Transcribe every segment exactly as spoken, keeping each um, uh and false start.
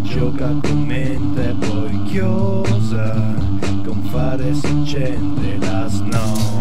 gioca con mente poi chiosa, con fare si accende la snow.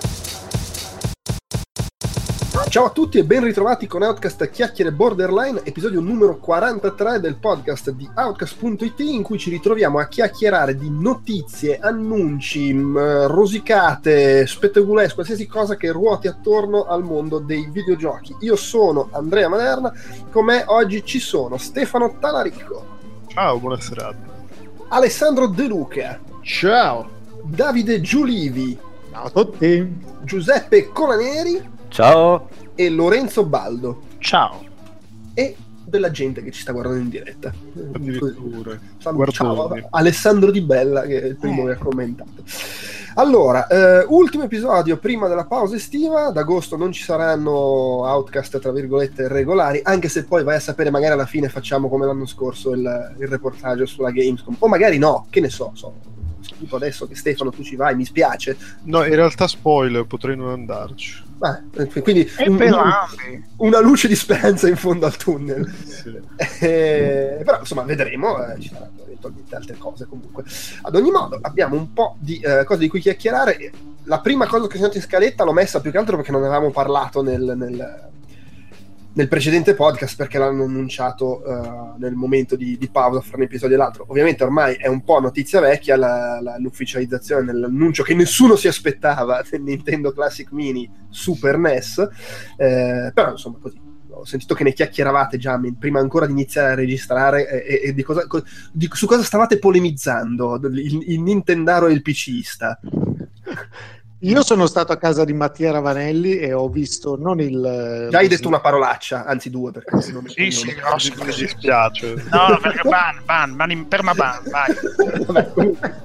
Ciao a tutti e ben ritrovati con Outcast Chiacchiere Borderline, episodio numero quarantatré del podcast di Outcast punto it, in cui ci ritroviamo a chiacchierare di notizie, annunci, mh, rosicate, spettegulesque, qualsiasi cosa che ruoti attorno al mondo dei videogiochi. Io sono Andrea Maderna, con me oggi ci sono Stefano Talarico. Ciao, buona serata. Alessandro De Luca. Ciao. Davide Giulivi. Ciao a tutti. Giuseppe Colaneri. Ciao. E Lorenzo Baldo. Ciao. E della gente che ci sta guardando in diretta. Addirittura. Ciao, Alessandro Di Bella, che è il primo che ha commentato. Allora, eh, ultimo episodio prima della pausa estiva. Ad agosto non ci saranno Outcast tra virgolette regolari, anche se poi vai a sapere, magari alla fine facciamo come l'anno scorso il, il reportage sulla Gamescom, o magari no, che ne so, so tipo adesso che Stefano tu ci vai, mi spiace. No, in realtà spoiler, potrei non andarci. Beh, quindi un, un, una luce di speranza in fondo al tunnel. Sì. Eh, però insomma vedremo, eh, ci saranno eventualmente altre cose. Comunque ad ogni modo abbiamo un po' di uh, cose di cui chiacchierare. La prima cosa che ho sentito in scaletta l'ho messa più che altro perché non avevamo parlato nel, nel, nel precedente podcast, perché l'hanno annunciato uh, nel momento di, di pausa fra un episodio e l'altro. Ovviamente ormai è un po' notizia vecchia la, la, l'ufficializzazione dell'annuncio che nessuno si aspettava del Nintendo Classic Mini Super N E S, eh, però insomma così. Ho sentito che ne chiacchieravate già prima ancora di iniziare a registrare, e, e di cosa, di, su cosa stavate polemizzando, il, il Nintendaro e il PCista. Io sono stato a casa di Mattia Ravanelli e ho visto non il... Già hai detto una parolaccia, anzi due, perché se non sì, sì, no, mi dispiace. No, perché ban, ban, ban in permaban, vai. Vabbè, comunque.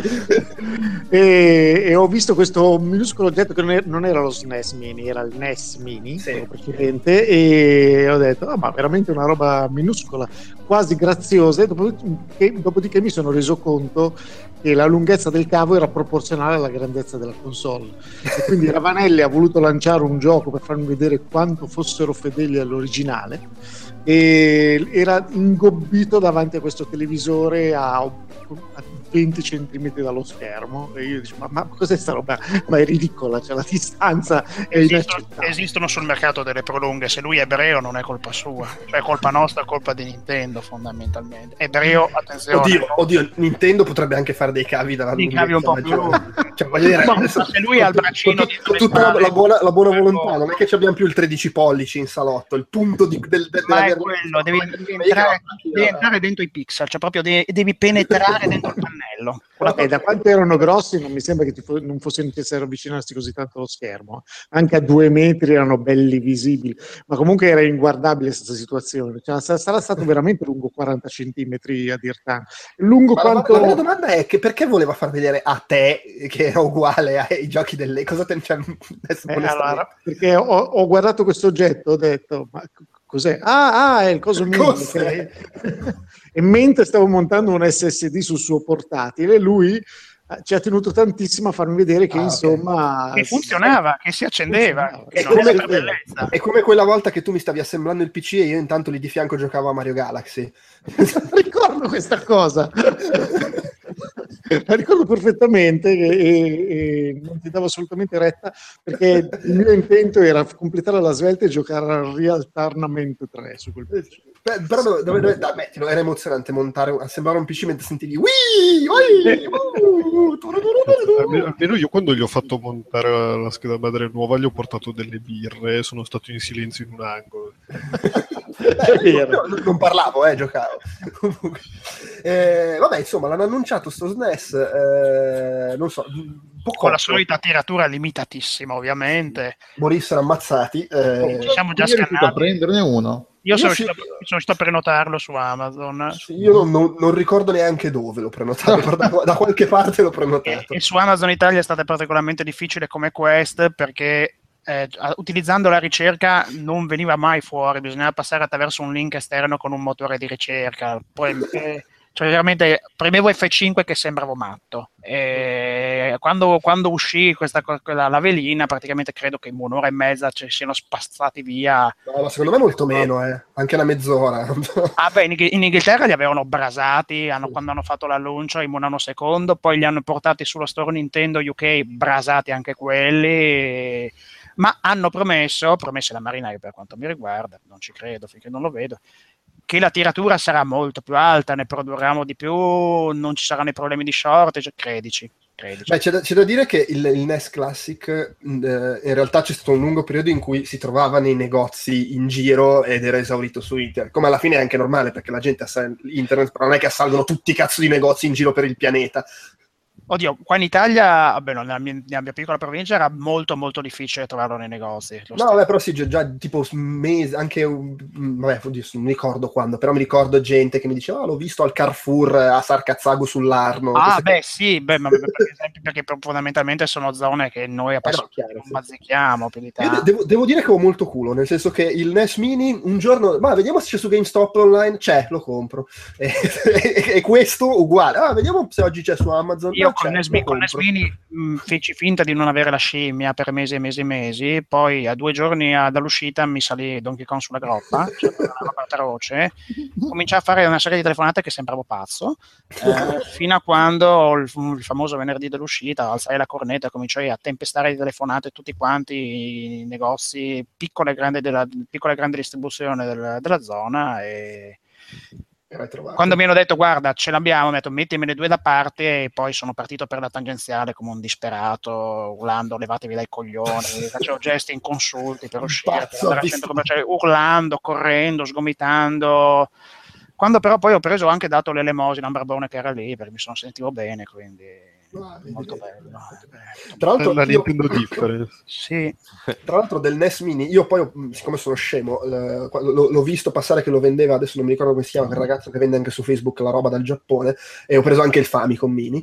e, e ho visto questo minuscolo oggetto che non era, non era lo S N E S Mini, era il N E S Mini, sì, quello precedente, e ho detto, ah, ma veramente una roba minuscola, quasi graziosa, e dopodiché, dopodiché mi sono reso conto che la lunghezza del cavo era proporzionale alla grandezza della console, e quindi Ravanelli ha voluto lanciare un gioco per farmi vedere quanto fossero fedeli all'originale, e era ingobbito davanti a questo televisore a, a venti centimetri dallo schermo, e io dicevo, ma, ma cos'è sta roba? Ma è ridicola, cioè la distanza è esistono, esistono sul mercato delle prolunghe. Se lui è ebreo non è colpa sua, cioè è colpa nostra, è colpa di Nintendo fondamentalmente. Ebreo, attenzione. Oddio, oddio, Nintendo potrebbe anche fare dei cavi dalla dei cavi un po' più lunghi. Cioè, voglio dire, ma, adesso, se lui ha il braccino tut, tutta la, la, buona, la buona volontà, non è che abbiamo più il tredici pollici in salotto, il punto di, del, del, ma è quello, devi, devi, entrare, devi entrare dentro i pixel, cioè proprio devi, devi penetrare dentro il pannello. Vabbè, da quanto erano grossi non mi sembra che ti fo- non fosse necessario avvicinarsi così tanto allo schermo, anche a due metri erano belli visibili, ma comunque era inguardabile questa situazione, cioè, sarà stato veramente lungo quaranta centimetri a dir tanto, lungo ma quanto... la, la vera domanda è che perché voleva far vedere a te che era uguale ai giochi delle... cosa te... cioè, adesso eh, allora, perché ho, ho guardato questo oggetto, ho detto, ma cos'è? Ah, ah, è il coso mio. Che... e mentre stavo montando un S S D sul suo portatile, lui eh, ci ha tenuto tantissimo a farmi vedere che ah, insomma okay. che funzionava, che si accendeva, funzionava. Che è, come, è come quella volta che tu mi stavi assemblando il P C e io intanto lì di fianco giocavo a Mario Galaxy. Ricordo questa cosa. La ricordo perfettamente e, e non ti davo assolutamente retta, perché il mio intento era completare la svelta e giocare al Real Tournament tre su quel P C. Beh, però dove, dove, dove, da, beh, era emozionante montare, assemblare un P C mentre sentivi Wii, Wii, uh, almeno, almeno io quando gli ho fatto montare la scheda madre nuova gli ho portato delle birre, sono stato in silenzio in un angolo. Eh, io non parlavo, eh, giocavo. eh, vabbè, insomma, l'hanno annunciato sto S N E S, eh, non so, un po' con la solita tiratura limitatissima, ovviamente. Morissero ammazzati. Eh, Ci siamo già scannati a prenderne uno. Io sono, sì, riuscito, sono riuscito a prenotarlo su Amazon. Sì, io non, non, non ricordo neanche dove l'ho prenotato, da, da qualche parte l'ho prenotato. E, e su Amazon Italia è stata particolarmente difficile come quest, perché eh, utilizzando la ricerca non veniva mai fuori, bisognava passare attraverso un link esterno con un motore di ricerca. Poi eh, cioè veramente premevo F cinque che sembravo matto, e che quando, quando uscì questa, quella, la velina, praticamente credo che in un'ora e mezza ci siano spazzati via. No, ma secondo me molto meno, eh. Anche una mezz'ora. Ah beh, in, in Inghilterra li avevano brasati hanno, quando hanno fatto l'annuncio in un nanosecondo, poi li hanno portati sullo store Nintendo U K, brasati anche quelli, ma hanno promesso, promesso la Marina, per quanto mi riguarda, non ci credo finché non lo vedo, che la tiratura sarà molto più alta, ne produrremo di più, non ci saranno i problemi di shortage, credici. credici. Beh, c'è da, c'è da dire che il, il N E S Classic eh, in realtà c'è stato un lungo periodo in cui si trovava nei negozi in giro ed era esaurito su internet, come alla fine è anche normale perché la gente assale internet, però non è che assalgono tutti i cazzo di negozi in giro per il pianeta. Oddio, qua in Italia, vabbè, nella mia, nella mia piccola provincia era molto molto difficile trovarlo nei negozi. No, vabbè, però sì, già, già tipo mesi, anche, vabbè, oddio, non ricordo quando, però mi ricordo gente che mi diceva, oh, l'ho visto al Carrefour a Sarcazzago sull'Arno. Ah, beh, che... sì, beh, ma per esempio, perché fondamentalmente sono zone che noi appassionati non bazzichiamo più di tanto. Io devo, devo dire che ho molto culo, nel senso che il N E S Mini un giorno, ma vediamo se c'è su GameStop online, c'è, lo compro. E, e, e questo uguale, ah, vediamo se oggi c'è su Amazon. Io con N E S Mini mh, feci finta di non avere la scimmia per mesi e mesi e mesi, poi a due giorni a, dall'uscita mi salì Donkey Kong sulla groppa, cioè una roba atroce, cominciai a fare una serie di telefonate che sembravo pazzo, eh, fino a quando il, il famoso venerdì dell'uscita alzai la cornetta e cominciai a tempestare di telefonate tutti quanti i negozi, piccole e grandi della piccola e grande distribuzione del, della zona, e quando mi hanno detto guarda ce l'abbiamo, mi ha detto mettimene due da parte, e poi sono partito per la tangenziale come un disperato, urlando levatevi dai coglioni, facevo gesti inconsulti per uscire, per andare al centro commerciale, urlando, correndo, sgomitando. Quando però poi ho preso anche dato l'elemosina a un barbone che era lì perché mi sono sentito bene, quindi ah, molto bello. Tra l'altro la io... Nintendo Difference. Sì. Tra l'altro del N E S Mini, io poi, siccome sono scemo, eh, l'ho visto passare che lo vendeva, adesso non mi ricordo come si chiama, quel ragazzo che vende anche su Facebook la roba dal Giappone, e ho preso anche il Famicom Mini,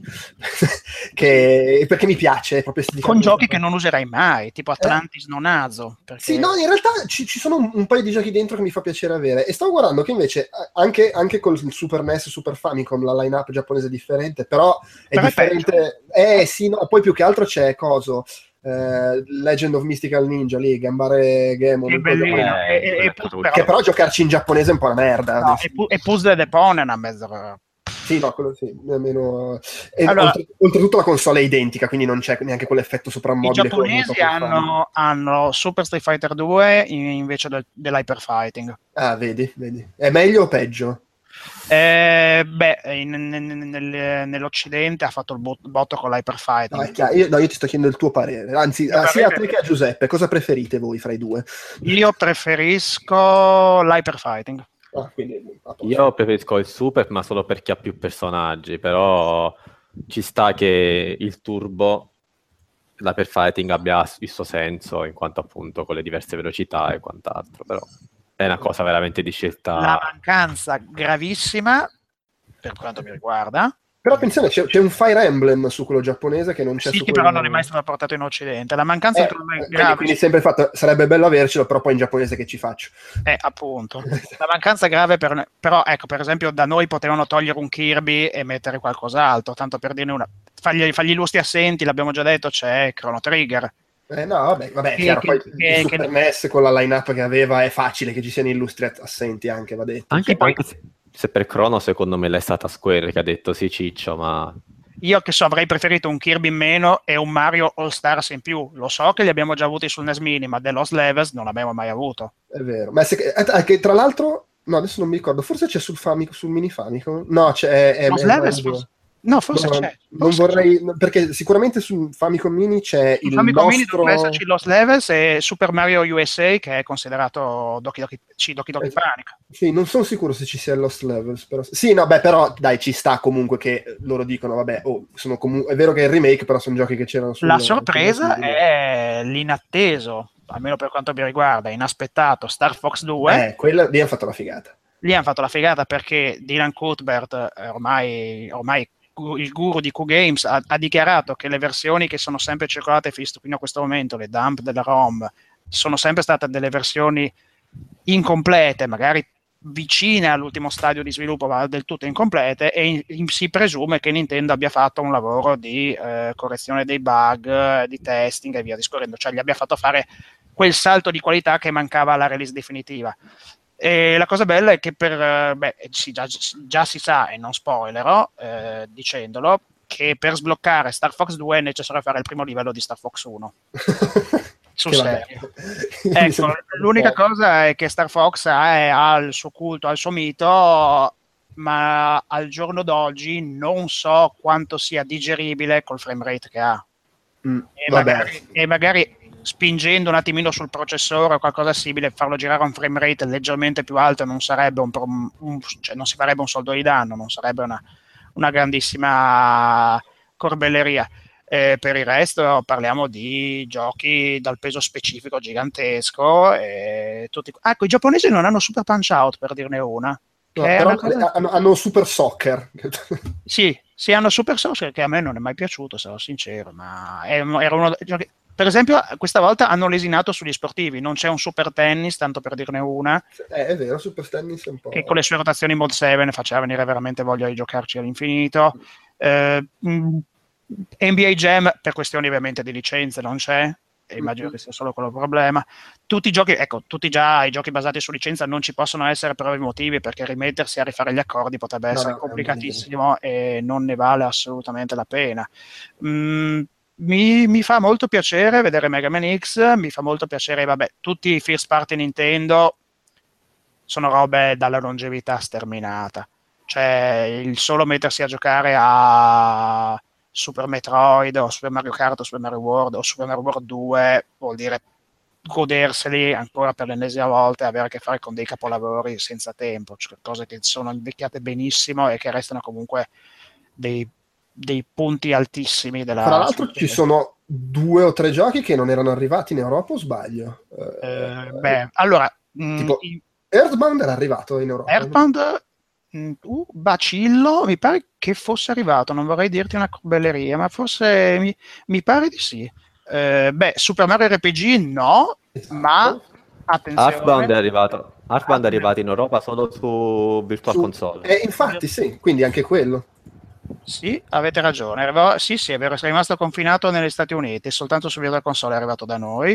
che, perché mi piace. Proprio con giochi che non userai mai, tipo Atlantis eh? non Azo. Perché... Sì, no, in realtà ci, ci sono un, un paio di giochi dentro che mi fa piacere avere, e stavo guardando che invece anche, anche con il Super N E S, Super Famicom, la line-up giapponese è differente, però è però differente... È eh sì, no, poi più che altro c'è coso... Uh, Legend of Mystical Ninja lì, Gambare Game che, eh, e, e, però, che però giocarci in giapponese è un po' una merda, no, e, pu- e Puzzle Depone è una mezza sì, no, quello sì, nemmeno... e allora, oltre, oltretutto la console è identica, quindi non c'è neanche quell'effetto soprammobile. I giapponesi hanno, hanno Super Street Fighter due invece del, dell'Hyper Fighting. Ah, vedi, vedi. È meglio o peggio? Eh, beh, in, in, nel, nell'Occidente ha fatto il botto con l'Hyper Fighting. No, io, no, io ti sto chiedendo il tuo parere, anzi, ah, sia a te che a Giuseppe, cosa preferite voi fra i due? Io preferisco l'Hyper Fighting. Ah, quindi, io preferisco il Super, ma solo perché ha più personaggi, però ci sta che il Turbo, l'Hyper Fighting, abbia il suo senso, in quanto appunto con le diverse velocità e quant'altro, però è una cosa veramente di scelta. La mancanza gravissima, per quanto mi riguarda. Però attenzione, c'è, c'è un Fire Emblem su quello giapponese che non c'è sì, su che quello... però non è mai stato portato in Occidente. La mancanza eh, è grave. quindi, quindi sempre fatto, sarebbe bello avercelo, però poi in giapponese che ci faccio? Eh, appunto. La mancanza grave, per, però ecco, per esempio da noi potevano togliere un Kirby e mettere qualcos'altro, tanto per dirne una. Fagli, fagli illustri assenti, l'abbiamo già detto, c'è Chrono Trigger. Eh, no, vabbè, vabbè che, chiaro, che, poi che, il Super che... N E S con la line-up che aveva è facile che ci siano illustri assenti anche, va detto. Anche, poi... anche se, se per Chrono secondo me l'è stata Square che ha detto sì Ciccio, ma... Io che so avrei preferito un Kirby in meno e un Mario All Stars in più. Lo so che li abbiamo già avuti sul N E S Mini, ma The Lost Levels non l'abbiamo mai avuto. È vero, ma se, eh, che tra l'altro, no adesso non mi ricordo, forse c'è sul Famicom, sul Mini Famicom? No, c'è... È, Lost è, Levels è, forse... No, forse no, c'è. Non forse vorrei, c'è. perché sicuramente sul Famicom Mini c'è sul il Famicom nostro... Mini dovrebbe esserci Lost Levels e Super Mario U S A, che è considerato Doki Doki, sì, Doki Doki eh, Panic. Sì, non sono sicuro se ci sia il Lost Levels, però... Sì, no, beh, però, dai, ci sta comunque che loro dicono, vabbè, oh, sono comu- è vero che è il remake, però sono giochi che c'erano sul... La sorpresa è l'inatteso, almeno per quanto mi riguarda, inaspettato, Star Fox due. Eh, quella lì hanno fatto la figata. Lì hanno fatto la figata perché Dylan Cuthbert, ormai... ormai il guru di Q Games ha, ha dichiarato che le versioni che sono sempre circolate fino a questo momento, le dump della ROM, sono sempre state delle versioni incomplete, magari vicine all'ultimo stadio di sviluppo, ma del tutto incomplete, e in, in, si presume che Nintendo abbia fatto un lavoro di eh, correzione dei bug, di testing e via discorrendo, cioè gli abbia fatto fare quel salto di qualità che mancava alla release definitiva. E la cosa bella è che per beh, sì, già, già si sa, e non spoilerò eh, dicendolo, che per sbloccare Star Fox due è necessario fare il primo livello di Star Fox uno. Sul serio. Ecco, l'unica cosa è che Star Fox ha, ha il suo culto, ha il suo mito, ma al giorno d'oggi non so quanto sia digeribile col frame rate che ha. Mm, e, magari, e magari spingendo un attimino sul processore o qualcosa simile, farlo girare a un frame rate leggermente più alto non sarebbe un, un cioè non si farebbe un soldo di danno, non sarebbe una, una grandissima corbelleria. Eh, per il resto parliamo di giochi dal peso specifico gigantesco. E tutti... ah, ecco, i giapponesi non hanno Super Punch Out, per dirne una. No, però cosa... hanno, hanno Super Soccer. Sì, sì, hanno Super Soccer, che a me non è mai piaciuto, sarò sincero, ma era uno dei giochi... Per esempio, questa volta hanno lesinato sugli sportivi, non c'è un Super Tennis, tanto per dirne una. Eh, è vero, Super Tennis è un po'... che con le sue rotazioni Mod sette faceva venire veramente voglia di giocarci all'infinito. Eh, mh, N B A Jam, per questioni ovviamente di licenze, non c'è, e immagino che sia solo quello il problema. Tutti i giochi, ecco, tutti già i giochi basati su licenza non ci possono essere per ovvi motivi, perché rimettersi a rifare gli accordi potrebbe essere no, no, complicatissimo e non ne vale assolutamente la pena. Mm, mi, mi fa molto piacere vedere Mega Man X, mi fa molto piacere, vabbè, tutti i first party Nintendo sono robe dalla longevità sterminata, cioè il solo mettersi a giocare a Super Metroid o Super Mario Kart o Super Mario World o Super Mario World due vuol dire goderseli ancora per l'ennesima volta e avere a che fare con dei capolavori senza tempo, cioè cose che sono invecchiate benissimo e che restano comunque dei, dei punti altissimi della... Tra l'altro ci sono due o tre giochi che non erano arrivati in Europa, o sbaglio? Eh, eh, beh, allora tipo mh, Earthbound era arrivato in Europa. Earthbound Uh, Bacillo mi pare che fosse arrivato, non vorrei dirti una corbelleria, ma forse mi, mi pare di sì. Eh, beh, Super Mario R P G no, esatto. Ma attenzione, Earthbound è arrivato Earthbound è arrivato in Europa solo su Virtual su, Console. Eh, infatti sì, quindi anche quello. Sì, avete ragione. Arrivò, sì, sì, è vero, è rimasto confinato negli Stati Uniti, soltanto su Virtual Console è arrivato da noi.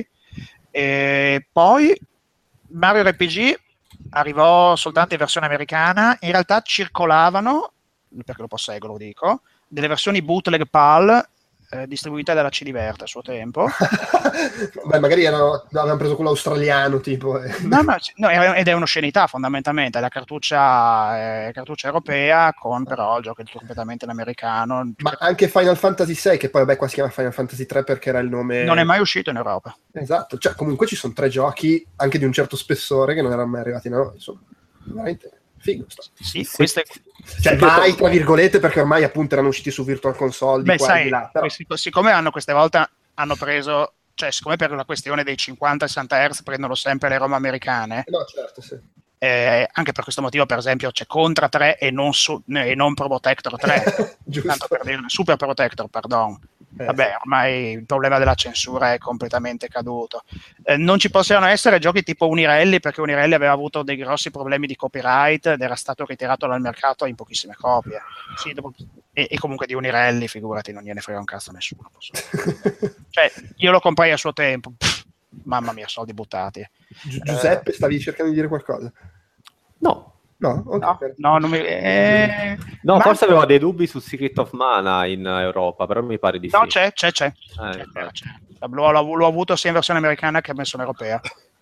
E poi Mario R P G arrivò soltanto in versione americana, in realtà circolavano, perché lo posseggo, lo dico, delle versioni bootleg PAL eh, distribuite dalla C-Divert a suo tempo. Beh, magari erano, avevano preso quello australiano tipo. Eh. No, no, no, ed è un'oscenità fondamentalmente, è la cartuccia, eh, cartuccia europea con però il gioco completamente in americano. Ma anche Final Fantasy sei, che poi vabbè qua si chiama Final Fantasy tre perché era il nome... Non è mai uscito in Europa. Esatto, cioè comunque ci sono tre giochi anche di un certo spessore che non erano mai arrivati in Europa, insomma, veramente figo. Sì, sì, queste... Cioè mai tra virgolette, perché ormai appunto erano usciti su Virtual Console di Beh, qua sai, e di là, però... siccome hanno queste volte hanno preso, cioè siccome per la questione dei cinquanta sessanta hertz prendono sempre le ROM americane, no, certo, sì. Eh, anche per questo motivo per esempio c'è Contra tre e non, su, e non Probotector tre tanto per dire, Super Protector, pardon. Eh, vabbè, ormai il problema della censura è completamente caduto. Eh, non ci possono essere giochi tipo Unirelli, perché Unirelli aveva avuto dei grossi problemi di copyright ed era stato ritirato dal mercato in pochissime copie. Sì, dopo... e, e comunque di Unirelli, figurati, non gliene frega un cazzo a nessuno. Cioè, io lo comprai a suo tempo. Pff, mamma mia, soldi buttati. Gi- Giuseppe, eh... stavi cercando di dire qualcosa? No. No, okay, no, no, non mi... eh... no Ma... forse avevo dei dubbi su Secret of Mana in Europa, però mi pare di no, sì. c'è, c'è, c'è. Eh, c'è, c'è, c'è. L'ho, l'ho, l'ho avuto sia in versione americana che in versione europea,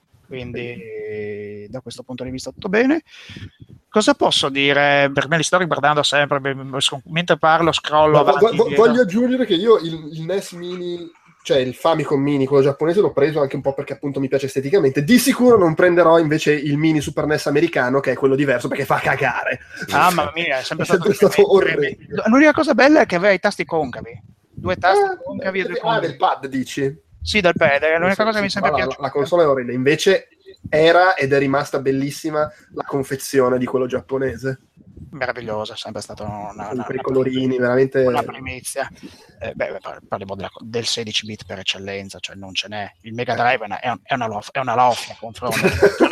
quindi da questo punto di vista tutto bene. Cosa posso dire? Per me li sto riguardando sempre, mentre parlo scrollo no, avanti. Vo- voglio aggiungere che io il, il N E S Mini, cioè il Famicom Mini, quello giapponese, l'ho preso anche un po' perché appunto mi piace esteticamente. Di sicuro non prenderò invece il Mini Super N E S americano, che è quello diverso, perché fa cagare. Ah, mamma mia, è sempre, è sempre stato, stato orrendo. L'unica cosa bella è che aveva i tasti concavi. Due tasti ah, concavi e due ah, concavi. del pad, dici? Sì, del pad, è l'unica cosa che mi sembra piaciuta. La, la console è orrenda, invece era ed è rimasta bellissima la confezione di quello giapponese. Meravigliosa, è sempre stata una, una, i colorini, veramente una primizia. Eh, beh, parliamo della, del sedici bit per eccellenza, cioè non ce n'è. Il Mega Drive è una, è una, lof, è una loffia a confronto.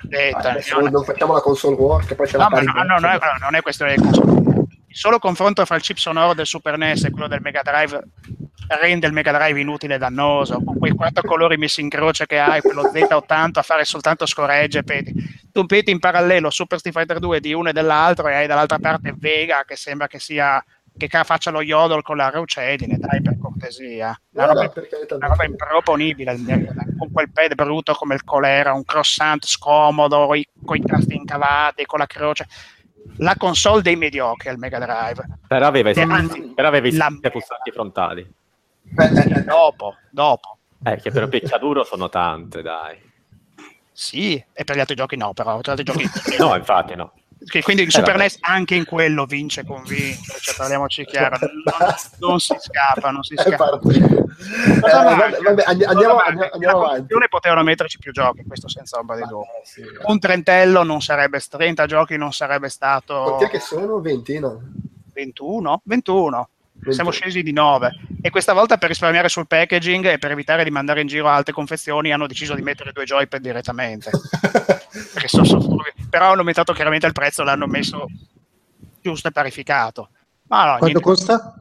vendetta. Adesso non facciamo la console war, che poi c'è no, la ma pari no, no, no, non è questione di console. Il solo confronto fra il chip sonoro del Super N E S e quello del Mega Drive rende il Mega Drive inutile e dannoso, con quei quattro colori messi in croce che hai, quello Z ottanta a fare soltanto scoregge, peti. Tu peti in parallelo Super Street Fighter due di uno e dell'altro e hai dall'altra parte Vega che sembra che sia che faccia lo yodel con la reucedine, dai, per cortesia. Una no, roba, no, una roba improponibile, con quel pad brutto come il colera, un croissant scomodo, con i tasti incavati, con la croce. La console dei mediocri, il Mega Drive. Però aveva, Che, anzi, però aveva i la... pulsanti frontali. Sì, dopo, dopo. Eh, che per picchiaduro sono tante, dai. Sì, e per gli altri giochi no, però. Per gli altri giochi... no, infatti no. Quindi il eh, Super vabbè. N E S anche in quello vince convince, cioè parliamoci chiaro, non, non si scappa, non si scappa. Eh, vabbè, vabbè, andiamo, andiamo, andiamo avanti. Potevano metterci più giochi, questo senza ombra di dubbio. Sì, un trentello non sarebbe, trenta giochi non sarebbe stato... Quanti è che sono? venti, no? ventuno? ventuno. Siamo scesi di nove e questa volta per risparmiare sul packaging e per evitare di mandare in giro altre confezioni hanno deciso di mettere due joypad direttamente. sono, sono, però hanno aumentato chiaramente il prezzo, l'hanno messo giusto e parificato. Ma no, quanto niente. costa?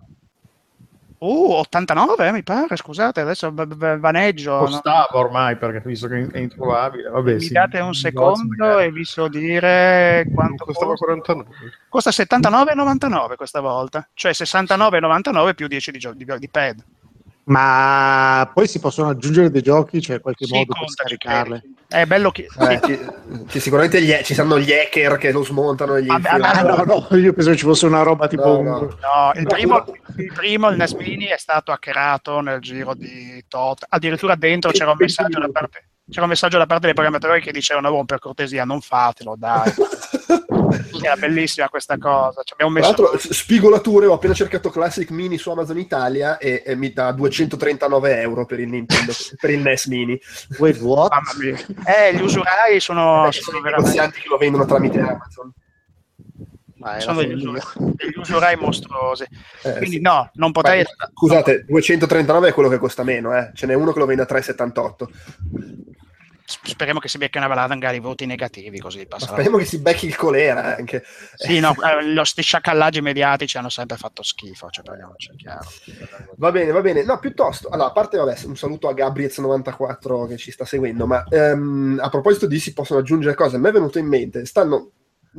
Uh, ottantanove mi pare, scusate, adesso vaneggio. Costava no? ormai perché visto che è introvabile. Vabbè, mi sì, date un secondo e vi so dire quanto costava costa. quarantanove. Costa settantanove e novantanove questa volta, cioè sessantanove e novantanove più dieci di, gio- di, di pad. Ma poi si possono aggiungere dei giochi, c'è qualche Sì, modo per conta, scaricarle? È bello che eh, ci, ci, sicuramente gli, ci saranno gli hacker che lo smontano e gli Vabbè, infilano. Ah, no, no, io penso ci fosse una roba tipo No, un... no. No, il primo, il primo, il N E S Mini, è stato hackerato nel giro di tot. Addirittura dentro c'era un messaggio da parte, c'era un messaggio da parte dei programmatori che dicevano: oh, per cortesia, non fatelo, dai. Era bellissima questa cosa. Ci abbiamo messo... Tra l'altro, spigolature, ho appena cercato Classic Mini su Amazon Italia e, e mi dà duecentotrentanove euro per il Nintendo, per il N E S Mini. Wait, what? Mamma mia. Eh, gli usurai sono, Vabbè, sono sono i veramente... negozianti che lo vendono tramite Amazon. Ma sono degli usurai, degli usurai mostruosi. Eh, Quindi sì. no, non potrei... Beh, scusate, duecentotrentanove è quello che costa meno, eh. Ce n'è uno che lo vende a tre virgola settantotto. Speriamo che si becchi una valanga di voti negativi, così passa. Speriamo che si becchi il colera anche. Sì, no, eh, lo sti sciacallaggi mediatici hanno sempre fatto schifo, cioè parliamoci chiaro. Va bene, va bene. No, piuttosto, allora, a parte, vabbè, un saluto a Gabriez novantaquattro che ci sta seguendo, ma ehm, a proposito di si possono aggiungere cose, a me è venuto in mente, stanno...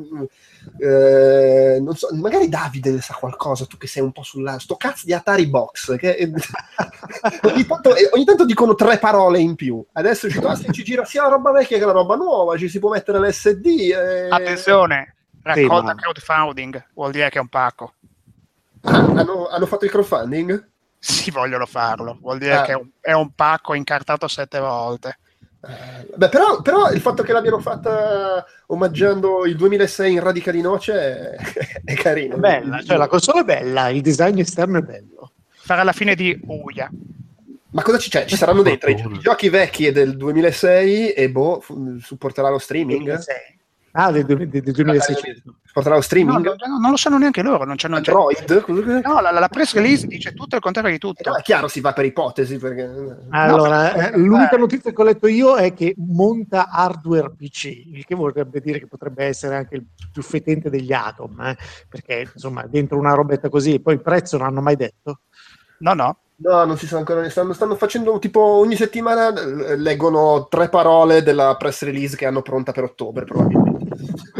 Eh, non so, magari Davide ne sa qualcosa, tu che sei un po' sulla sto cazzo di Atari Box che eh, ogni, tanto, eh, ogni tanto dicono tre parole in più. Adesso è uscito, ah, ci gira sia la roba vecchia che la roba nuova, ci si può mettere l'S D. Eh... Attenzione, raccolta sì, ma... crowdfunding vuol dire che è un pacco. Ah, hanno, hanno fatto il crowdfunding? Sì, vogliono farlo, vuol dire ah. che è un, è un pacco incartato sette volte. Eh, beh, però, però il fatto che l'abbiano fatta omaggiando il duemilasei in Radica di Noce è, è carino. È bella, cioè la console è bella, il design esterno è bello. Farà la fine di Uia. Ma cosa ci c'è? Ci saranno dentro i, gio- i giochi vecchi del duemilasei e boh, fu- supporterà lo streaming? duemilasei. Ah, del, del, del duemilaseicento. Supporterà lo streaming? No, no, non lo sanno neanche loro. Non c'è, non c'è... Android? No, la, la press release dice tutto il contrario di tutto. Eh, no, è chiaro, si va per ipotesi. Perché... Allora, no, eh, l'unica notizia che ho letto io è che monta hardware P C, il che vorrebbe dire che potrebbe essere anche il più fetente degli Atom, eh? Perché insomma, dentro una robetta così, poi il prezzo non hanno mai detto. No, no. No, non si sa ancora, stanno, stanno facendo tipo ogni settimana leggono tre parole della press release che hanno pronta per ottobre probabilmente.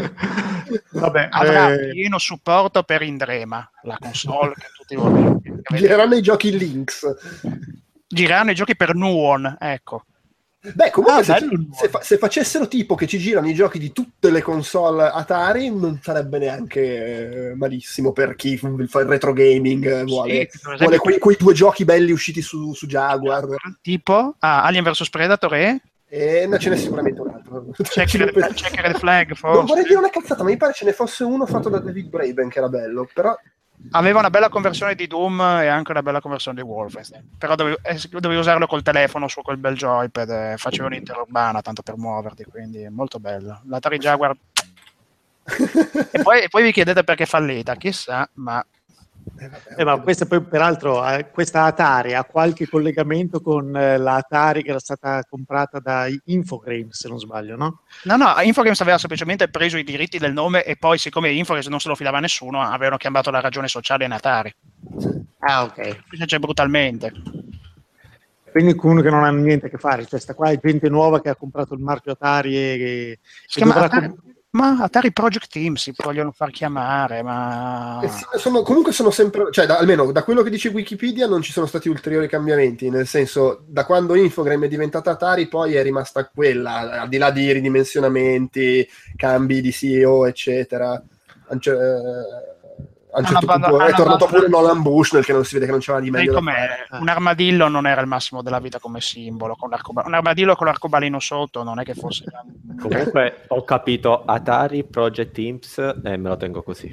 Vabbè, avrà eh... pieno supporto per Indrema, la console che tutti vogliono. Gireranno i giochi Lynx. Gireranno i giochi per Nuon, ecco. Beh, comunque ah, se, bello, se, fa, se facessero tipo che ci girano i giochi di tutte le console Atari non sarebbe neanche eh, malissimo per chi fa il retro gaming eh, vuole, sì, vuole quei, quei due giochi belli usciti su, su Jaguar. Tipo ah, Alien versus Predator e... E no, ce n'è sicuramente un altro. Check Red, check Red Flag, forse. Non vorrei dire una cazzata, ma mi pare ce ne fosse uno fatto da David Braben che era bello, però... Aveva una bella conversione di Doom e anche una bella conversione di Wolfenstein, però dovevi, eh, dovevi usarlo col telefono su quel bel joypad, eh, facevi un'interurbana tanto per muoverti, quindi è molto bello. L'Atari Jaguar e, poi, e poi vi chiedete perché è fallita, chissà, ma Eh, vabbè, Eh, ma questa poi peraltro eh, questa Atari ha qualche collegamento con eh, la Atari che era stata comprata da Infogrames, se non sbaglio, no? No, no, Infogrames aveva semplicemente preso i diritti del nome e poi, siccome Infogrames non se lo filava nessuno, avevano chiamato la ragione sociale in Atari. Ah, ok. Cioè, brutalmente. Quindi uno che non ha niente a che fare, cioè sta qua è gente nuova che ha comprato il marchio Atari e che Si chiama dovrà Atari, com- ma Atari Project Team si vogliono far chiamare, ma... Eh sì, sono- comunque sono sempre, cioè da- almeno da quello che dice Wikipedia non ci sono stati ulteriori cambiamenti, nel senso da quando Infogrames è diventata Atari poi è rimasta quella, al di là di ridimensionamenti, cambi di C E O eccetera. A un cer- eh, a un Hanno certo abbandon- punto è hanno tornato pure abbandonato- Nolan Bush, nel che non si vede che non c'era di Sai meglio da com'è? fare. Un armadillo non era il massimo della vita come simbolo, con l'arcoba- un armadillo con l'arcobaleno sotto non è che fosse... Comunque ho capito Atari Project Teams e me lo tengo così.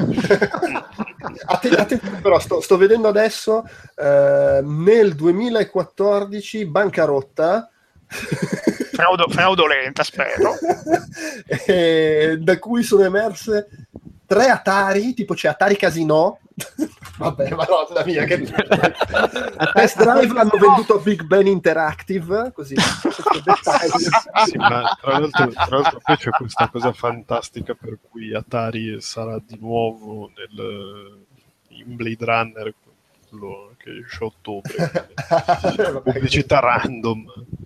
Atten- Attenzione però, sto, sto vedendo adesso eh, nel duemilaquattordici bancarotta Fraudo, fraudolenta, spero. eh, da cui sono emerse tre Atari, tipo c'è Atari Casino. Vabbè, madonna mia, che a Test Drive l'hanno venduto a Big Ben Interactive, così. Sì, ma tra l'altro, tra l'altro poi c'è questa cosa fantastica per cui Atari sarà di nuovo nel, in Blade Runner, quello che esce a ottobre, pubblicità random.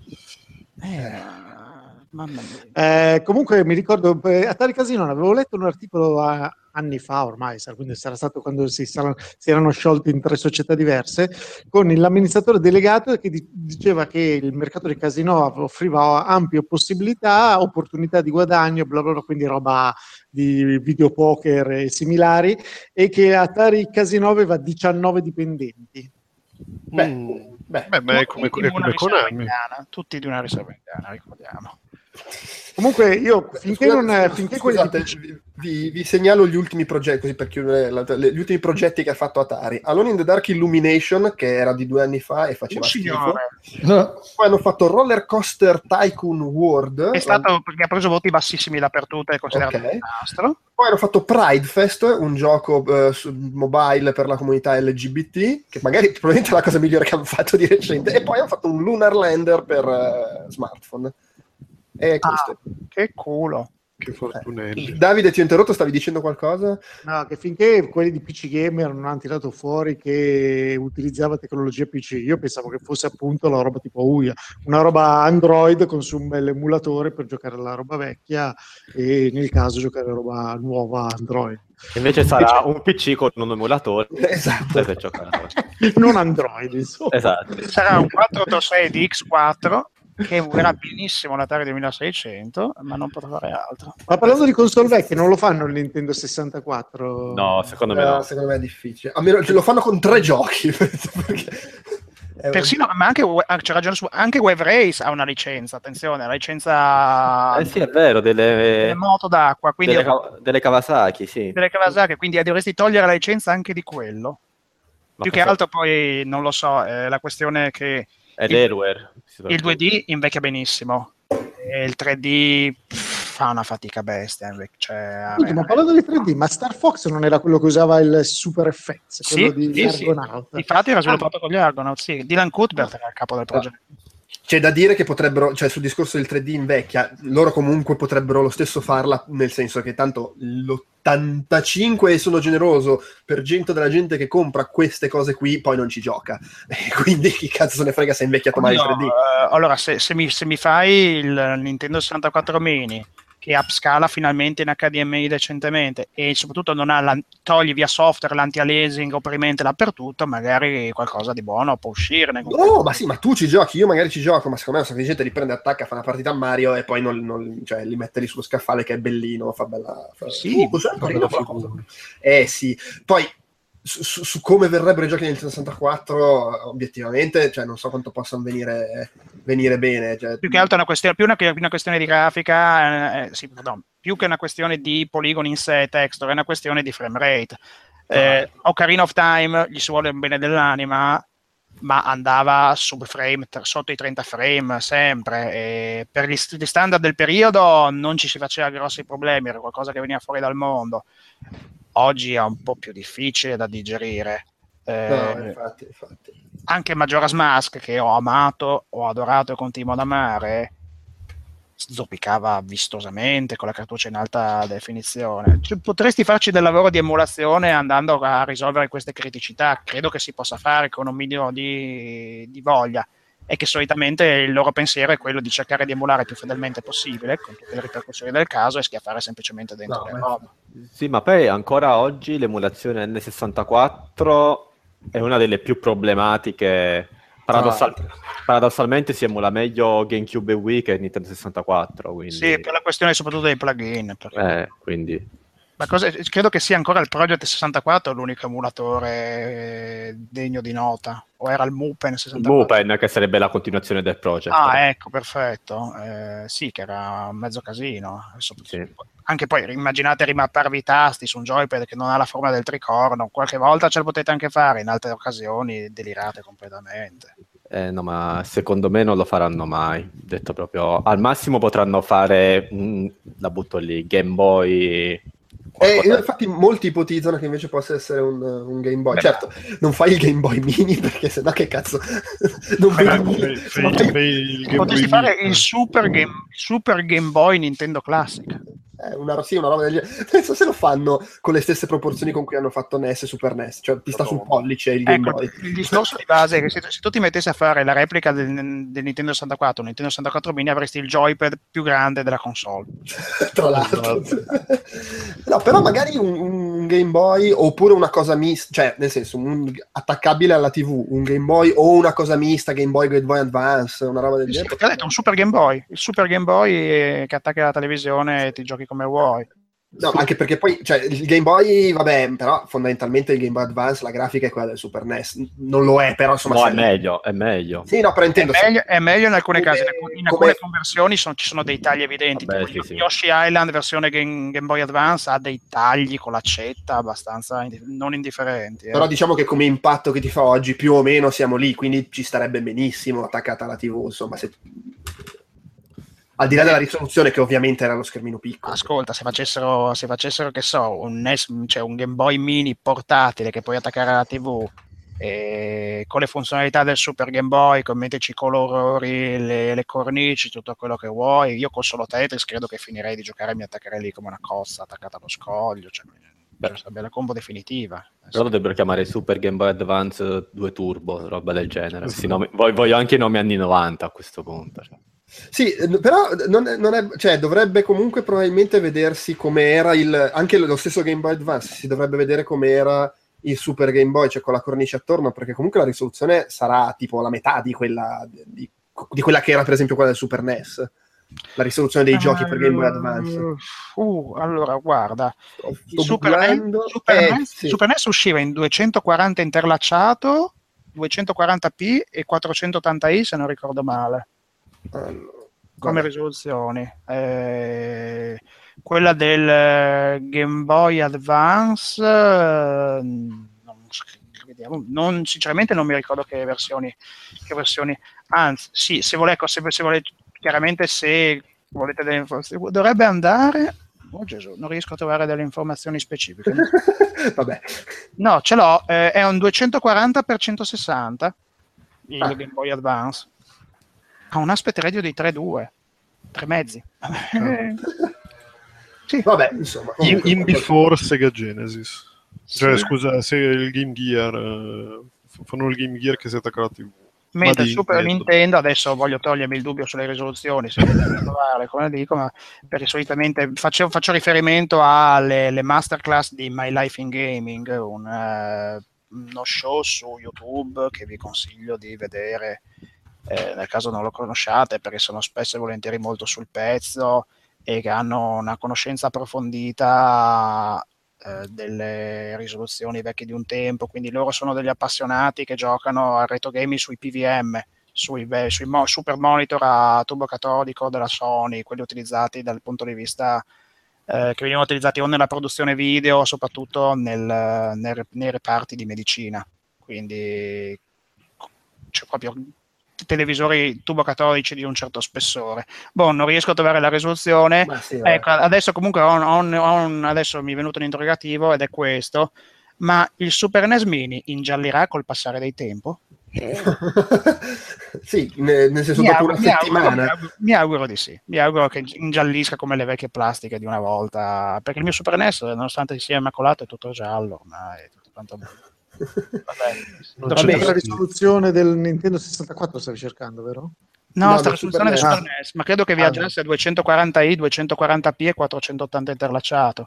Eh, mamma mia. Eh, comunque mi ricordo eh, Atari Casino, avevo letto un articolo a, anni fa ormai, quindi sarà stato quando si, saranno, si erano sciolti in tre società diverse, con l'amministratore delegato che di, diceva che il mercato del casino offriva ampie possibilità, opportunità di guadagno, bla bla bla, quindi roba di videopoker e similari, e che Atari Casino aveva diciannove dipendenti. Beh, Mm. beh, Beh, ma è come, Tutti è di una come riserva Konami. indiana, tutti di una riserva indiana, ricordiamo. Comunque io finché Scusate, non scu- finché scusate, quelli vi, vi segnalo gli ultimi progetti, così per chiudere la- le- gli ultimi progetti che ha fatto Atari. Alone in the Dark Illumination, che era di due anni fa e faceva Un schifo. signore Poi hanno fatto Roller Coaster Tycoon World. è stato perché ha preso voti bassissimi dappertutto e è considerato Ok. un disastro. Poi hanno fatto Pride Fest, un gioco eh, su mobile per la comunità L G B T, che magari probabilmente è la cosa migliore che hanno fatto di recente. E poi hanno fatto un Lunar Lander per eh, smartphone. E questo. Ah, che culo. Che fortunelli. Davide, ti ho interrotto, stavi dicendo qualcosa? No, che finché quelli di P C Gamer non hanno tirato fuori che utilizzava tecnologia P C, io pensavo che fosse appunto la roba tipo U I A, una roba Android con su un bel emulatore per giocare alla roba vecchia e nel caso giocare alla roba nuova Android. Invece sarà un P C con un emulatore Esatto. per giocare. Non Android, insomma. Esatto. Sarà un quattrocentoottantasei di X quattro che vorrà benissimo l'Atari duemilaseicento, ma non potrà fare altro. Ma parlando di console vecchie, non lo fanno il Nintendo sessantaquattro? No, secondo me Eh, no. secondo me è difficile. A meno, lo fanno con tre giochi. Perché è un- Persino, ma anche, c'è ragione su, anche Wave Race ha una licenza, attenzione, la licenza Eh sì, è vero, delle, delle moto d'acqua, quindi delle, Ka- delle Kawasaki, sì. delle Kawasaki, quindi dovresti togliere la licenza anche di quello. Ma Più che questo altro poi, non lo so, è la questione che è il- l'Airware. il due D invecchia benissimo, e il tre D pff, fa una fatica bestia. inve- Cioè, Scusi, ma parlando di tre D, ma Star Fox non era quello che usava il Super Effects, quello sì, di sì, sì. Argonaut? Infatti era sviluppato con gli Argonaut, sì. Dylan Cuthbert era il capo del progetto. C'è da dire che potrebbero, cioè sul discorso del tre D invecchia, loro comunque potrebbero lo stesso farla, nel senso che tanto l'ottantacinque, e sono generoso, per cento della gente che compra queste cose qui poi non ci gioca. E quindi chi cazzo se ne frega se è invecchiato mai il tre D. Oddio, eh, allora, se, se, mi, se mi fai il Nintendo sessantaquattro Mini che upscala finalmente in H D M I decentemente e soprattutto non ha la, togli via software l'anti-aliasing opprimente dappertutto, magari qualcosa di buono può uscirne. Oh, ma sì, ma tu ci giochi, io magari ci gioco, ma secondo me la gente li prende, attacca, fa una partita a Mario e poi non, non- cioè, li mette lì sullo scaffale che è bellino, fa bella... Fa... Sì, Uh, cos'è? Carina bella quella figura. cosa. Eh sì, poi su, su- su come verrebbero i giochi nel sessantaquattro, obiettivamente, cioè non so quanto possano venire, venire bene. Cioè... Più che altro è una questione, più una, una questione di grafica, eh, sì, pardon, più che una questione di poligoni in sé, texture, è una questione di frame rate. Eh, Ocarina of Time gli si vuole un bene dell'anima, ma andava sub frame, t- sotto i trenta frame sempre, e per gli, st- gli standard del periodo non ci si faceva grossi problemi, era qualcosa che veniva fuori dal mondo. oggi è un po' più difficile da digerire. Eh, no, infatti, infatti. Anche Majora's Mask, che ho amato, ho adorato e continuo ad amare, zoppicava vistosamente con la cartuccia in alta definizione. Cioè, potresti farci del lavoro di emulazione andando a risolvere queste criticità, credo che si possa fare con un minimo di, di voglia, e che solitamente il loro pensiero è quello di cercare di emulare il più fedelmente possibile, con tutte le ripercussioni del caso, e schiaffare semplicemente dentro No, le ma- robe. Sì, ma poi ancora oggi l'emulazione N sessantaquattro è una delle più problematiche. Paradossal- Tra l'altro. paradossalmente si emula meglio GameCube e Wii che Nintendo sessantaquattro, quindi... Sì, per la questione soprattutto dei plugin. Perché... Eh, quindi... Ma cosa, credo che sia ancora il Project sessantaquattro l'unico emulatore eh, degno di nota, o era il Mupen sessantaquattro? Mupen, che sarebbe la continuazione del Project. Ah, ecco, perfetto. Eh, sì, che era un mezzo casino. Sì. Anche poi immaginate rimapparvi i tasti su un joypad che non ha la forma del tricorno, qualche volta ce lo potete anche fare, in altre occasioni delirate completamente. Eh, no, ma secondo me non lo faranno mai. Detto proprio, al massimo potranno fare, mm, la butto lì, Game Boy. Eh, infatti molti ipotizzano che invece possa essere un, un Game Boy. Beh, certo, non fai il Game Boy Mini, perché sennò che cazzo non Beh, vedi- fai- fai- fai il Game Potresti Boy fare Mini. il Super Game, Super Game Boy Nintendo Classic. Eh, una, sì, una roba del genere. Penso se lo fanno con le stesse proporzioni con cui hanno fatto N E S e Super N E S, cioè ti sta sul pollice il Game Ecco, Boy. il discorso di base è che se, se tu ti mettessi a fare la replica del, del Nintendo sessantaquattro, Nintendo sessantaquattro Mini, avresti il joypad più grande della console. Tra l'altro. No, però magari un, un Game Boy oppure una cosa mista, cioè nel senso un, attaccabile alla tivù, un Game Boy o una cosa mista, Game Boy, Game Boy Advance, una roba del Sì, genere. perché ha detto un Super Game Boy, il Super Game Boy eh, che attacca alla televisione e ti giochi come vuoi. No, anche perché poi, cioè, il Game Boy, vabbè, però fondamentalmente il Game Boy Advance, la grafica è quella del Super N E S. Non lo è, però insomma... No, se- è meglio, è meglio. Sì, no, però intendo... È meglio, è meglio in alcuni come- casi, in alcune- in come- alcune conversioni sono- ci sono dei tagli evidenti. Vabbè, Tipo sì, sì. Yoshi Island versione Game, Game Boy Advance ha dei tagli con l'accetta abbastanza indif- non indifferenti. eh. Però diciamo che come impatto che ti fa oggi più o meno siamo lì, quindi ci starebbe benissimo attaccata alla tivù, insomma, se... al di là della risoluzione che ovviamente era lo schermino piccolo. Ascolta, se facessero, se facessero che so, un N E S, cioè un Game Boy Mini portatile che puoi attaccare alla tivù, e con le funzionalità del Super Game Boy, con metterci i colori, le, le cornici, tutto quello che vuoi, io con solo Tetris credo che finirei di giocare e mi attaccherei lì come una cozza attaccata allo scoglio, cioè, Beh. sarebbe la combo definitiva. Però dovrebbero chiamare Super Game Boy Advance due Turbo, roba del genere. Questi nomi- voglio, voglio anche i nomi anni novanta a questo punto. Cioè. Sì, eh, però non è, non è- cioè, dovrebbe comunque probabilmente vedersi come era il, anche lo stesso Game Boy Advance, si dovrebbe vedere come era il Super Game Boy, cioè con la cornice attorno, perché comunque la risoluzione sarà tipo la metà di quella, di, di quella che era per esempio quella del Super N E S, la risoluzione dei giochi per Game Boy Advance. Uh, allora, guarda, il Sto Super, googlando. Super, Eh, N E S, sì. Super N E S usciva in duecentoquaranta interlacciato, duecentoquaranta p e quattrocentottanta i se non ricordo male, Allora, come vabbè. risoluzioni. Eh, quella del eh, Game Boy Advance, eh, non, so, vediamo, non- sinceramente non mi ricordo che versioni, che versioni. Anzi, sì, se volete, se, se volete chiaramente se volete delle informazioni, dovrebbe andare. Oh Gesù, non riesco a trovare delle informazioni specifiche. Vabbè. No, ce l'ho, eh, è un duecentoquaranta per centosessanta il Ah. Game Boy Advance. Ha un aspect ratio di tre virgola due, tre mezzi. Sì. Vabbè, insomma. In, comunque- in before Sega Genesis. Cioè, Sì. scusa, se il Game Gear eh, fanno il Game Gear che si attacca alla tivù. Mentre Ma il di Super Nintendo. Nintendo, adesso voglio togliermi il dubbio sulle risoluzioni, se potete trovare, come dico, ma perché solitamente faccio, faccio riferimento alle le masterclass di My Life in Gaming, un, eh, uno show su YouTube che vi consiglio di vedere eh, nel caso non lo conosciate, perché sono spesso e volentieri molto sul pezzo e che hanno una conoscenza approfondita eh, delle risoluzioni vecchie di un tempo, quindi loro sono degli appassionati che giocano al retro gaming sui P V M, sui, beh, sui mo- super monitor a tubo catodico della Sony, quelli utilizzati dal punto di vista eh, che venivano utilizzati o nella produzione video, soprattutto nel, nel, nei reparti di medicina, quindi c'è proprio televisori tubo-catodici di un certo spessore. Boh, non riesco a trovare la risoluzione. Sì, ecco, adesso comunque ho, ho, ho, adesso mi è venuto un interrogativo ed è questo: ma il Super N E S Mini ingiallirà col passare del tempo? Sì, nel senso mi dopo auguro, una settimana mi auguro, mi auguro di sì, mi auguro che ingiallisca come le vecchie plastiche di una volta, perché il mio Super N E S, nonostante sia immacolato, è tutto giallo ormai, è tutto quanto bello. Vabbè, non c'è la risoluzione del Nintendo sessantaquattro, stavi cercando, vero? No, no sta risoluzione del Super N E S, ma credo che viaggiasse a duecentoquaranta i, duecentoquaranta p e quattrocentottanta interlacciato.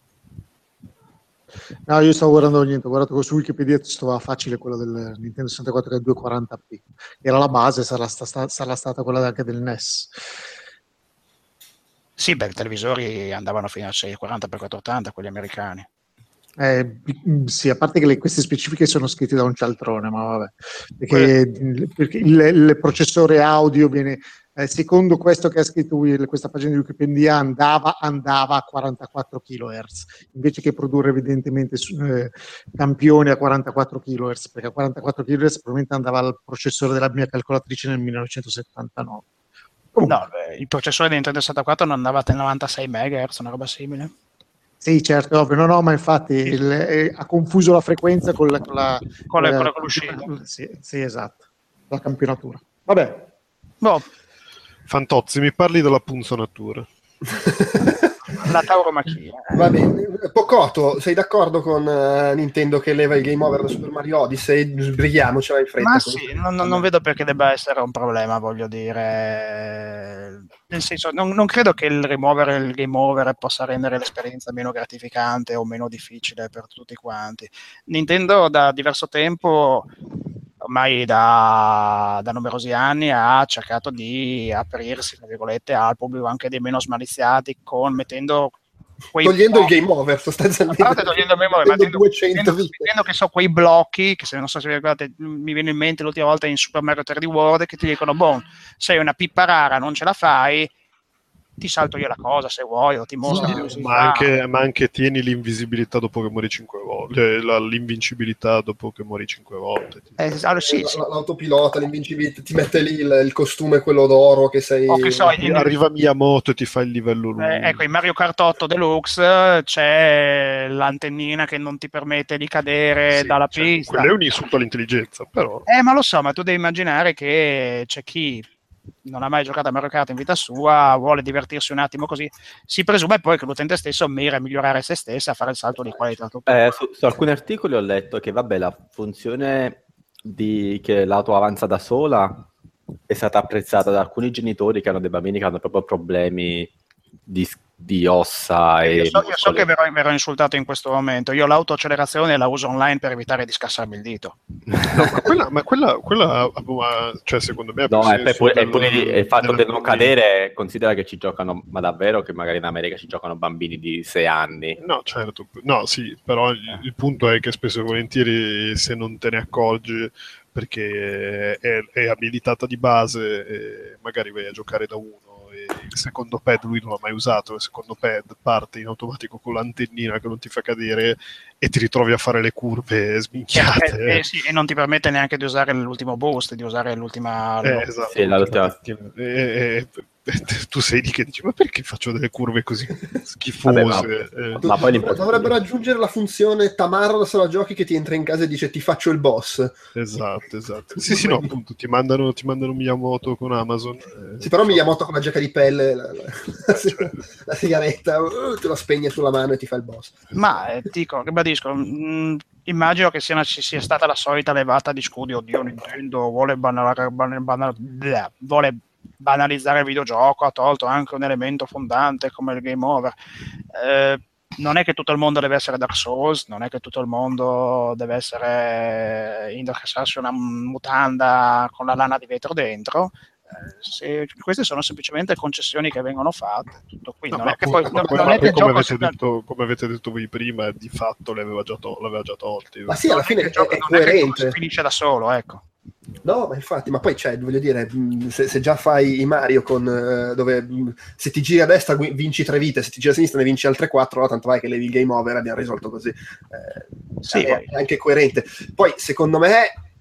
No, io stavo guardando niente, ho guardato su Wikipedia, stava facile quella del Nintendo sessantaquattro che è duecentoquaranta p. Era la base, sarà, sta, sarà stata quella anche del N E S. Sì, beh, i televisori andavano fino a seicentoquaranta per quattrocentottanta, quelli americani. Eh, sì, a parte che le, queste specifiche sono scritte da un cialtrone, ma vabbè, perché, que- perché il, il processore audio viene, eh, secondo questo che ha scritto questa pagina di Wikipedia, andava, andava a quarantaquattro chilohertz, invece che produrre evidentemente eh, campioni a quarantaquattro chilohertz, perché a quarantaquattro chilohertz probabilmente andava al processore della mia calcolatrice nel millenovecentosettantanove. Comunque. No, beh, il processore di Nintendo sessantaquattro non andava a novantasei megahertz, una roba simile. Sì, certo, ovvio. No, no, ma infatti il, eh, ha confuso la frequenza con la, con la, con la, eh, con la, con l'uscita. Sì, sì, esatto, la campionatura. Vabbè. Boh. Fantozzi, mi parli della punzonatura. La tauromachia. Va bene. Pocotto, sei d'accordo con uh, Nintendo che leva il game over da Super Mario Odyssey? Sbrighiamocela in fretta. Ma sì, non, non vedo perché debba essere un problema, voglio dire. Nel senso, non, non credo che il rimuovere il game over possa rendere l'esperienza meno gratificante o meno difficile per tutti quanti. Nintendo da diverso tempo, ormai da, da numerosi anni, ha cercato di aprirsi, tra virgolette, al pubblico anche dei meno smaliziati, con mettendo quei togliendo blocchi, il game over sostanzialmente, a parte togliendo il game over, mettendo, duecento mettendo, mettendo che so quei blocchi che se non so se vi ricordate, mi viene in mente l'ultima volta in Super Mario tre D World, che ti dicono boh, sei una pippa rara, non ce la fai, ti salto io la cosa se vuoi, o ti mostro come si ma fa. anche, ma anche tieni l'invisibilità dopo che muori cinque volte, la, l'invincibilità dopo che muori cinque volte. Eh, allora, sì, sì. L'autopilota, l'invincibilità, ti mette lì il, il costume quello d'oro che sei. O che so, arriva Miyamoto e ti fa il livello lungo. Eh, ecco, in Mario Kart otto Deluxe c'è l'antennina che non ti permette di cadere sì, dalla cioè, pista. Quello è un insulto all'intelligenza, però. Eh, ma lo so, ma tu devi immaginare che c'è chi non ha mai giocato a Mario Kart in vita sua, vuole divertirsi un attimo così, si presume poi che l'utente stesso mira a migliorare se stessa, a fare il salto di qualità. Eh, su, su alcuni articoli ho letto che vabbè, la funzione di che l'auto avanza da sola è stata apprezzata da alcuni genitori che hanno dei bambini che hanno proprio problemi di, di ossa e io so, io so che verrò, verrò insultato in questo momento. Io l'autoaccelerazione la uso online per evitare di scassarmi il dito. No, ma quella, ma quella, quella cioè secondo me no, è, pure, del, è pure il fatto di non cadere, considera che ci giocano, ma davvero che magari in America ci giocano bambini di sei anni. No, certo, no, sì, però il, il punto è che spesso e volentieri se non te ne accorgi perché è, è abilitata di base e magari vai a giocare da uno e il secondo pad lui non l'ha mai usato, il secondo pad parte in automatico con l'antennina che non ti fa cadere e ti ritrovi a fare le curve sminchiate. Eh, eh, sì, e non ti permette neanche di usare l'ultimo boost, di usare l'ultima... Eh, esatto, sì, l'ultima... E, e, tu sei lì che dici ma perché faccio delle curve così schifose? Vabbè, ma, eh. ma poi dovrebbero aggiungere la funzione Tamara da sala giochi che ti entra in casa e dice ti faccio il boss. Esatto, esatto. Sì, sì, no, appunto, ti mandano, ti mandano Miyamoto con Amazon. Eh, sì, però so. Miyamoto con la giacca di pelle, la, la, la, cioè. la sigaretta, uh, te la spegne sulla mano e ti fa il boss. Ma eh, dico, ribadisco, mh, immagino che sia, ci sia stata la solita levata di scudi, oddio Nintendo vuole banalizzare, banal, bleh, vuole banalizzare il videogioco, ha tolto anche un elemento fondante come il game over. Eh, non è che tutto il mondo deve essere Dark Souls, non è che tutto il mondo deve essere indossarsi una mutanda con la lana di vetro dentro. Eh, se, queste sono semplicemente concessioni che vengono fatte, tutto qui. No, non ma è che appunto, poi, ma non, non è che come, avete gioco... detto, come avete detto voi prima, di fatto l'aveva già, to- l'aveva già tolti. Ma sì, alla fine è, gioco, è non coerente. È che si finisce da solo, ecco. No, ma infatti, ma poi c'è, voglio dire, se, se già fai i Mario con uh, dove se ti giri a destra vinci tre vite, se ti giri a sinistra ne vinci altre quattro, allora tanto vai che levi il game over, abbiamo risolto così. Eh, sì, è, è anche coerente. Poi, secondo me,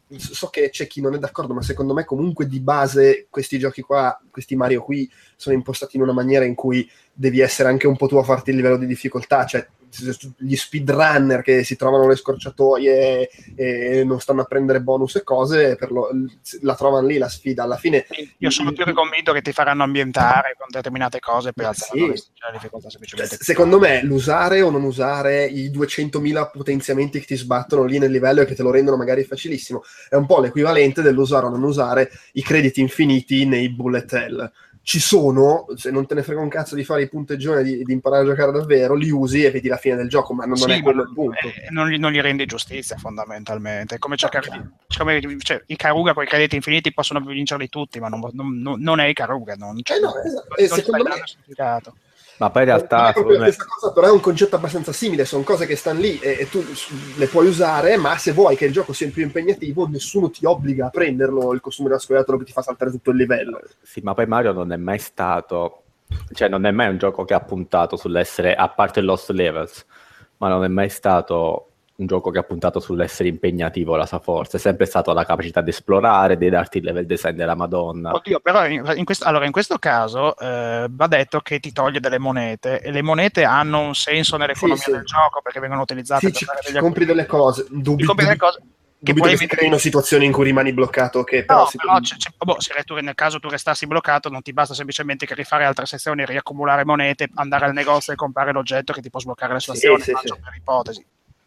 so che c'è chi non è d'accordo, ma secondo me comunque di base questi giochi qua, questi Mario qui, sono impostati in una maniera in cui devi essere anche un po' tu a farti il livello di difficoltà, cioè gli speedrunner che si trovano le scorciatoie e non stanno a prendere bonus e cose, per lo, la trovano lì la sfida. Alla fine io sono più che convinto che ti faranno ambientare con determinate cose per alzare sì. la difficoltà semplicemente. Cioè, secondo me l'usare o non usare i duecentomila potenziamenti che ti sbattono lì nel livello e che te lo rendono magari facilissimo è un po' l'equivalente dell'usare o non usare i crediti infiniti nei bullet hell. Ci sono, se non te ne frega un cazzo di fare i punteggioni, di, di imparare a giocare davvero, li usi e vedi la fine del gioco, ma non, sì, non è quello ma il punto. Eh, non, gli, non gli rendi giustizia fondamentalmente. Come cercare di, come, cioè, i Karuga con i crediti infiniti possono vincerli tutti, ma non, non, non è i Karuga. Non, cioè, eh no, esatto. non, e non secondo me significato. Ma poi in realtà è proprio la stessa cosa, però è un concetto abbastanza simile, sono cose che stanno lì e, e tu le puoi usare, ma se vuoi che il gioco sia più impegnativo nessuno ti obbliga a prenderlo il costume da scoiattolo che ti fa saltare tutto il livello. Sì, ma poi Mario non è mai stato, cioè non è mai un gioco che ha puntato sull'essere, a parte Lost Levels, ma non è mai stato un gioco che ha puntato sull'essere impegnativo la sua forza, è sempre stato la capacità di esplorare, di darti il level design della Madonna. Oddio, però in, in questo, allora in questo caso eh, va detto che ti toglie delle monete e le monete hanno un senso nell'economia sì, sì. del gioco perché vengono utilizzate sì, per ci, fare ci degli compri delle cose, dubbi, compri delle cose che dubito poi che si creino situazioni in cui rimani bloccato che però, no, si... però c'è, c'è, boh, se tu, nel caso tu restassi bloccato non ti basta semplicemente che rifare altre sezioni, riaccumulare monete, andare al negozio e comprare l'oggetto che ti può sbloccare la situazione, sì, sì, sì. per ipotesi.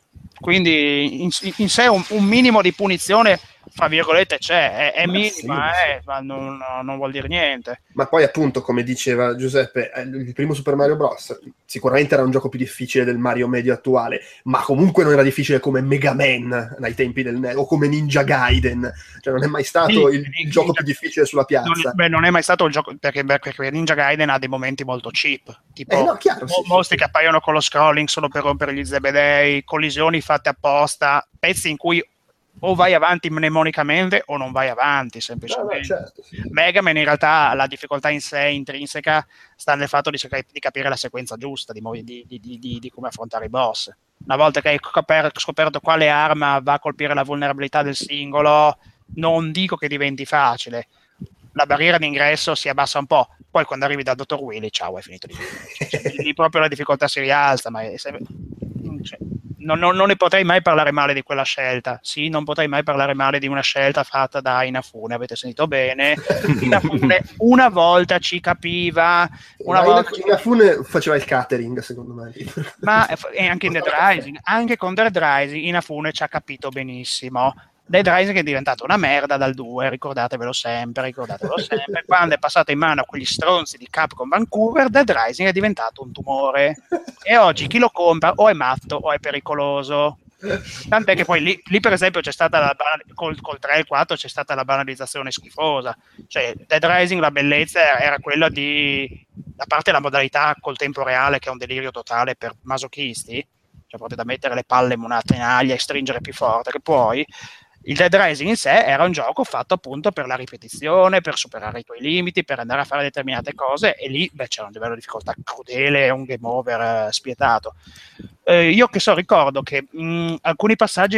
Quindi in, in sé un, un minimo di punizione, fra virgolette, c'è, è, è minima, sì, eh, sì. ma non, non vuol dire niente. Ma poi appunto, come diceva Giuseppe, il primo Super Mario Bros. Sicuramente era un gioco più difficile del Mario medio attuale, ma comunque non era difficile come Mega Man ai tempi del N E S o come Ninja Gaiden, cioè non è mai stato sì, il, il Ninja, gioco più difficile sulla piazza. Non, beh, non è mai stato il gioco, perché, perché Ninja Gaiden ha dei momenti molto cheap, tipo eh no, chiaro, mo- sì, mostri sì, che appaiono con lo scrolling solo per rompere gli zebedei, collisioni fatte apposta, pezzi in cui o vai avanti mnemonicamente o non vai avanti semplicemente. no, no, certo, sì. Mega Man in realtà la difficoltà in sé intrinseca sta nel fatto di, di capire la sequenza giusta di, di, di, di, di come affrontare i boss. Una volta che hai scoperto quale arma va a colpire la vulnerabilità del singolo, non dico che diventi facile, la barriera d'ingresso si abbassa un po', poi quando arrivi dal dottor Willy, ciao, è finito di cioè, lì proprio la difficoltà si rialza, ma è sempre... cioè, non, non, non ne potrei mai parlare male di quella scelta. Sì, non potrei mai parlare male di una scelta fatta da Inafune, avete sentito bene? Inafune una volta ci capiva, una ma volta Inafune ci... faceva il catering, secondo me. Ma e anche in Dead Rising, anche con Dead Rising Inafune ci ha capito benissimo. Dead Rising è diventato una merda dal due, ricordatevelo sempre, ricordatevelo sempre. Quando è passato in mano a quegli stronzi di Capcom Vancouver, Dead Rising è diventato un tumore. E oggi chi lo compra o è matto o è pericoloso. Tant'è che poi lì, lì per esempio c'è stata la col, col tre e il quattro c'è stata la banalizzazione schifosa. Cioè Dead Rising la bellezza era quella di, a parte la modalità col tempo reale che è un delirio totale per masochisti, cioè potete da mettere le palle monate in aria e stringere più forte che puoi. Il Dead Rising in sé era un gioco fatto appunto per la ripetizione, per superare i tuoi limiti, per andare a fare determinate cose, e lì beh, c'era un livello di difficoltà crudele e un game over eh, spietato. Eh, io che so, ricordo che mh, alcuni passaggi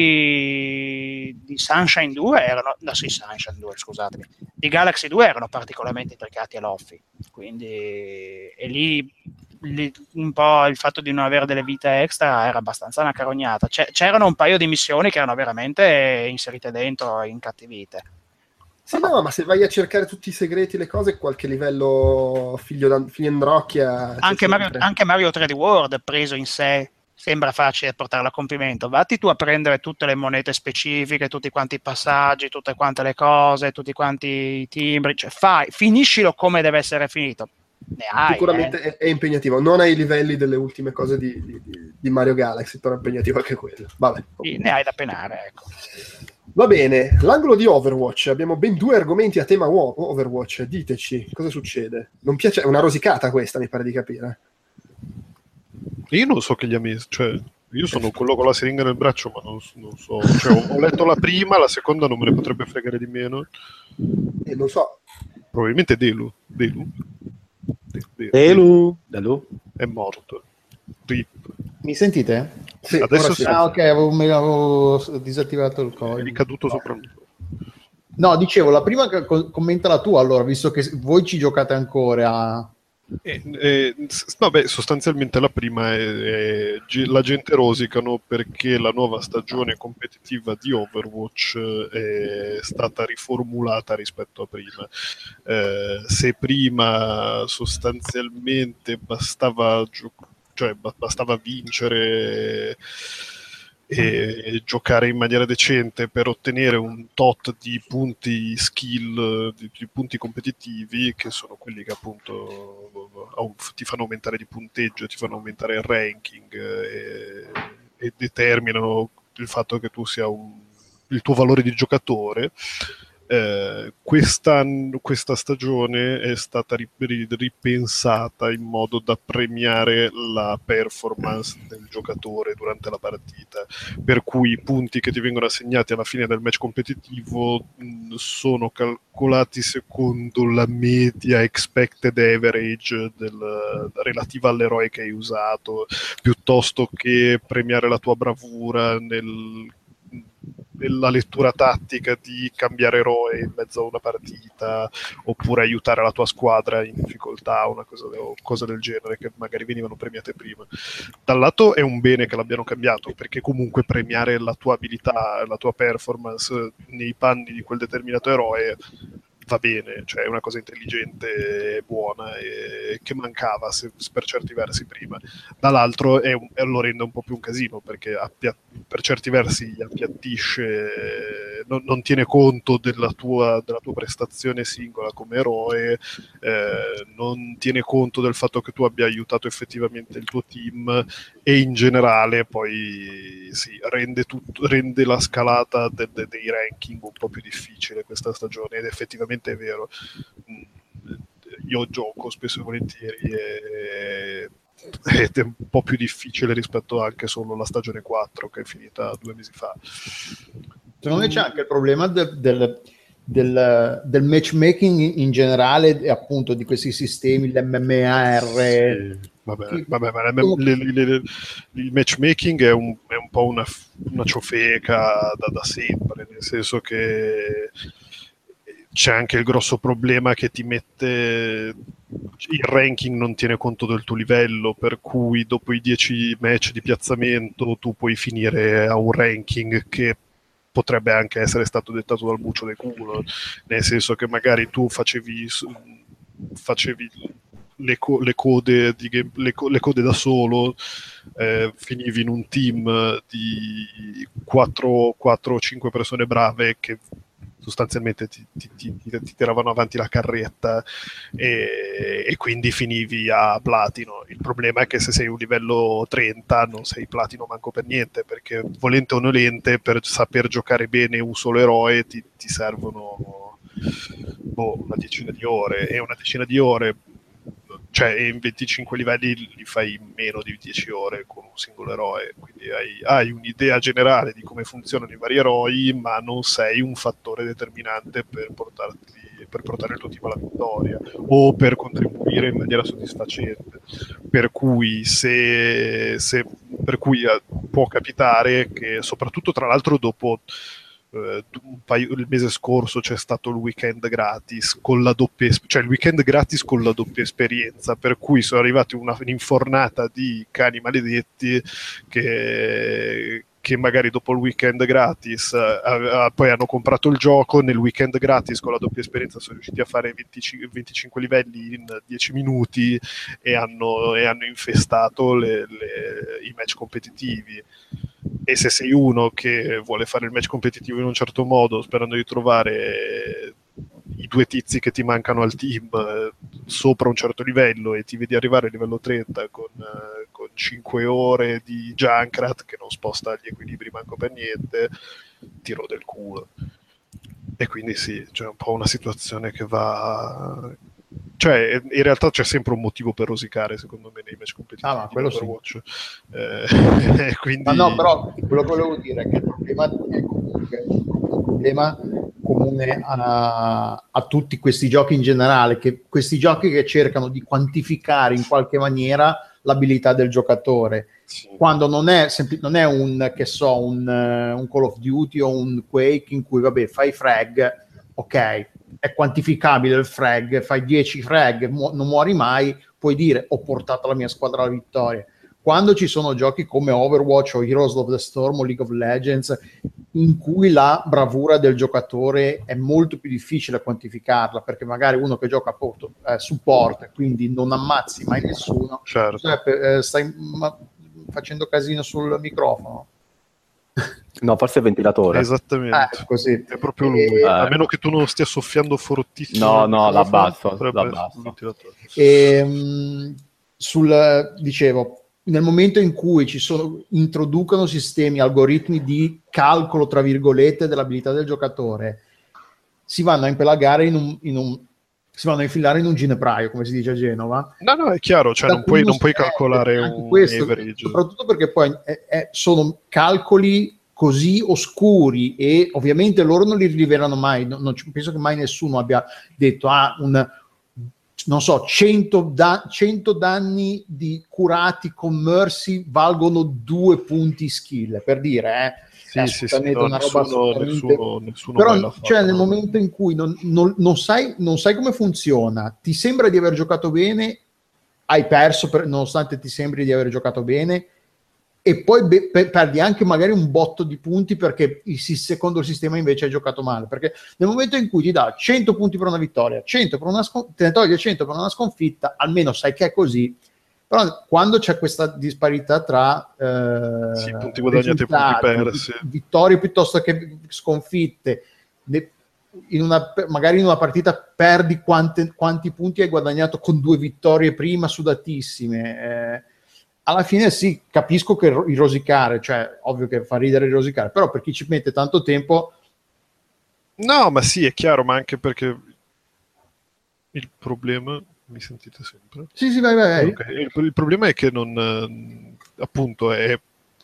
di, di Sunshine due erano, no sì, Sunshine due, scusatemi, di Galaxy due erano particolarmente intricati e loffi, quindi e lì un po' il fatto di non avere delle vite extra era abbastanza una carognata. C'erano un paio di missioni che erano veramente inserite dentro, incattivite. Sì, no, ma se vai a cercare tutti i segreti, le cose, qualche livello figlio figliandrocchia anche Mario, anche Mario tre D World preso in sé sembra facile portarlo a compimento. Vatti tu a prendere tutte le monete specifiche, tutti quanti i passaggi, tutte quante le cose, tutti quanti i timbri, cioè fai, finiscilo come deve essere finito. Ne hai, sicuramente eh. è, è impegnativo, non ai livelli delle ultime cose di, di, di Mario Galaxy, però è impegnativo anche quello. Vabbè, sì, ne hai da penare, ecco. Va bene, l'angolo di Overwatch, abbiamo ben due argomenti a tema Overwatch, diteci cosa succede. Non piace, è una rosicata questa, mi pare di capire. Io non so che gli ha messo, cioè io sono quello con la siringa nel braccio, ma non, non so, cioè, ho, ho letto la prima, la seconda non me ne potrebbe fregare di meno. E non so. Probabilmente Delu, Delu. Delu. Delu È morto. Rip. Mi sentite? Sì, Adesso sì. Ah, ok, avevo, avevo disattivato il è codice. ricaduto sopra il No, dicevo, la prima che- co- commenta la tua, allora, visto che voi ci giocate ancora. Eh, eh, s- vabbè, sostanzialmente la prima è, è ge- la gente rosicano perché la nuova stagione competitiva di Overwatch eh, è stata riformulata rispetto a prima. Eh, se prima sostanzialmente bastava, gio- cioè, ba- bastava vincere e giocare in maniera decente per ottenere un tot di punti skill, di, di punti competitivi, che sono quelli che appunto au- ti fanno aumentare di punteggio, ti fanno aumentare il ranking eh, e, e determinano il fatto che tu sia un, il tuo valore di giocatore. Eh, questa, questa stagione è stata ri- ri- ripensata in modo da premiare la performance del giocatore durante la partita, per cui i punti che ti vengono assegnati alla fine del match competitivo mh, sono calcolati secondo la media expected average del, relativa all'eroe che hai usato, piuttosto che premiare la tua bravura nel nella lettura tattica di cambiare eroe in mezzo a una partita, oppure aiutare la tua squadra in difficoltà, una cosa, o cose del genere che magari venivano premiate prima. Dal lato è un bene che l'abbiano cambiato, perché comunque premiare la tua abilità, la tua performance nei panni di quel determinato eroe va bene, cioè è una cosa intelligente e buona e che mancava se, per certi versi prima. Dall'altro è un, lo rende un po' più un casino, perché appia, per certi versi appiattisce, non, non tiene conto della tua, della tua prestazione singola come eroe, eh, non tiene conto del fatto che tu abbia aiutato effettivamente il tuo team, e in generale poi sì, rende, tutto, rende la scalata de, de, dei ranking un po' più difficile questa stagione, ed effettivamente è vero. Io gioco spesso e volentieri e, ed è un po' più difficile rispetto anche solo alla stagione quattro che è finita due mesi fa. Secondo me c'è anche il problema del, del, del, del matchmaking in generale, e appunto di questi sistemi, l'M M A R. Sì. Vabbè, vabbè, ma le, le, le, le, il matchmaking è un, è un po' una, una ciofeca da, da sempre, nel senso che c'è anche il grosso problema che ti mette il ranking, non tiene conto del tuo livello, per cui dopo i dieci match di piazzamento tu puoi finire a un ranking che potrebbe anche essere stato dettato dal bucio del culo, nel senso che magari tu facevi facevi le, co- le code di game- le, co- le code da solo, eh, finivi in un team di quattro o cinque persone brave che sostanzialmente ti, ti, ti, ti tiravano avanti la carretta, e, e quindi finivi a platino. Il problema è che se sei un livello trenta non sei platino manco per niente, perché volente o nolente per saper giocare bene un solo eroe ti, ti servono boh, una decina di ore, e una decina di ore, cioè in venticinque livelli li fai in meno di dieci ore con un singolo eroe, quindi hai, hai un'idea generale di come funzionano i vari eroi, ma non sei un fattore determinante per portarti, per portare il tuo team alla vittoria o per contribuire in maniera soddisfacente, per cui se, se per cui può capitare che, soprattutto tra l'altro dopo Uh, un paio, il mese scorso c'è stato il weekend gratis con la doppia, cioè il weekend gratis con la doppia esperienza, per cui sono arrivati una un'infornata di cani maledetti che, che magari dopo il weekend gratis uh, poi hanno comprato il gioco, nel weekend gratis con la doppia esperienza sono riusciti a fare venticinque, venticinque livelli in dieci minuti e hanno, e hanno infestato le, le, i match competitivi. E se sei uno che vuole fare il match competitivo in un certo modo, sperando di trovare i due tizi che ti mancano al team eh, sopra un certo livello, e ti vedi arrivare a livello trenta con, eh, con cinque ore di Junkrat che non sposta gli equilibri manco per niente, ti rode il culo. E quindi sì, c'è un po' una situazione che va... Cioè, in realtà c'è sempre un motivo per rosicare, secondo me, nei match competitivi ah, di sì. Overwatch. Eh, quindi... Ma no, però quello che volevo dire è che il problema è comunque un problema comune a, a tutti questi giochi in generale, che questi giochi che cercano di quantificare in qualche maniera l'abilità del giocatore, sì. Quando non è, sempl- non è un, che so, un, uh, un Call of Duty o un Quake in cui, vabbè, fai frag, ok, è quantificabile il frag, fai dieci frag, mu- non muori mai, puoi dire ho portato la mia squadra alla vittoria. Quando ci sono giochi come Overwatch o Heroes of the Storm o League of Legends in cui la bravura del giocatore è molto più difficile quantificarla, perché magari uno che gioca a porto, eh, support, quindi non ammazzi mai nessuno, certo. Giuseppe, eh, stai ma- facendo casino sul microfono. No, forse è il ventilatore. Esattamente. Eh, così. È proprio lui. Eh, A meno che tu non stia soffiando fortissimo. No, il no, microfono, l'abbasso, potrebbe essere l'abbasso. il ventilatore. E, mh, sul, dicevo, nel momento in cui ci sono, introducono sistemi, algoritmi di calcolo, tra virgolette, dell'abilità del giocatore, si vanno a impelagare in un, in un si vanno a infilare in un ginepraio, come si dice a Genova. No, no, è chiaro, cioè Da non cui puoi, non non puoi si rende calcolare anche un questo, average. soprattutto perché poi è- è- sono calcoli così oscuri e ovviamente loro non li rivelano mai. Non, non ci- penso che mai nessuno abbia detto ah, un non so, cento, da- cento danni di curati con Mercy valgono due punti skill, per dire, eh. È Sì, sì, sì, assolutamente no, una roba nessuno, assolutamente... nessuno, nessuno Però mai l'ha fatto, cioè, nel no? momento in cui non, non- non sai, non sai come funziona, ti sembra di aver giocato bene, hai perso per- nonostante ti sembri di aver giocato bene, e poi be- pe- perdi anche magari un botto di punti perché il, si- secondo il sistema invece hai giocato male, perché nel momento in cui ti dà cento punti per una vittoria, cento per una scon- te ne toglie cento per una sconfitta, almeno sai che è così. Però quando c'è questa disparità tra eh, Sì, punti guadagnati e punti risultati, persi. vittorie piuttosto che sconfitte, ne- in una, magari in una partita perdi quante- quanti punti hai guadagnato con due vittorie prima sudatissime. Eh, alla fine sì, capisco che ro- il rosicare, cioè ovvio che fa ridere il rosicare, però per chi ci mette tanto tempo... No, ma sì, è chiaro, ma anche perché il problema... Mi sentite sempre? Sì, sì, vai, vai, vai. Ok, Il, il problema è che non... eh, appunto, è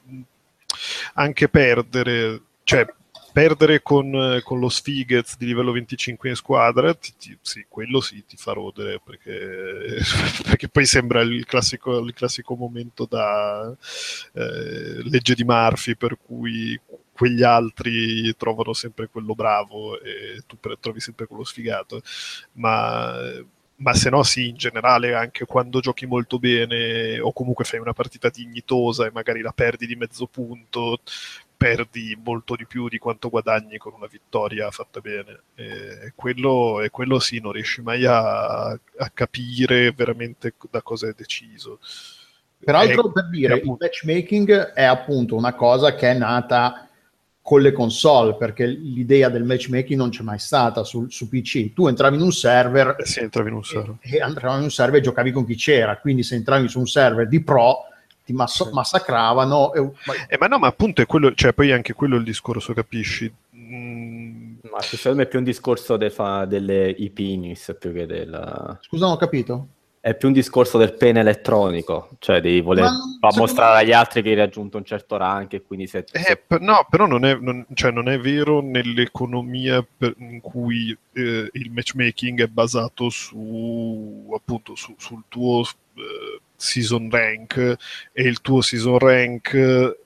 anche perdere... Cioè, perdere con, eh, con lo Sfighez di livello venticinque in squadra, ti- ti- sì, quello sì, ti fa rodere, perché, perché poi sembra il classico, il classico momento da eh, legge di Murphy, per cui quegli altri trovano sempre quello bravo e tu per- trovi sempre quello sfigato. Ma, ma se no sì, in generale, anche quando giochi molto bene o comunque fai una partita dignitosa e magari la perdi di mezzo punto, perdi molto di più di quanto guadagni con una vittoria fatta bene. E quello, e quello sì, non riesci mai a, a capire veramente da cosa è deciso. Peraltro, È- per dire, è il appunto- matchmaking è appunto una cosa che è nata con le console, perché l'idea del matchmaking non c'è mai stata su, su P C. Tu entravi in un server eh sì, entravi in un server. e, e entravi in un server e giocavi con chi c'era, quindi se entravi su un server di pro ti masso- Sì. massacravano. E, ma- Eh, ma no, ma appunto è quello, cioè poi anche quello è il discorso, capisci? Mm, Ma secondo me è più un discorso de fa- delle I P N I S più che del... Scusa, non ho capito. È più un discorso del pene elettronico, cioè di voler Ma fa non- secondo mostrare me- agli altri che hai raggiunto un certo rank e quindi se... Eh, se- per- no, però non è, non- cioè, non è vero nell'economia per- in cui eh, il matchmaking è basato su appunto su- sul tuo eh, season rank, e il tuo season rank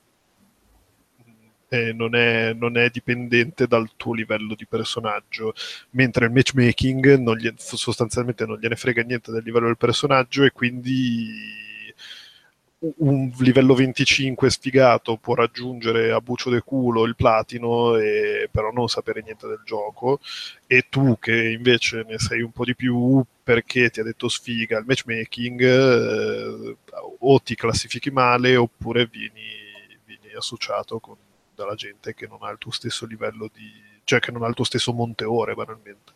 eh, non è, non è dipendente dal tuo livello di personaggio, mentre il matchmaking non gli- sostanzialmente non gliene frega niente del livello del personaggio, e quindi un livello venticinque sfigato può raggiungere a buccio de culo il platino, e però non sapere niente del gioco, e tu che invece ne sai un po' di più perché ti ha detto sfiga il matchmaking, eh, o ti classifichi male oppure vieni, vieni associato con dalla gente che non ha il tuo stesso livello di, cioè che non ha il tuo stesso monte ore, banalmente.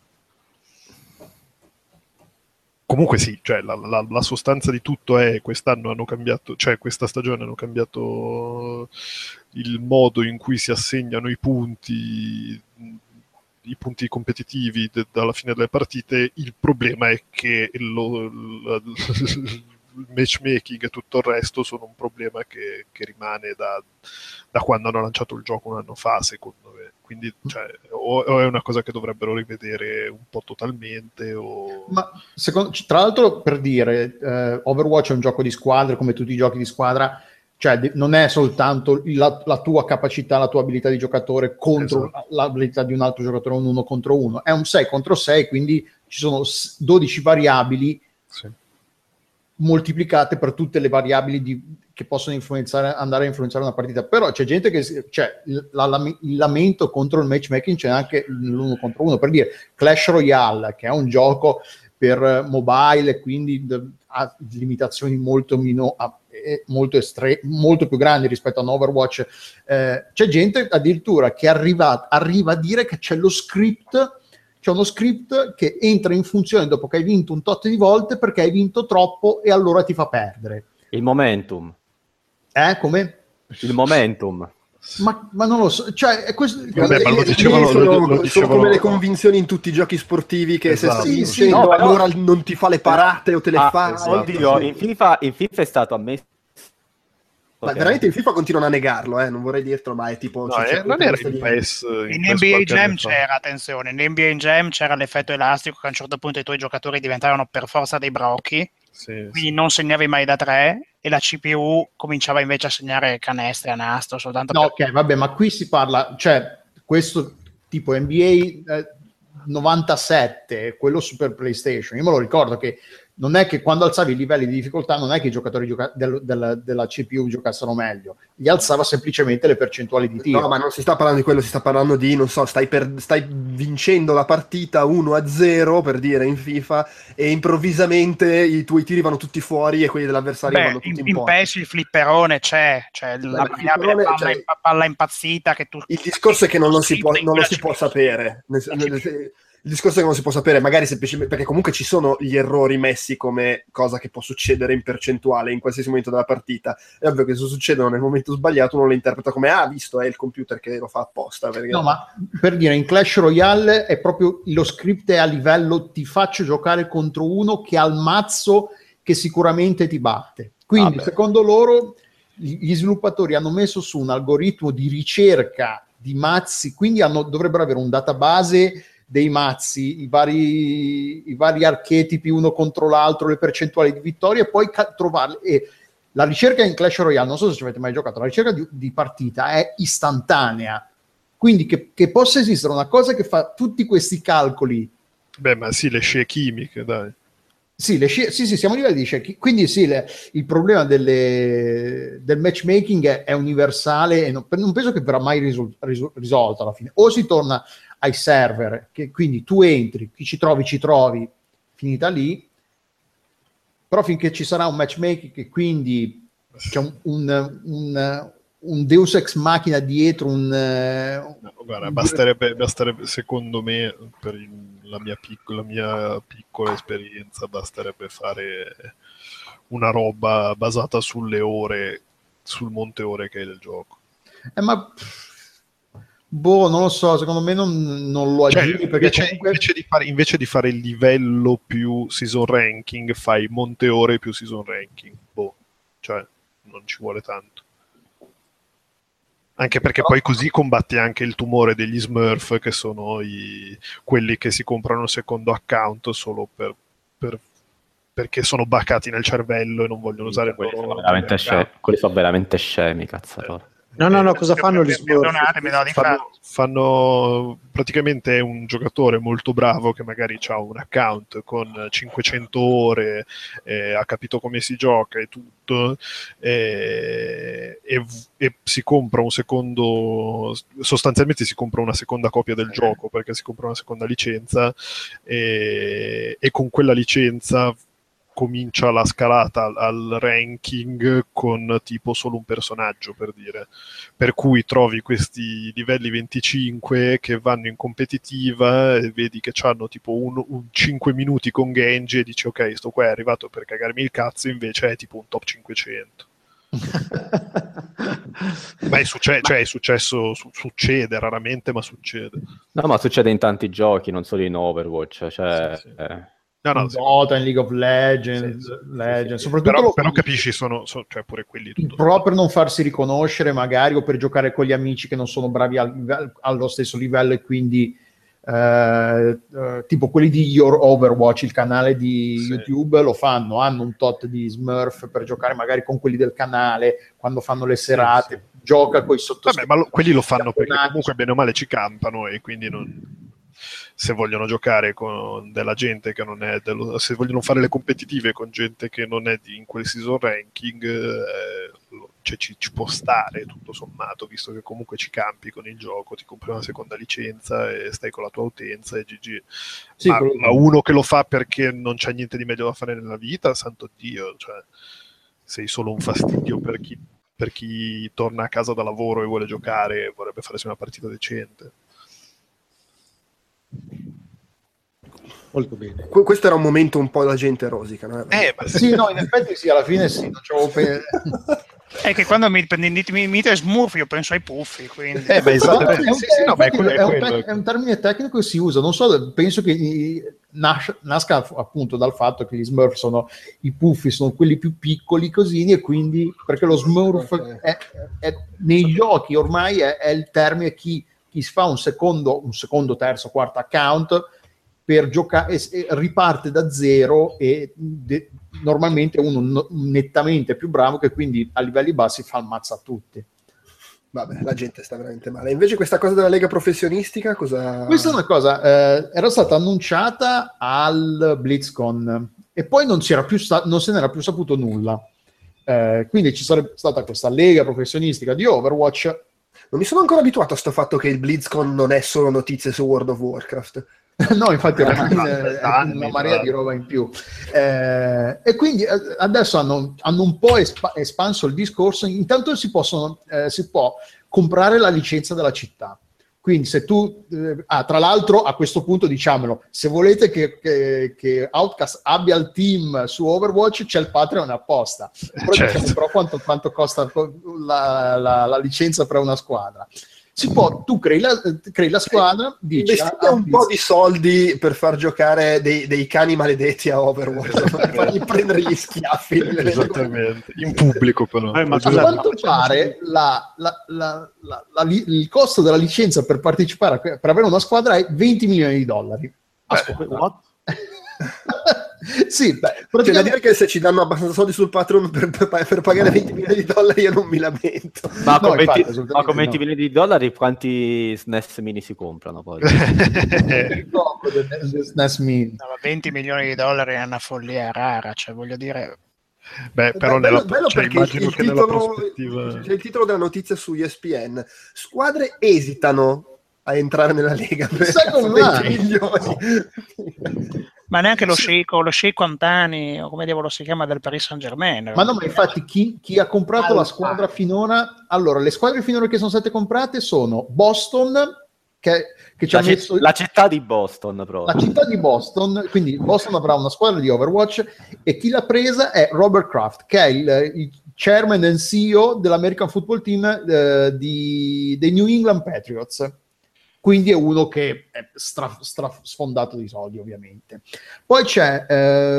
Comunque sì, cioè la, la- la sostanza di tutto è quest'anno hanno cambiato, cioè questa stagione hanno cambiato il modo in cui si assegnano i punti, i punti competitivi de- dalla fine delle partite. Il problema è che lo- la- il matchmaking e tutto il resto sono un problema che, che rimane da, da quando hanno lanciato il gioco un anno fa, secondo me. Quindi cioè, o, o è una cosa che dovrebbero rivedere un po' totalmente, o... Ma secondo, tra l'altro, per dire, eh, Overwatch è un gioco di squadra, come tutti i giochi di squadra, cioè de- non è soltanto la, la tua capacità, la tua abilità di giocatore contro esatto. l'abilità di un altro giocatore, un uno contro uno, è un sei contro sei, quindi ci sono dodici variabili sì. moltiplicate per tutte le variabili di, che possono influenzare, andare a influenzare una partita. Però c'è gente che, cioè la, la, il lamento contro il matchmaking c'è anche l'uno contro uno, per dire Clash Royale, che è un gioco per mobile, quindi ha limitazioni molto meno molto, estre- molto più grandi rispetto a un Overwatch. Eh, c'è gente addirittura che arriva, arriva a dire che c'è lo script, c'è uno script che entra in funzione dopo che hai vinto un tot di volte perché hai vinto troppo e allora ti fa perdere. Il momentum. Eh, come? Il momentum. Ma, ma non lo so, cioè è questo. Vabbè, ma lo dicevano, sono, lo, lo sono dicevano... come le convinzioni in tutti i giochi sportivi che esatto. se stai sì, vincendo sì, no, allora però... non ti fa le parate o te le ah, fa. Esatto. Oddio, in FIFA, in FIFA è stato ammesso. Ma okay. veramente in FIFA continuano a negarlo, eh? Non vorrei dirtelo, ma è tipo... No, cioè, eh, non era in P E S. In, in N B A Jam c'era, attenzione, in N B A Jam c'era l'effetto elastico che a un certo punto i tuoi giocatori diventavano per forza dei brocchi, sì, quindi sì. non segnavi mai da tre e la C P U cominciava invece a segnare canestri a nastro soltanto no, per... ok, vabbè, ma qui si parla, cioè, questo tipo N B A eh, novantasette, quello Super PlayStation, io me lo ricordo che non è che quando alzavi i livelli di difficoltà non è che i giocatori gioca- del, del, della C P U giocassero meglio, gli alzava semplicemente le percentuali di tiro. No, ma non si sta parlando di quello, si sta parlando di, non so, stai, per, stai vincendo la partita uno a zero, per dire, in FIFA, e improvvisamente i tuoi tiri vanno tutti fuori e quelli dell'avversario Beh, vanno tutti in, in porta. P E S il flipperone c'è, cioè Beh, la variabile palla, cioè, imp- palla impazzita che tu... Il discorso è che non lo si può, non lo si può sapere. Nel, nel, il discorso è che non si può sapere, magari semplicemente perché comunque ci sono gli errori messi come cosa che può succedere in percentuale in qualsiasi momento della partita. È ovvio che se succedono nel momento sbagliato uno lo interpreta come ah, visto, è il computer che lo fa apposta. Perché... No, ma per dire, in Clash Royale è proprio lo script è a livello ti faccio giocare contro uno che ha il mazzo che sicuramente ti batte. Quindi, ah, secondo loro, gli sviluppatori hanno messo su un algoritmo di ricerca di mazzi, quindi hanno, dovrebbero avere un database dei mazzi, i vari, i vari archetipi uno contro l'altro, le percentuali di vittoria e poi ca- trovarle. E la ricerca in Clash Royale, non so se ci avete mai giocato, la ricerca di, di partita è istantanea, quindi che, che possa esistere una cosa che fa tutti questi calcoli. Beh, ma sì, le scie chimiche, dai. Sì, le scie, sì, sì, siamo a livelli di scie, quindi sì, le, il problema delle, del matchmaking è, è universale e non, non penso che verrà mai risol, risol, risolto alla fine. O si torna ai server, che quindi tu entri, chi ci trovi ci trovi, finita lì, però finché ci sarà un matchmaking che quindi c'è un, un, un, un Deus Ex Machina dietro, un... No, guarda, un basterebbe, basterebbe, secondo me, per il, la, mia piccola, la mia piccola esperienza, basterebbe fare una roba basata sulle ore, sul monte ore che è del gioco. Eh, ma... Boh, non lo so, secondo me non, non lo aggiri, cioè, perché invece, comunque... invece, di fare, invece di fare il livello più season ranking, fai monte ore più season ranking. Boh, cioè non ci vuole tanto. Anche perché poi così combatti anche il tumore degli Smurf, che sono i, quelli che si comprano un secondo account solo per, per, perché sono baccati nel cervello e non vogliono usare il loro... Sono veramente scemi, quelli sono veramente scemi, cazzatori. Eh. No, no, no, cosa fanno gli Smurf? Fanno, fanno praticamente è un giocatore molto bravo che magari ha un account con cinquecento ore, eh, ha capito come si gioca e tutto, eh, e, e si compra un secondo, sostanzialmente si compra una seconda copia del gioco perché si compra una seconda licenza e, e con quella licenza comincia la scalata al, al ranking con tipo solo un personaggio, per dire, per cui trovi questi livelli venticinque che vanno in competitiva e vedi che hanno tipo un, un cinque minuti con Genji e dici ok, sto qua è arrivato per cagarmi il cazzo, invece è tipo un top cinquecento. Ma è, succe- cioè, è successo, su- succede raramente, ma succede. No, ma succede in tanti giochi, non solo in Overwatch, cioè... Sì, sì. Eh. No, no, in Dota, in League of Legends, sì, sì, Legends. sì, sì. Soprattutto però, lo... però capisci, sono, sono cioè pure quelli tutto però per non farsi riconoscere magari o per giocare con gli amici che non sono bravi al, allo stesso livello e quindi eh, eh, tipo quelli di Your Overwatch, il canale di Sì. YouTube, lo fanno, hanno un tot di Smurf per giocare magari con quelli del canale quando fanno le serate, sì. gioca con i sottoscritti. Vabbè, ma lo- quelli lo fanno perché Campionati. comunque bene o male ci campano e quindi non... se vogliono giocare con della gente che non è dello... se vogliono fare le competitive con gente che non è di, in quel season ranking, eh, lo- cioè ci, ci può stare tutto sommato, visto che comunque ci campi con il gioco, ti compri una seconda licenza e stai con la tua utenza e G G. Sì, ma, quello- ma uno che lo fa perché non c'è niente di meglio da fare nella vita, santo Dio, cioè sei solo un fastidio per chi, per chi torna a casa da lavoro e vuole giocare e vorrebbe farsi una partita decente. Molto bene. Que- questo era un momento un po' da gente rosica, no? Eh, ma Sì, no, in effetti sì, alla fine sì, non c'avevo pe- È che quando mi, mi, mi, mi dite Smurf io penso ai puffi, quindi... Eh, beh, esattamente. È un, Sì, sì, no, ma è infatti quello- è è un quello. tec- è un termine tecnico che si usa, non so, penso che i- nas- nasca appunto dal fatto che gli Smurf sono i puffi, sono quelli più piccoli cosini, e quindi perché lo Smurf Ok. è, è- nei giochi ormai è, è il termine chi, chi si fa un secondo, un secondo, terzo, quarto account per giocare, e- e riparte da zero e de- normalmente uno no- nettamente più bravo che quindi a livelli bassi fa il mazzo a tutti. Vabbè, la gente sta veramente male. Invece questa cosa della lega professionistica, cosa... Questa è una cosa, eh, era stata annunciata al BlizzCon e poi non, si era più sta- non se n'era più saputo nulla. Eh, quindi ci sarebbe stata questa lega professionistica di Overwatch. Non mi sono ancora abituato a sto fatto che il BlizzCon non è solo notizie su World of Warcraft. No, infatti era Ah, è anni, una marea tra- di roba in più. Eh, e quindi eh, adesso hanno, hanno un po' espa- espanso il discorso. Intanto si, possono, eh, si può comprare la licenza della città. Quindi se tu... eh, ah, tra l'altro a questo punto diciamolo, se volete che, che, che Outcast abbia il team su Overwatch c'è il Patreon apposta. Però, Certo. diciamo, però quanto, quanto costa la, la, la licenza per una squadra? Si può, tu crei la, crei la squadra, dici... Investite ah, un po' di soldi per far giocare dei, dei cani maledetti a Overwatch, per fargli prendere gli schiaffi. Esattamente, in pubblico però. Eh, ma A Scusate, quanto ma facciamo pare la- la- la- la- la li- il costo della licenza per partecipare a que- per avere una squadra è venti milioni di dollari. Ascolta. What? Sì, beh, C'è da praticamente- dire che se ci danno abbastanza soldi sul Patreon per, per- per pagare venti milioni di dollari io non mi lamento. Ma No, con, infatti, venti, assolutamente ma con venti no. milioni di dollari quanti S N E S mini si comprano poi? il gioco del- del S N E S Mini. No, ma venti milioni di dollari è una follia rara, cioè voglio dire... Beh, però bello, nella, bello cioè, perché immagino il che nella titolo, prospettiva... c'è il titolo della notizia su E S P N. Squadre esitano a entrare nella Lega per Sai come venti mai? milioni. Ma neanche lo sceicco, lo sceicco Antani, o come diavolo si chiama, del Paris Saint Germain. Ma no, ma infatti chi, chi ha comprato la squadra finora, allora le squadre finora che sono state comprate sono Boston, che, che ci ha La, citt- messo la città di Boston proprio. la città di Boston, quindi Boston avrà una squadra di Overwatch, e chi l'ha presa è Robert Kraft, che è il, il chairman and C E O dell'American Football Team eh, di, dei New England Patriots. Quindi è uno che è stra, stra sfondato di soldi, ovviamente. Poi c'è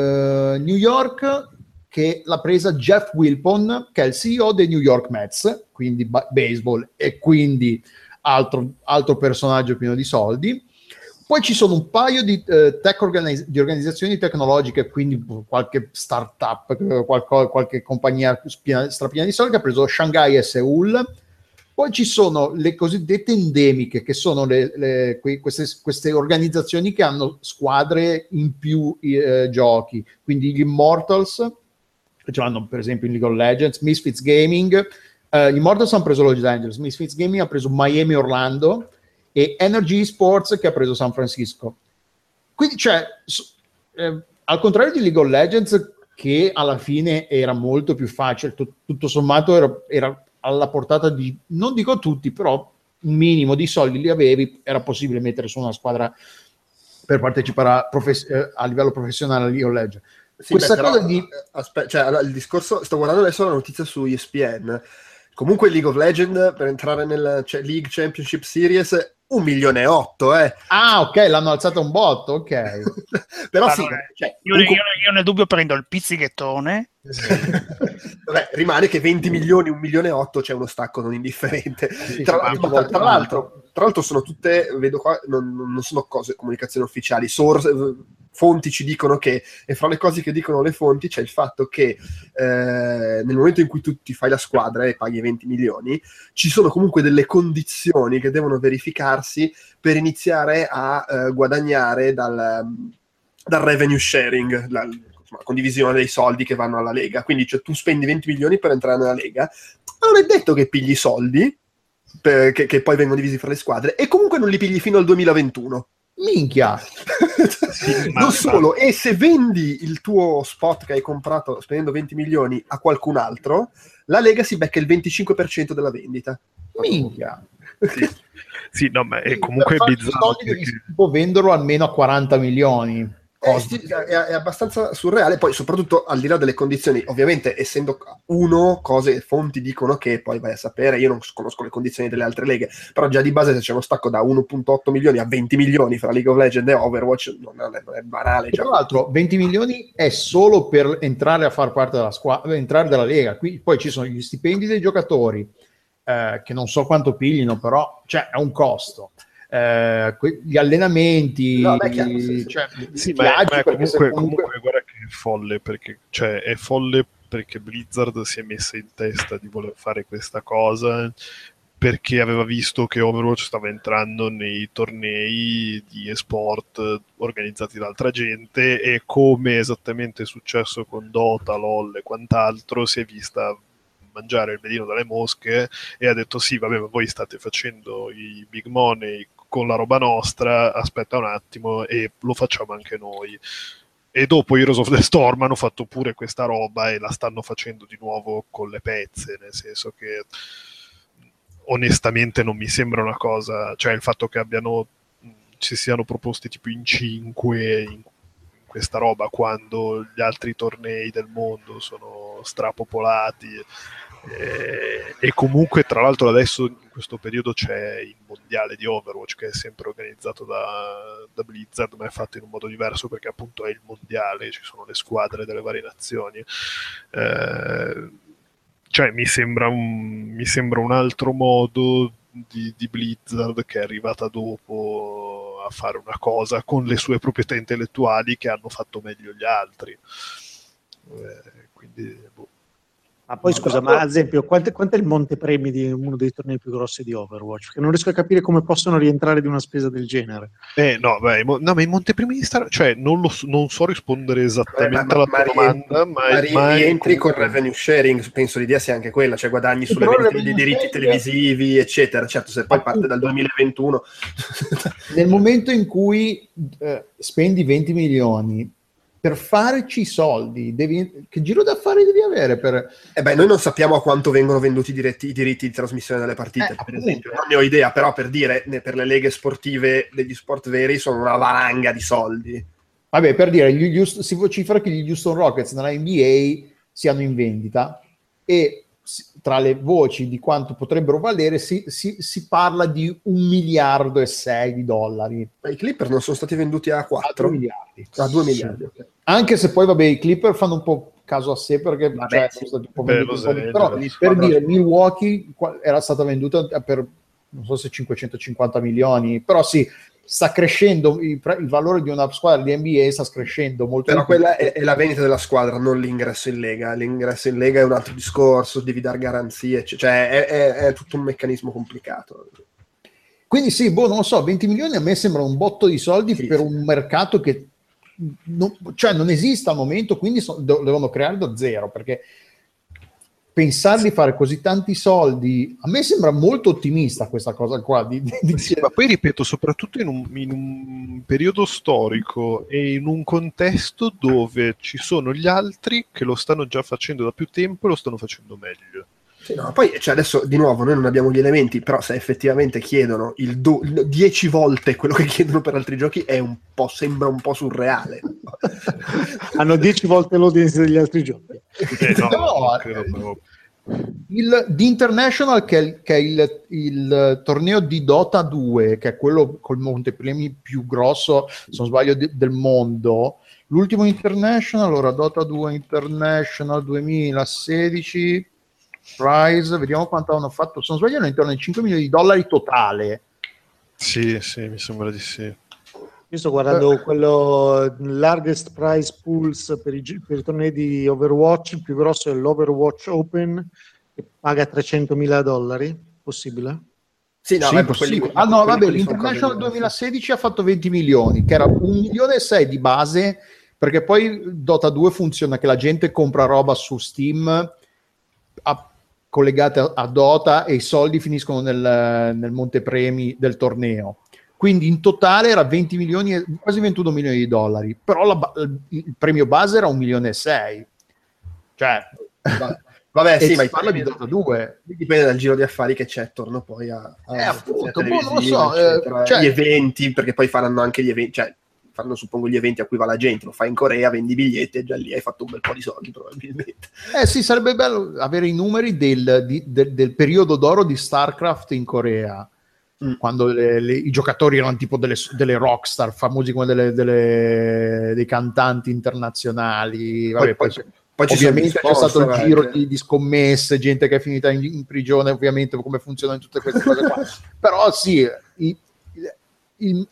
eh, New York, che l'ha presa Jeff Wilpon, che è il C E O dei New York Mets, quindi ba- baseball, e quindi altro, altro personaggio pieno di soldi. Poi ci sono un paio di, eh, tech organiz- di organizzazioni tecnologiche, quindi qualche startup, eh, qualco, qualche compagnia spiena, strapiena di soldi, che ha preso Shanghai e Seoul. Poi ci sono le cosiddette endemiche, che sono le, le, que- queste, queste organizzazioni che hanno squadre in più eh, giochi, quindi gli Immortals, che ce l'hanno per esempio in League of Legends, Misfits Gaming, eh, gli Immortals hanno preso Los Angeles, Misfits Gaming ha preso Miami Orlando, e Energy Sports che ha preso San Francisco. Quindi cioè, s- eh, al contrario di League of Legends, che alla fine era molto più facile, tut- tutto sommato era, era alla portata di, non dico tutti, però un minimo di soldi li avevi, era possibile mettere su una squadra per partecipare a, profes- eh, a livello professionale a League of Legends. Sì, Questa beh, però, cosa di... eh, aspe- cioè, allora, il discorso, sto guardando adesso la notizia su E S P N. Comunque League of Legends, per entrare nel cioè, League Championship Series, un milione e otto, eh. Ah, ok, l'hanno alzata un botto, ok. Però Ah, sì, no, cioè, Io, comunque- io- io nel dubbio prendo il pizzighettone. Vabbè, rimane che venti milioni, un milione e otto c'è uno stacco non indifferente. Sì, tra, sì, ma volte tra un l'altro, tra l'altro sono tutte, vedo qua, non, non sono cose, comunicazioni ufficiali, source, fonti ci dicono che, e fra le cose che dicono le fonti c'è il fatto che eh, nel momento in cui tu ti fai la squadra e paghi venti milioni, ci sono comunque delle condizioni che devono verificarsi per iniziare a eh, guadagnare dal, dal revenue sharing, la, insomma, condivisione dei soldi che vanno alla Lega. Quindi cioè, tu spendi venti milioni per entrare nella Lega, ma non è detto che pigli soldi per, che, che poi vengono divisi fra le squadre, e comunque non li pigli fino al duemilaventuno. Minchia. Sì, non solo, e se vendi il tuo spot che hai comprato spendendo venti milioni a qualcun altro, la Lega si becca il venticinque per cento della vendita. Minchia. Sì, sì, no, ma è comunque per bizzarro soldi perché... devi tipo venderlo almeno a quaranta milioni. Eh, sì, è, è abbastanza surreale, poi soprattutto al di là delle condizioni, ovviamente essendo uno, cose, fonti dicono che poi vai a sapere, io non conosco le condizioni delle altre leghe, però già di base se c'è uno stacco da uno virgola otto milioni a venti milioni fra League of Legends e Overwatch non è, non è banale. Già. Tra l'altro venti milioni è solo per entrare a far parte della squadra, entrare dalla Lega. Qui, poi ci sono gli stipendi dei giocatori, eh, che non so quanto piglino, però cioè, è un costo. Eh, gli allenamenti, no, beh, chiaro, sì, sì. Cioè, sì, viaggi, ma, ma comunque... comunque, comunque guarda che è folle, perché cioè, è folle perché Blizzard si è messa in testa di voler fare questa cosa, perché aveva visto che Overwatch stava entrando nei tornei di esport organizzati da altra gente, e come esattamente è successo con Dota, LoL e quant'altro, si è vista mangiare il bedino dalle mosche e ha detto sì, vabbè, ma voi state facendo i big money con la roba nostra, aspetta un attimo e lo facciamo anche noi. E dopo Heroes of the Storm hanno fatto pure questa roba e la stanno facendo di nuovo con le pezze, nel senso che onestamente non mi sembra una cosa, cioè il fatto che abbiano ci siano proposti tipo in cinque in questa roba quando gli altri tornei del mondo sono strapopolati, e, e comunque tra l'altro adesso in questo periodo c'è il mondiale di Overwatch che è sempre organizzato da, da Blizzard, ma è fatto in un modo diverso perché appunto è il mondiale, ci sono le squadre delle varie nazioni, eh, cioè mi sembra un, mi sembra un altro modo di, di Blizzard che è arrivata dopo a fare una cosa con le sue proprietà intellettuali che hanno fatto meglio gli altri, eh, quindi boh. Ma poi scusa, ma ad esempio, quanto, quanto è il montepremi di uno dei tornei più grossi di Overwatch? Che non riesco a capire come possono rientrare di una spesa del genere. Eh, no, beh, mo, no, ma i montepremi di Star... Cioè, non, lo, non so rispondere esattamente eh, ma, alla ma, tua ma domanda, ma... ma, ri- ma rientri comunque... con revenue sharing, penso l'idea sia anche quella, cioè guadagni sulle vendite di diritti sharing... televisivi, eccetera. Certo, se poi parte dal duemilaventuno... Nel momento in cui eh, spendi venti milioni... per farci i soldi, devi, che giro d'affari devi avere per... Eh beh, noi non sappiamo a quanto vengono venduti i diritti, i diritti di trasmissione delle partite, eh, per esempio. Non ne ho idea, però per dire, per le leghe sportive degli sport veri sono una valanga di soldi. Vabbè, per dire, gli, si vocifera che gli Houston Rockets nella N B A siano in vendita e tra le voci di quanto potrebbero valere si, si, si parla di un miliardo e sei di dollari. Ma i Clipper non sono stati venduti a quattro? A due miliardi. A due miliardi, okay. Anche se poi, vabbè, i Clipper fanno un po' caso a sé perché vabbè, cioè, sì. sono stati un po' Beh, venduti un po' di... sei, però sì. per dire Milwaukee era stata venduta per non so se cinquecentocinquanta milioni, però sì, sta crescendo il, il valore di una squadra di N B A sta crescendo molto. Però quella è, è la vendita della squadra, non l'ingresso in Lega. L'ingresso in Lega è un altro discorso, devi dar garanzie, cioè è, è, è tutto un meccanismo complicato. Quindi sì, boh, non lo so, venti milioni a me sembra un botto di soldi sì, per sì. un mercato che non, cioè non esiste al momento, quindi so, devono creare da zero, perché pensare di fare così tanti soldi a me sembra molto ottimista questa cosa qua di, di... Sì, ma poi ripeto, soprattutto in un, in un periodo storico e in un contesto dove ci sono gli altri che lo stanno già facendo da più tempo e lo stanno facendo meglio. Sì, no, poi cioè adesso di nuovo noi non abbiamo gli elementi, però se effettivamente chiedono il do- dieci volte quello che chiedono per altri giochi è un po', sembra un po' surreale. Hanno dieci volte l'audience degli altri giochi. Eh, no, no, credo, il The International, che è, che è il, il torneo di Dota due, che è quello col montepremi più grosso, se non sbaglio, di, del mondo. L'ultimo International, allora Dota due International duemilasedici prize, vediamo quanto hanno fatto, se non sbaglio, intorno ai cinque milioni di dollari totale. Sì, sì, mi sembra di sì. Io sto guardando eh. quello largest prize pools per i, per i tornei di Overwatch, il più grosso è l'Overwatch Open, che paga trecentomila dollari, possibile? Sì, no, sì, beh, possibile. quelli, ah no, quelli, vabbè, quelli l'International duemilasedici ha fatto venti milioni, che era un milione e sei di base, perché poi Dota due funziona che la gente compra roba su Steam a, collegate a, a Dota e i soldi finiscono nel, nel montepremi del torneo. Quindi in totale era venti milioni, quasi ventuno milioni di dollari, però la, il premio base era un milione e sei. Cioè... Vabbè. Vabbè, sì, ma si parla di Dota due. Dipende dal giro di affari che c'è attorno poi a, a eh, appunto, boh, non lo so, eccetera. Eh, cioè... gli eventi, perché poi faranno anche gli eventi, cioè fanno suppongo gli eventi a cui va la gente, lo fai in Corea, vendi biglietti e già lì hai fatto un bel po' di soldi probabilmente. Eh sì, sarebbe bello avere i numeri del, di, del, del periodo d'oro di StarCraft in Corea, mm. quando le, le, i giocatori erano tipo delle, delle rockstar, famosi come delle, delle, dei cantanti internazionali. Vabbè, poi, poi, poi, poi ovviamente c'è stato il giro anche. di, di scommesse, gente che è finita in, in prigione, ovviamente come funzionano tutte queste cose qua. Però sì, i, i,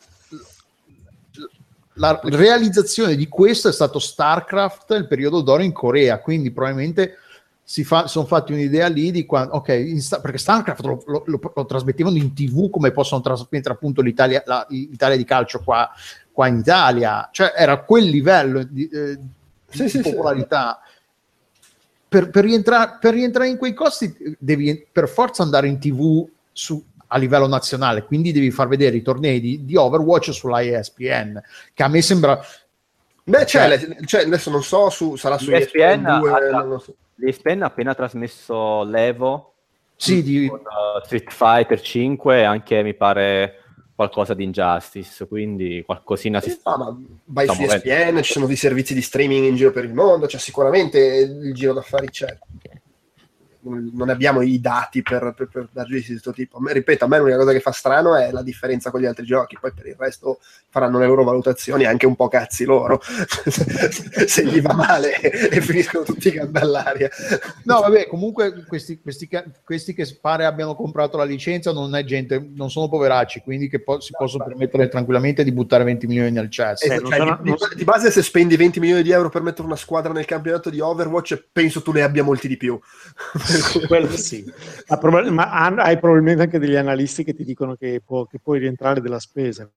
la realizzazione di questo è stato StarCraft, il periodo d'oro in Corea, quindi probabilmente si fa, sono fatti un'idea lì di quando, ok, in sta, perché StarCraft lo, lo, lo, lo trasmettevano in tivù come possono trasmettere appunto l'Italia, la, l'Italia di calcio qua, qua in Italia, cioè era quel livello di, eh, sì, di sì, popolarità. Sì. Per, per, rientrare, per rientrare in quei costi devi per forza andare in tivù su, a livello nazionale, quindi devi far vedere i tornei di, di Overwatch sulla E S P N, che a me sembra... Beh, c'è, cioè, c'è adesso non so, su, sarà su E S P N due, non lo so. L'E S P N ha appena trasmesso l'Evo, sì, di... con, uh, Street Fighter cinque e anche mi pare qualcosa di Injustice, quindi qualcosina si sta... Ah, ma vai su E S P N, ci sono dei servizi di streaming in giro per il mondo, cioè sicuramente il giro d'affari c'è. Non abbiamo i dati per, per, per dargli di questo tipo. A me, ripeto, a me l'unica cosa che fa strano è la differenza con gli altri giochi, poi per il resto faranno le loro valutazioni anche un po' cazzi loro se gli va male e finiscono tutti i gambe all'aria. No, vabbè, comunque questi, questi, questi che pare abbiano comprato la licenza non è gente, non sono poveracci, quindi che po- si possono permettere tranquillamente di buttare venti milioni nel cesso. Eh, cioè, sono, di, di base se spendi venti milioni di euro per mettere una squadra nel campionato di Overwatch, penso tu ne abbia molti di più. Quello sì, ma, prob- ma hai probabilmente anche degli analisti che ti dicono che, può, che puoi rientrare della spesa.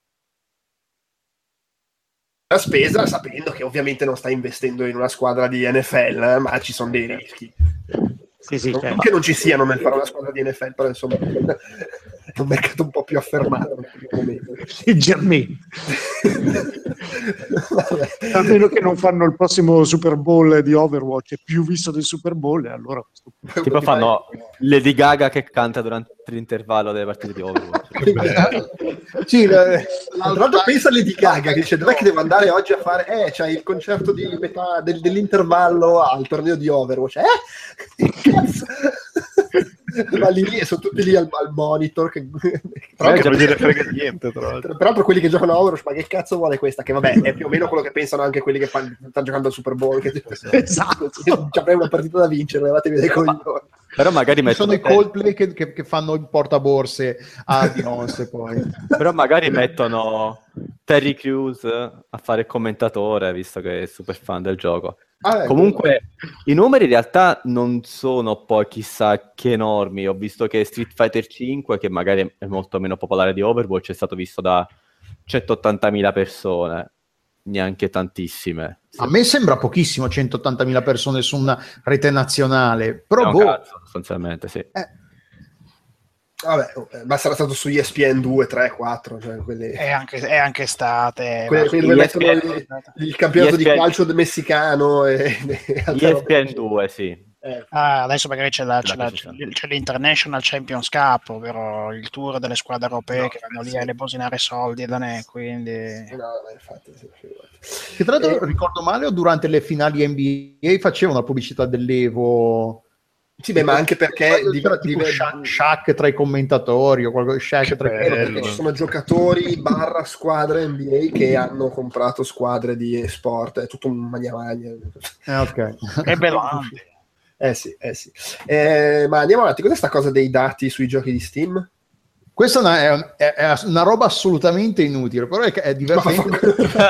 La spesa sapendo che ovviamente non stai investendo in una squadra di N F L, ma ci sono dei rischi. Sì, sì, non certo. che non ci siano nel fare una squadra di N F L, però insomma è un mercato un po' più affermato. Leggermente. A meno che non fanno il prossimo Super Bowl di Overwatch, è più visto del Super Bowl, e allora questo... tipo fanno Lady Gaga che canta durante l'intervallo delle partite di Overwatch. Sì, tra l'altro pensa a Lady Gaga che dice dov'è che devo andare oggi a fare eh c'hai il concerto di metà del, dell'intervallo al torneo di Overwatch, eh cazzo. Ma lì sono tutti lì al, al monitor che però che non gliene frega niente, tra l'altro. Peraltro quelli che giocano a Overwatch, ma che cazzo vuole questa? Che vabbè è più o meno quello che pensano anche quelli che fanno, stanno giocando al Super Bowl, che esatto, c'avrei una partita da vincere, levatevi dai coglioni. Però magari mettono i Coldplay che, che, che fanno il portaborse a Beyoncé poi. Però magari mettono Terry Crews a fare il commentatore, visto che è super fan del gioco. Ah, comunque i numeri in realtà non sono poi chissà che enormi. Ho visto che Street Fighter cinque, che magari è molto meno popolare di Overwatch, è stato visto da centottantamila persone, neanche tantissime. A me sembra pochissimo centottantamila persone su una rete nazionale, però è un boh. cazzo, sostanzialmente sì. Eh. Vabbè, ma sarà stato su E S P N due, tre, quattro, cioè quelli... è, anche, è anche state quelli, quelli dove mettono il, il campionato E S P N... di calcio messicano e, e E S P N due, sì. Eh. Ah, adesso magari c'è, la, c'è, la, c'è, c'è l'International Champions Cup, ovvero il tour delle squadre europee no, che vanno lì sì. a elemosinare soldi da ne, quindi... No, no, infatti, sì, che tra l'altro eh. ricordo male o durante le finali N B A facevano la pubblicità dell'Evo... Sì, beh, ma anche perché di, tipo di, Shaq, Shaq tra i commentatori o qualcosa Shaq tra bello, i... perché ci sono giocatori barra squadre N B A che hanno comprato squadre di sport, è tutto un magna magna. Eh, ok. È bello. Eh sì, eh sì. Eh, ma andiamo avanti, cos'è sta cosa dei dati sui giochi di Steam? Questa è una, è, è una roba assolutamente inutile, però è, è divertente.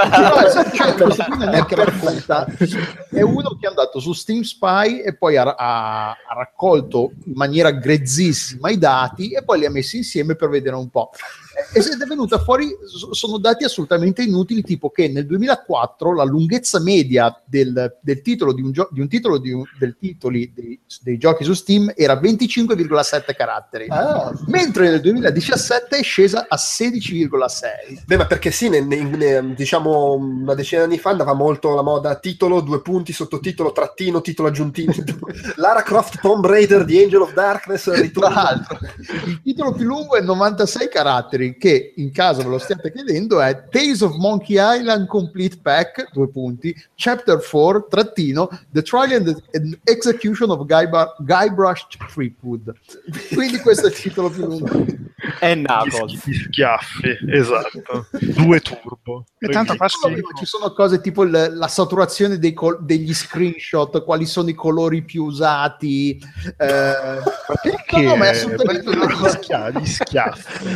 Però, cioè, questo qui non è che racconta, è uno che è andato su Steam Spy e poi ha, ha, ha raccolto in maniera grezzissima i dati e poi li ha messi insieme per vedere un po'. E se è venuta fuori, sono dati assolutamente inutili, tipo che nel duemilaquattro la lunghezza media del, del titolo di un, gio- di un titolo di un, del titoli dei, dei giochi su Steam era venticinque virgola sette caratteri, ah. mentre nel duemiladiciassette è scesa a sedici virgola sei. Beh, ma perché sì, ne, ne, ne, diciamo una decina di anni fa andava molto la moda titolo, due punti, sottotitolo, trattino, titolo aggiuntivo. Lara Croft, Tomb Raider, The Angel of Darkness, tra l'altro il titolo più lungo è novantasei caratteri, che in caso ve lo stiate chiedendo è Tales of Monkey Island Complete Pack, due punti, Chapter quattro, trattino, The Trial and, and Execution of Guybrush, Guybrush Threepwood. Quindi questo è il titolo più lungo. È Knuckles. Gli schiaffi, esatto. Due turbo. E tanto fa ci sono cose tipo il, la saturazione dei col- degli screenshot, quali sono i colori più usati. Eh, ma perché? No, no, ma è assolutamente gli schiaffi, gli schiaffi.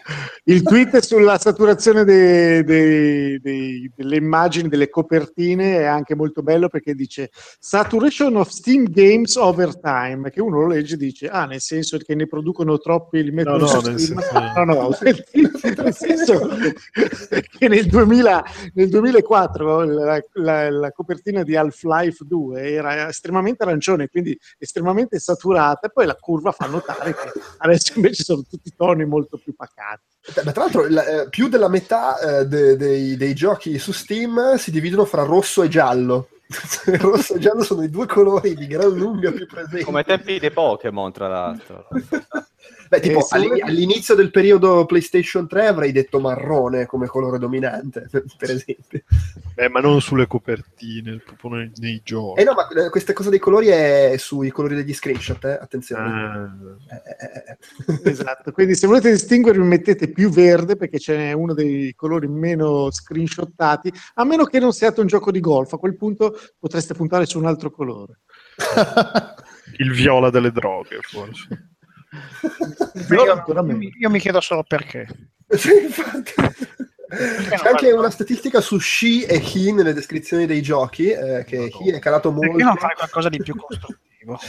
Il tweet sulla saturazione dei, dei, dei, delle immagini, delle copertine è anche molto bello, perché dice saturation of Steam Games over time, che uno lo legge e dice ah, nel senso che ne producono troppi, li mettono no, su no, Steam. nel senso... no no nel senso che nel, duemila, nel duemilaquattro la, la, la copertina di Half-Life due era estremamente arancione, quindi estremamente saturata, e poi la curva fa notare che adesso invece sono tutti toni molto più pacati. Ma tra l'altro la, eh, più della metà eh, de, dei, dei giochi su Steam si dividono fra rosso e giallo. Rosso e giallo sono i due colori di gran lunga più presenti. Come tempi dei Pokémon, tra l'altro. Beh, tipo Eh, sì. all'in- all'inizio del periodo PlayStation tre avrei detto marrone come colore dominante, per, per esempio. Beh, ma non sulle copertine, proprio nei, nei giochi. Eh no, ma eh, questa cosa dei colori è sui colori degli screenshot, eh? Attenzione. Ah. Eh, eh, eh. Esatto, quindi se volete distinguervi mettete più verde, perché c'è uno dei colori meno screenshottati, a meno che non siate un gioco di golf, a quel punto potreste puntare su un altro colore. Il viola delle droghe, forse. Io, io, mi, io mi chiedo solo perché. Sì, infatti. C'è anche una statistica su She e He nelle descrizioni dei giochi, eh, che He è calato molto. Perché non fare qualcosa di più costruttivo?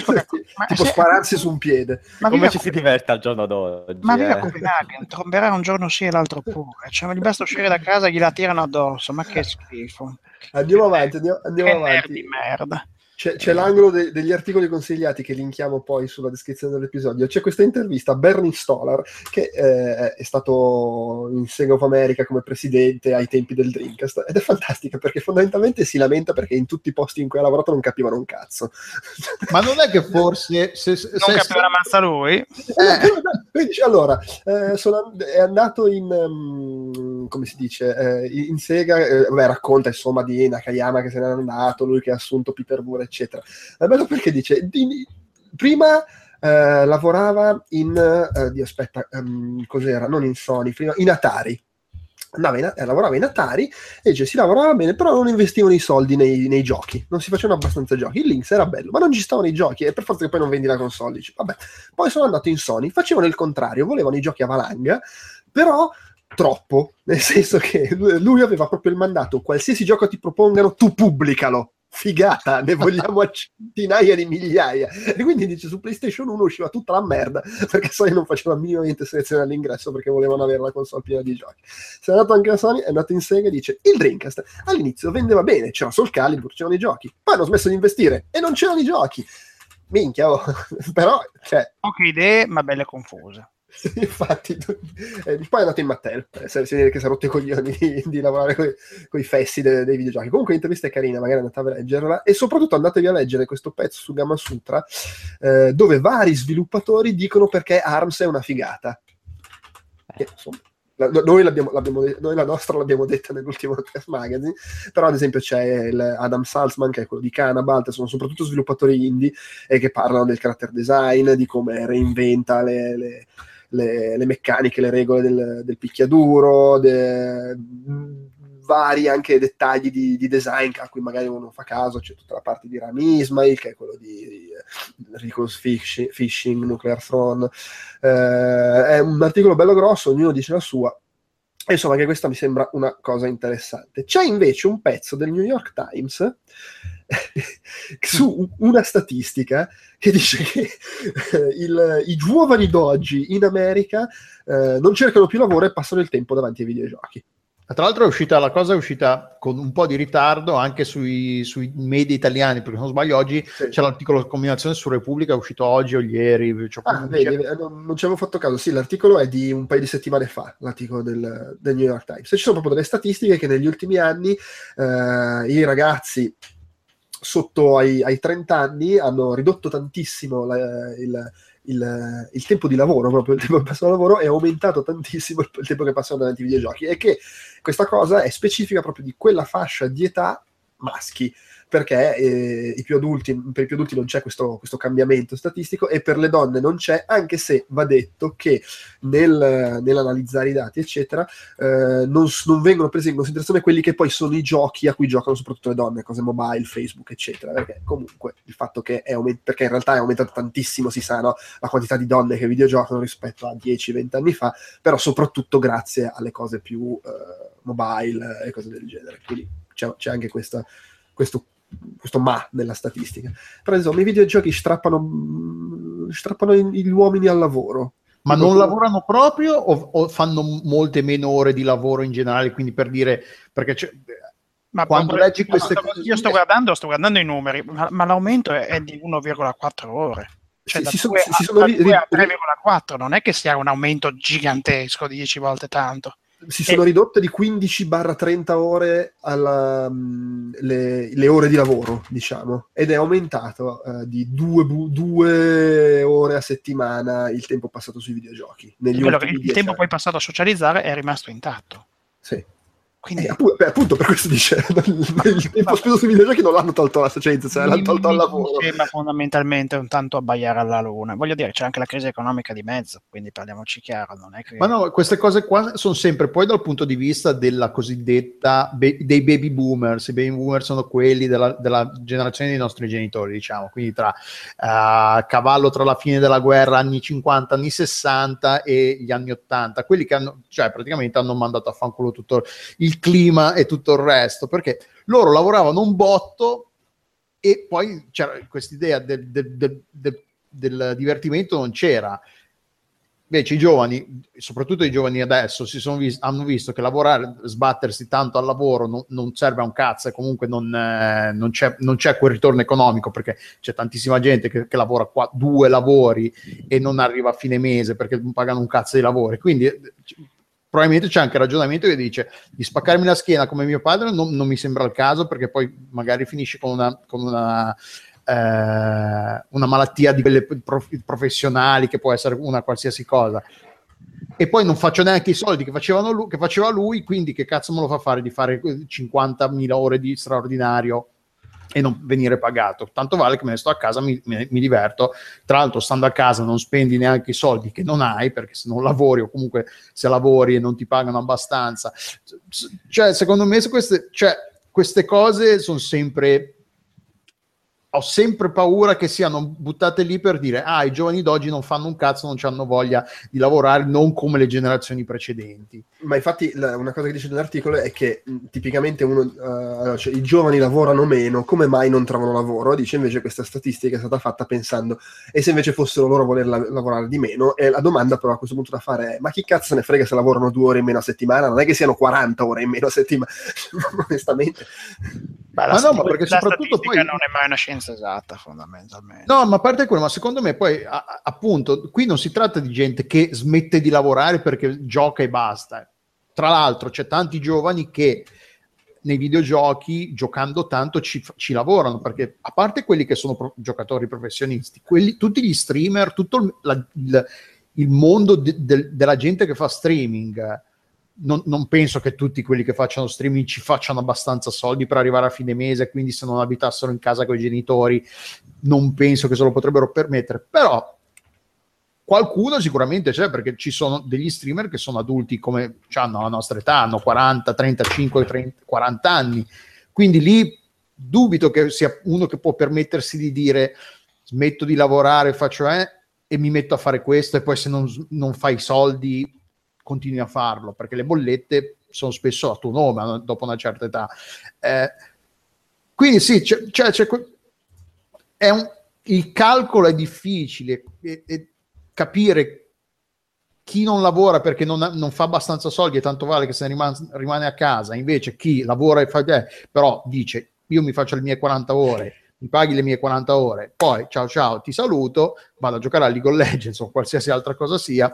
Ma tipo se... spararsi su un piede. Ma come ci si diverte al giorno d'oggi? Ma vive eh? a Copenaghen, tromberà un giorno sì e l'altro pure. Cioè, gli basta uscire da casa e gliela tirano addosso. Ma che schifo. Andiamo avanti, andiamo, andiamo che avanti. Di merda. C'è, c'è l'angolo de- degli articoli consigliati che linkiamo poi sulla descrizione dell'episodio. C'è questa intervista a Bernie Stolar, che eh, è stato in Sega of America come presidente ai tempi del Dreamcast, ed è fantastica perché fondamentalmente si lamenta perché in tutti i posti in cui ha lavorato non capivano un cazzo. Ma non è che forse se, se, non se capiva una mazza lui? Eh. Quindi, allora eh, sono, è andato in um, come si dice eh, in Sega, eh, beh, racconta insomma di Nakayama che se n'è andato, lui che ha assunto Peter Moore eccetera. È bello perché dice di, prima eh, lavorava in eh, di, aspetta um, cos'era, non in Sony, prima in Atari. Andava in, eh, lavorava in Atari e dice si lavorava bene, però non investivano i soldi nei, nei giochi, non si facevano abbastanza giochi. Il Lynx era bello, ma non ci stavano i giochi e per forza che poi non vendi la console. Dice, vabbè. Poi sono andato in Sony, facevano il contrario, volevano i giochi a valanga, però troppo, nel senso che lui aveva proprio il mandato: qualsiasi gioco ti propongano tu pubblicalo, figata, ne vogliamo a centinaia di migliaia. E quindi dice su PlayStation uno usciva tutta la merda perché Sony non faceva minimamente selezione all'ingresso perché volevano avere la console piena di giochi. Se è andato anche a Sony, è andato in Sega e dice il Dreamcast all'inizio vendeva bene, c'era Soul Calibur, c'erano i giochi, poi hanno smesso di investire e non c'erano i giochi. Minchia, oh. Però cioè poche idee ma belle confuse. Sì, infatti, eh, poi è andato in Mattel, eh, si vede che si è rotto i coglioni di, di lavorare con i fessi de, dei videogiochi. Comunque l'intervista è carina, magari andate a leggerla, e soprattutto andatevi a leggere questo pezzo su Gamasutra eh, dove vari sviluppatori dicono perché ARMS è una figata. Eh, insomma, la, noi, l'abbiamo, l'abbiamo, noi la nostra l'abbiamo detta nell'ultimo Test Magazine, però ad esempio c'è il Adam Salzman che è quello di Cannabalt, sono soprattutto sviluppatori indie e che parlano del character design, di come reinventa le, le Le, le meccaniche, le regole del, del picchiaduro, de, vari anche dettagli di, di design a cui magari uno fa caso. C'è tutta la parte di Rami Ismail, che è quello di, di Reckless Fishing, Fishing, Nuclear Throne. Eh, è un articolo bello grosso, ognuno dice la sua. E insomma, che questa mi sembra una cosa interessante. C'è invece un pezzo del New York Times su una statistica che dice che il, i giovani d'oggi in America eh, non cercano più lavoro e passano il tempo davanti ai videogiochi. Tra l'altro è uscita, la cosa è uscita con un po' di ritardo anche sui, sui media italiani, perché se non sbaglio oggi sì. C'è l'articolo combinazione su Repubblica, è uscito oggi o ieri. Cioè, ah, vedi, non, non ci avevo fatto caso. Sì, l'articolo è di un paio di settimane fa, l'articolo del, del New York Times. E ci sono proprio delle statistiche che negli ultimi anni eh, i ragazzi sotto ai, ai trenta anni hanno ridotto tantissimo la, il... Il, il tempo di lavoro, proprio il tempo che passano al lavoro, è aumentato tantissimo il, il tempo che passano davanti ai videogiochi, e che questa cosa è specifica proprio di quella fascia di età maschi, perché eh, i più adulti, per i più adulti non c'è questo, questo cambiamento statistico, e per le donne non c'è, anche se va detto che nel, nell'analizzare i dati eccetera eh, non, non vengono presi in considerazione quelli che poi sono i giochi a cui giocano soprattutto le donne, cose mobile, Facebook eccetera, perché comunque il fatto che è aumentato, perché in realtà è aumentato tantissimo, si sa, no? La quantità di donne che videogiocano rispetto a dieci venti anni fa, però soprattutto grazie alle cose più eh, mobile e cose del genere, quindi c'è, c'è anche questa, questo questo ma nella statistica. Però insomma i videogiochi strappano strappano gli uomini al lavoro. Ma non lavorano proprio o, o fanno molte meno ore di lavoro in generale? Quindi, per dire, perché c'è, ma quando proprio, leggi queste io cose, io sto guardando sto guardando i numeri, ma, ma l'aumento è, è di uno virgola quattro ore, cioè sì, da si due sono, a, si sono da ri, due a ri, tre virgola quattro, non è che sia un aumento gigantesco di dieci volte tanto. Si sono e... ridotte di quindici trenta ore alla, um, le, le ore di lavoro, diciamo, ed è aumentato uh, di due, due ore a settimana il tempo passato sui videogiochi. Negli il, ultimi il tempo anni. poi passato a socializzare è rimasto intatto. Sì. Quindi... Eh, appunto, appunto per questo dice il tempo speso sui videogiochi non l'hanno tolto alla società, cioè l'hanno tolto al lavoro. Mi sembra fondamentalmente un tanto abbaiare alla luna. Voglio dire, c'è anche la crisi economica di mezzo, quindi parliamoci chiaro, non è che... Ma no, queste cose qua sono sempre poi dal punto di vista della cosiddetta be- dei baby boomers. I baby boomers sono quelli della, della generazione dei nostri genitori, diciamo, quindi tra uh, cavallo tra la fine della guerra, anni cinquanta, anni sessanta e gli anni ottanta, quelli che hanno, cioè praticamente hanno mandato a fanculo tutto il clima e tutto il resto, perché loro lavoravano un botto e poi c'era questa idea del, del, del, del, del divertimento, non c'era. Invece i giovani, soprattutto i giovani adesso, si sono vis- hanno visto che lavorare, sbattersi tanto al lavoro non, non serve a un cazzo, e comunque non, eh, non, c'è, non c'è quel ritorno economico, perché c'è tantissima gente che, che lavora qua, due lavori e non arriva a fine mese perché non pagano un cazzo di lavori. Quindi probabilmente c'è anche il ragionamento che dice di spaccarmi la schiena come mio padre non, non mi sembra il caso, perché poi magari finisce con una, con una, eh, una malattia di quelle prof, professionali, che può essere una qualsiasi cosa, e poi non faccio neanche i soldi che, facevano lui, che faceva lui, quindi che cazzo me lo fa fare di fare cinquantamila ore di straordinario e non venire pagato? Tanto vale che me ne sto a casa, mi, mi, mi diverto. Tra l'altro, stando a casa non spendi neanche i soldi che non hai, perché se non lavori, o comunque se lavori e non ti pagano abbastanza, cioè secondo me queste, cioè, queste cose sono sempre, ho sempre paura che siano buttate lì per dire ah, i giovani d'oggi non fanno un cazzo, non hanno voglia di lavorare, non come le generazioni precedenti. Ma infatti la, una cosa che dice nell'articolo è che mh, tipicamente uno, uh, cioè, i giovani lavorano meno, come mai non trovano lavoro? Dice invece questa statistica è stata fatta pensando, e se invece fossero loro a voler la- lavorare di meno? E la domanda però a questo punto da fare è, ma chi cazzo se ne frega se lavorano due ore in meno a settimana? Non è che siano quaranta ore in meno a settimana, onestamente. Beh, la ma st- no, ma perché la soprattutto poi non è mai una scienza esatta, fondamentalmente. no, ma a parte quello, ma secondo me poi a, appunto qui non si tratta di gente che smette di lavorare perché gioca e basta. Tra l'altro c'è tanti giovani che nei videogiochi, giocando tanto, ci, ci lavorano, perché a parte quelli che sono pro- giocatori professionisti, quelli, tutti gli streamer, tutto il, la, il, il mondo de, de, della gente che fa streaming, non, non penso che tutti quelli che facciano streaming ci facciano abbastanza soldi per arrivare a fine mese, quindi se non abitassero in casa con i genitori non penso che se lo potrebbero permettere, però qualcuno sicuramente c'è, perché ci sono degli streamer che sono adulti come hanno la nostra età, hanno quaranta, trentacinque, trenta, quaranta anni, quindi lì dubito che sia uno che può permettersi di dire smetto di lavorare, faccio eh, e mi metto a fare questo, e poi se non, non fai soldi continui a farlo, perché le bollette sono spesso a tuo nome dopo una certa età. Eh, quindi sì, c'è, c'è, c'è, è un, il calcolo è difficile, e, e capire chi non lavora perché non, ha, non fa abbastanza soldi e tanto vale che se ne rimane, rimane a casa, invece chi lavora e fa eh, però dice io mi faccio le mie quaranta ore, mi paghi le mie quaranta ore, poi ciao ciao, ti saluto, vado a giocare a League of Legends o qualsiasi altra cosa sia.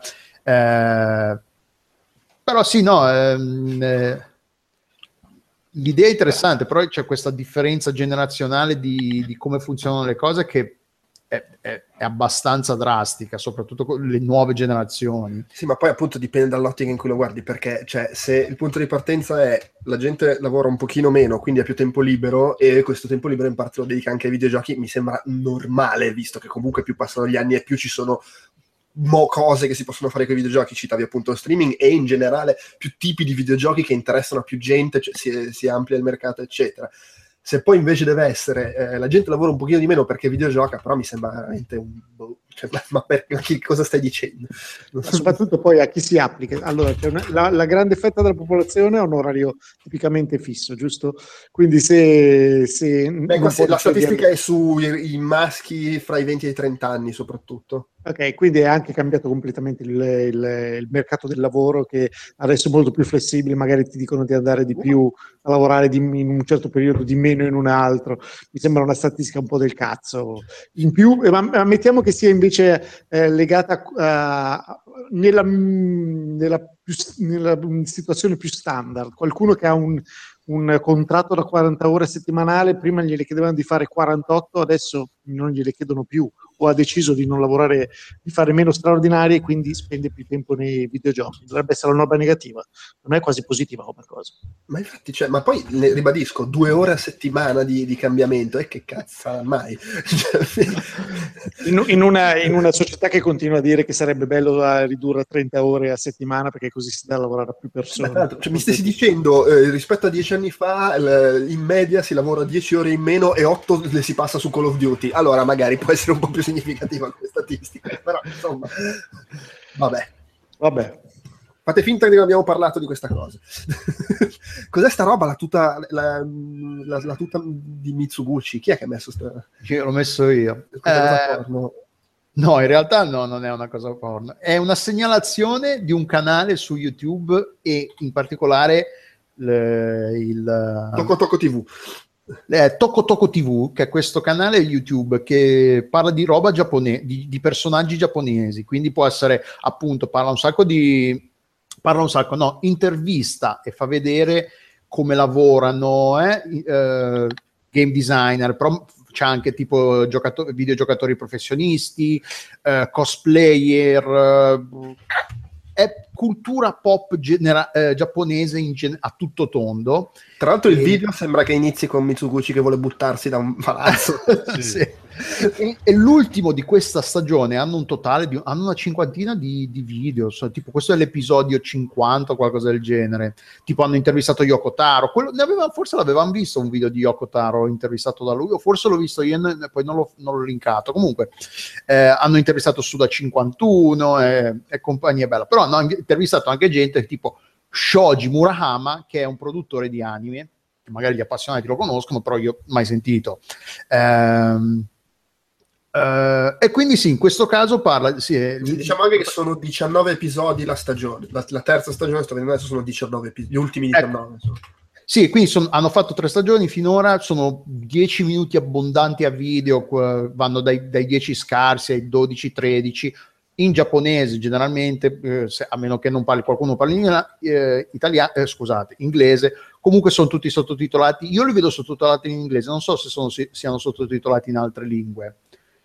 Eh, però sì, no, ehm, eh, l'idea è interessante, però c'è questa differenza generazionale di, di come funzionano le cose che è, è, è abbastanza drastica, soprattutto con le nuove generazioni. Sì, ma poi appunto dipende dall'ottica in cui lo guardi, perché cioè, se il punto di partenza è la gente lavora un pochino meno, quindi ha più tempo libero, e questo tempo libero in parte lo dedica anche ai videogiochi, mi sembra normale, visto che comunque più passano gli anni e più ci sono mo cose che si possono fare con i videogiochi, citavi appunto lo streaming e in generale più tipi di videogiochi che interessano a più gente, cioè si, si amplia il mercato eccetera. Se poi invece deve essere eh, la gente lavora un pochino di meno perché videogioca, però mi sembra veramente un cioè, ma, ma per che cosa stai dicendo? Ma soprattutto poi a chi si applica. Allora, c'è una, la, la grande fetta della popolazione ha un orario tipicamente fisso, giusto? Quindi se... se Beh, quasi, la statistica è sui maschi fra i venti e i trenta anni soprattutto. Ok, quindi è anche cambiato completamente il, il, il mercato del lavoro, che adesso è molto più flessibile, magari ti dicono di andare di più a lavorare di, in un certo periodo, di meno in un altro. Mi sembra una statistica un po' del cazzo. In più, ma, ma mettiamo che sia invece eh, legata a, uh, nella, nella, più, nella situazione più standard. Qualcuno che ha un, un contratto da quaranta ore settimanale, prima gliele chiedevano di fare quarantotto, adesso non gliele chiedono più, o ha deciso di non lavorare, di fare meno straordinari e quindi spende più tempo nei videogiochi. Dovrebbe essere una roba negativa, non è quasi positiva come cosa. Ma infatti, cioè, ma poi ne, ribadisco, due ore a settimana di, di cambiamento, e eh, che cazzo mai? in, in, una, in una società che continua a dire che sarebbe bello da ridurre a trenta ore a settimana perché così si dà a lavorare a più persone. Ma tanto, cioè, mi stessi dicendo, eh, rispetto a dieci anni fa, l- in media si lavora dieci ore in meno e otto le si passa su Call of Duty. Allora magari può essere un po' più significativa come statistica, però insomma, vabbè. Vabbè. Fate finta che non abbiamo parlato di questa cosa. Cos'è sta roba, la tuta, la, la, la tuta di Mitsuguchi? Chi è che ha messo sta... L'ho messo io. Eh, no, in realtà no, non è una cosa porno. È una segnalazione di un canale su YouTube e in particolare le, il... Toco Toco tivù. Eh, Toco Toco tivù, che è questo canale YouTube che parla di roba giapponese, di, di personaggi giapponesi, quindi può essere appunto, parla un sacco di parla un sacco, no, intervista e fa vedere come lavorano eh, eh, game designer, però c'è anche tipo giocatori, videogiocatori professionisti, eh, cosplayer, eh, è cultura pop genera- eh, giapponese in gen- a tutto tondo. Tra l'altro il e... video sembra che inizi con Mitsuguchi che vuole buttarsi da un palazzo. Sì. Sì. E, e l'ultimo di questa stagione hanno un totale di hanno una cinquantina di, di video, so, tipo questo è l'episodio cinquanta o qualcosa del genere, tipo hanno intervistato Yoko Taro, quello, ne aveva, forse l'avevamo visto un video di Yoko Taro intervistato da lui, o forse l'ho visto io e poi non l'ho, non l'ho linkato, comunque eh, hanno intervistato Suda cinquantuno e, e compagnia bella, però hanno intervistato anche gente tipo Shoji Murahama, che è un produttore di anime, magari gli appassionati lo conoscono, però io mai sentito. Ehm Uh, e quindi sì, in questo caso parla sì, è, diciamo anche che sono diciannove episodi la stagione, la, la terza stagione sto vedendo adesso sono diciannove episodi, gli ultimi diciannove ecco. Sì, quindi son, hanno fatto tre stagioni finora, sono dieci minuti abbondanti a video, vanno dai, dai dieci scarsi ai dodici tredici in giapponese generalmente, eh, se, a meno che non parli qualcuno parli in eh, italiano, eh, scusate, inglese, comunque sono tutti sottotitolati, io li vedo sottotitolati in inglese, non so se sono, si, siano sottotitolati in altre lingue.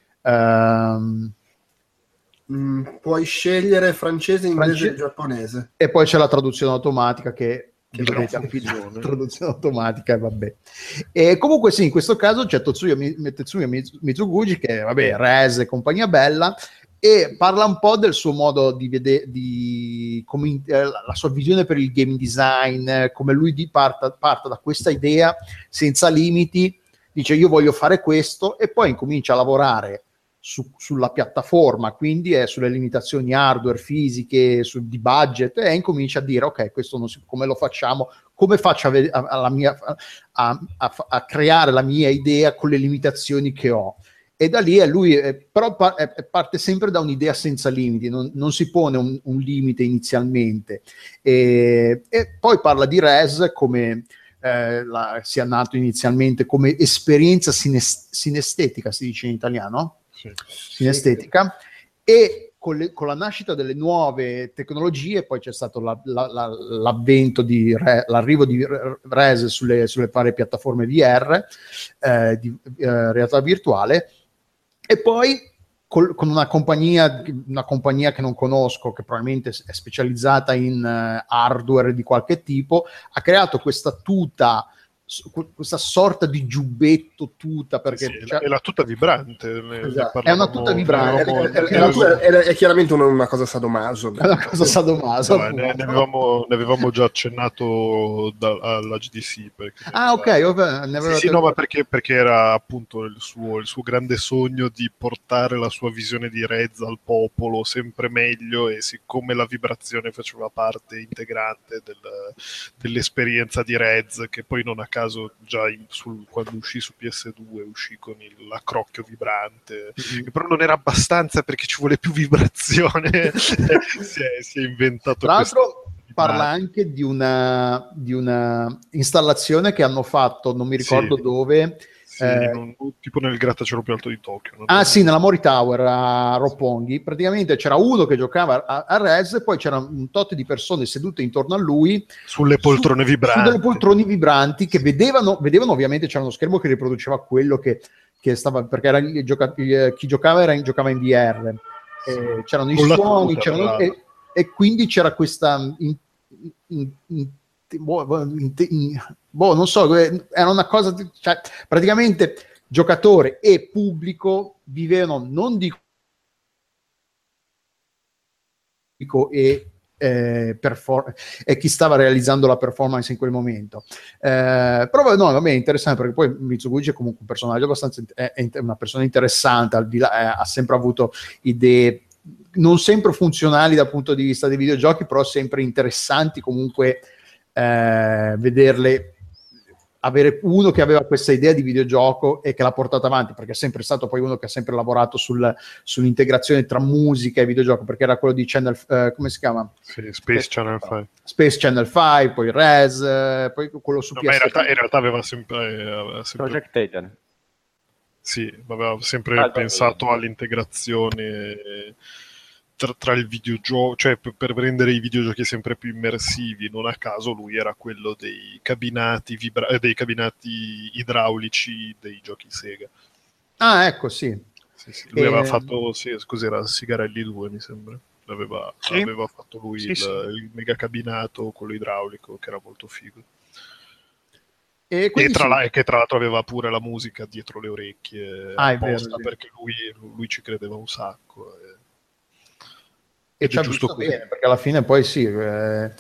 Um, mm, puoi scegliere francese, inglese France... e giapponese, e poi c'è la traduzione automatica che, che la traduzione automatica e vabbè. E comunque sì, in questo caso c'è Tetsuya, Tetsuya Mitsuguchi che vabbè, Res e compagnia bella, e parla un po' del suo modo di vedere, di come, eh, la sua visione per il game design, eh, come lui di parta, parta da questa idea senza limiti, dice io voglio fare questo e poi incomincia a lavorare su, sulla piattaforma, quindi è sulle limitazioni hardware, fisiche, su, di budget, e incomincia a dire ok, questo non si, come lo facciamo, come faccio a, a, a, mia, a, a, a creare la mia idea con le limitazioni che ho. E da lì è lui, è, però par- è, parte sempre da un'idea senza limiti, non, non si pone un, un limite inizialmente. E, e poi parla di Rez come eh, la, sia nato inizialmente come esperienza sines- sinestetica, si dice in italiano? Sì. Sinestetica, e con, le, con la nascita delle nuove tecnologie poi c'è stato la, la, la, l'avvento di Re, l'arrivo di Rez sulle, sulle varie piattaforme V R, eh, di eh, realtà virtuale, e poi col, con una compagnia, una compagnia che non conosco, che probabilmente è specializzata in uh, hardware di qualche tipo, ha creato questa tuta, questa sorta di giubbetto tuta, perché sì, è la tuta vibrante, ne, esatto. ne È una tuta vibrante, è, è, è, è, è, è chiaramente una, una cosa sadomaso, è una cosa sadomaso. No, ne, ne, avevamo, ne avevamo già accennato da, all'H D C, perché ah ok, era, ne sì, sì, no, ma perché, perché era appunto il suo, il suo grande sogno di portare la sua visione di Rez al popolo sempre meglio, e siccome la vibrazione faceva parte integrante del, dell'esperienza di Rez, che poi non a caso già in, sul, quando uscì su P S due uscì con il, l'accrocchio vibrante, mm-hmm. che però non era abbastanza perché ci vuole più vibrazione. si, è, si è inventato tra l'altro parla anche di una, di una installazione che hanno fatto, non mi ricordo sì. dove, sì, eh, non, tipo nel grattacielo più alto di Tokyo, non ah sì, nella Mori Tower a Roppongi. Praticamente c'era uno che giocava a, a Rez e poi c'era un tot di persone sedute intorno a lui sulle poltrone su, vibranti, su delle poltrone vibranti che vedevano, vedevano ovviamente, c'era uno schermo che riproduceva quello che, che stava, perché era il gioca, il, chi giocava era, giocava in V R, eh, c'erano i suoni, c'erano, e, e quindi c'era questa in, in, in, boh, in, in, boh, non so, era una cosa, cioè, praticamente giocatore e pubblico vivevano, non dico e, eh, perform- e chi stava realizzando la performance in quel momento, eh, però no, vabbè, è interessante perché poi Mizuguchi è comunque un personaggio abbastanza, è, è una persona interessante, al di là, è, ha sempre avuto idee non sempre funzionali dal punto di vista dei videogiochi, però sempre interessanti comunque, eh, vederle, avere uno che aveva questa idea di videogioco e che l'ha portata avanti, perché è sempre stato poi uno che ha sempre lavorato sul, sull'integrazione tra musica e videogioco, perché era quello di Channel, eh, come si chiama? Sì, Space Channel cinque. Space Channel cinque, poi Rez, eh, poi quello su no, P S due. Ma in realtà, in realtà aveva sempre, aveva sempre... Project Titan. Sì, aveva sempre ah, pensato beh. all'integrazione tra, tra il videogioco, cioè per, per rendere i videogiochi sempre più immersivi. Non a caso lui era quello dei cabinati vibra- dei cabinati idraulici dei giochi Sega. Ah, ecco, sì. Sì, sì. Lui e... aveva fatto, sì, scusi, era Sigarelli due, mi sembra. L'aveva, sì. Aveva fatto lui sì, il, sì. il mega cabinato, quello idraulico, che era molto figo. E, e tra sì. la, che tra l'altro aveva pure la musica dietro le orecchie, ah, apposta, vero, sì. perché lui, lui ci credeva un sacco. E, e ci ha giusto bene, perché alla fine poi sì, eh,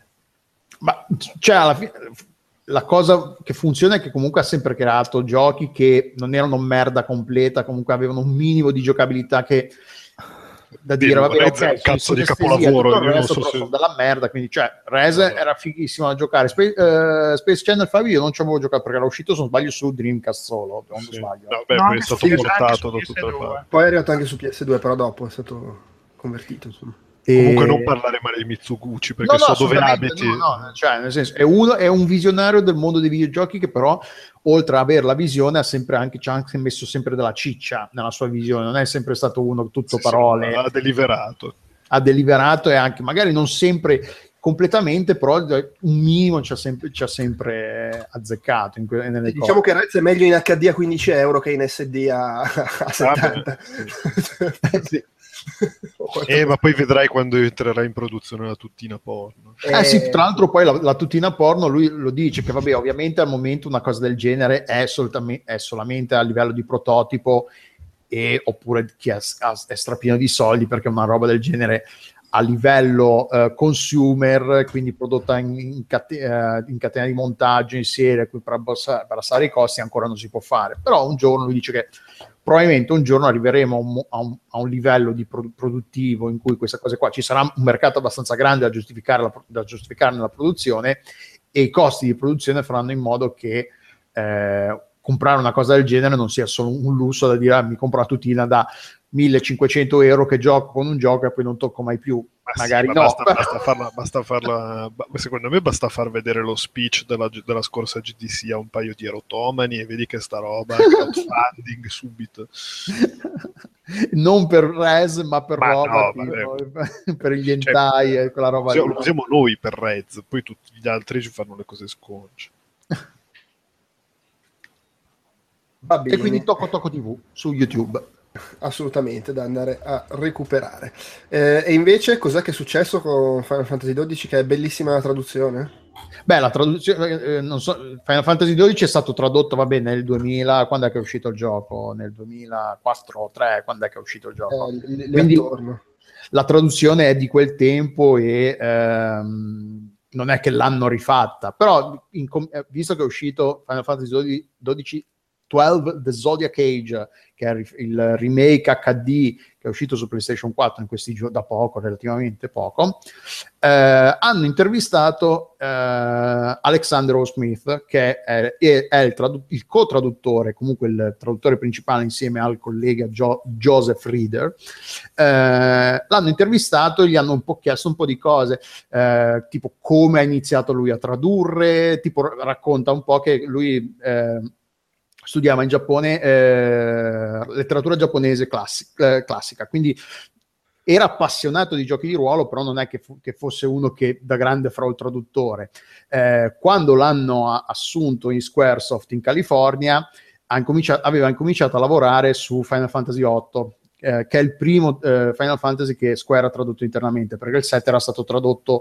ma cioè alla fine la cosa che funziona è che comunque ha sempre creato giochi che non erano merda completa, comunque avevano un minimo di giocabilità che da dire, dire vabbè, okay, un cazzo di capolavoro, tutto il resto però so sono della merda, quindi cioè Rez no, no. era fighissimo da giocare. Space, uh, Space Channel cinque io non ci avevo giocato perché era uscito, se non sbaglio, su Dreamcast solo, non sì. sbaglio. No, beh, no, poi è stato portato da tutta la... Poi è arrivato anche su P S due, però dopo è stato convertito, insomma. E... Comunque non parlare male di Mizuguchi, perché no, no, so dove abiti. No, no, cioè, nel senso, è, uno, è un visionario del mondo dei videogiochi che però, oltre ad avere la visione, ha sempre anche, ci ha anche messo sempre della ciccia nella sua visione. Non è sempre stato uno tutto sì, parole. Sì, ha deliberato. Ha deliberato e anche, magari non sempre completamente, però un minimo ci ha sempre, ci ha sempre azzeccato. In que- nelle diciamo cose. Che Rez è meglio in H D a quindici euro che in S D a, a settanta. Ah, sì. Eh, ma poi vedrai quando entrerà in produzione la tuttina porno. Eh, eh sì, tra l'altro poi la, la tuttina porno, lui lo dice che vabbè, ovviamente al momento una cosa del genere è, soltamente, è solamente a livello di prototipo e oppure chi è, è strapieno di soldi perché una roba del genere a livello uh, consumer, quindi prodotta in, in, cate- uh, in catena di montaggio, in serie, per abbassare, per abbassare i costi, ancora non si può fare. Però un giorno lui dice che probabilmente un giorno arriveremo a un, a un, a un livello di pro- produttivo in cui queste cose qua, ci sarà un mercato abbastanza grande da giustificare la, da giustificarne la produzione, e i costi di produzione faranno in modo che eh, comprare una cosa del genere non sia solo un lusso da dire ah, mi compro la tutina da millecinquecento euro che gioco con un gioco e poi non tocco mai più. Ma magari sì, ma no. basta, basta farla, basta farla, secondo me basta far vedere lo speech della, della scorsa G D C a un paio di erotomani e vedi che sta roba è crowdfunding subito. Non per Rez, ma per ma roba no, tipo, per gli hentai cioè, e quella roba lo lì. Lo usiamo noi per Rez, poi tutti gli altri ci fanno le cose sconce. Va bene. E quindi Tocco Tocco T V su YouTube. Assolutamente, da andare a recuperare. Eh, e invece cos'è che è successo con Final Fantasy dodici, che è bellissima la traduzione? Beh, la traduzione, eh, non so, Final Fantasy dodici è stato tradotto, vabbè, nel duemila, quando è che è uscito il gioco? Nel duemilaquattro o tre, quando è che è uscito il gioco? Eh, l- Quindi attorno. La traduzione è di quel tempo e ehm, non è che l'hanno rifatta, però in, visto che è uscito Final Fantasy dodici dodici The Zodiac Age, che è il remake acca di che è uscito su PlayStation quattro in questi giorni, da poco, relativamente poco, eh, hanno intervistato eh, Alexander O. Smith, che è, è, è il, tradu- il co-traduttore, comunque il traduttore principale insieme al collega Gio- Joseph Reeder. Eh, l'hanno intervistato e gli hanno un po' chiesto un po' di cose, eh, tipo come ha iniziato lui a tradurre, tipo racconta un po' che lui eh, studiava in Giappone eh, letteratura giapponese classi- eh, classica, quindi era appassionato di giochi di ruolo, però non è che, fu- che fosse uno che da grande farà il traduttore. Eh, quando l'hanno a- assunto in Squaresoft in California, ha incominciato, aveva incominciato a lavorare su Final Fantasy otto, eh, che è il primo eh, Final Fantasy che Square ha tradotto internamente, perché il sette era stato tradotto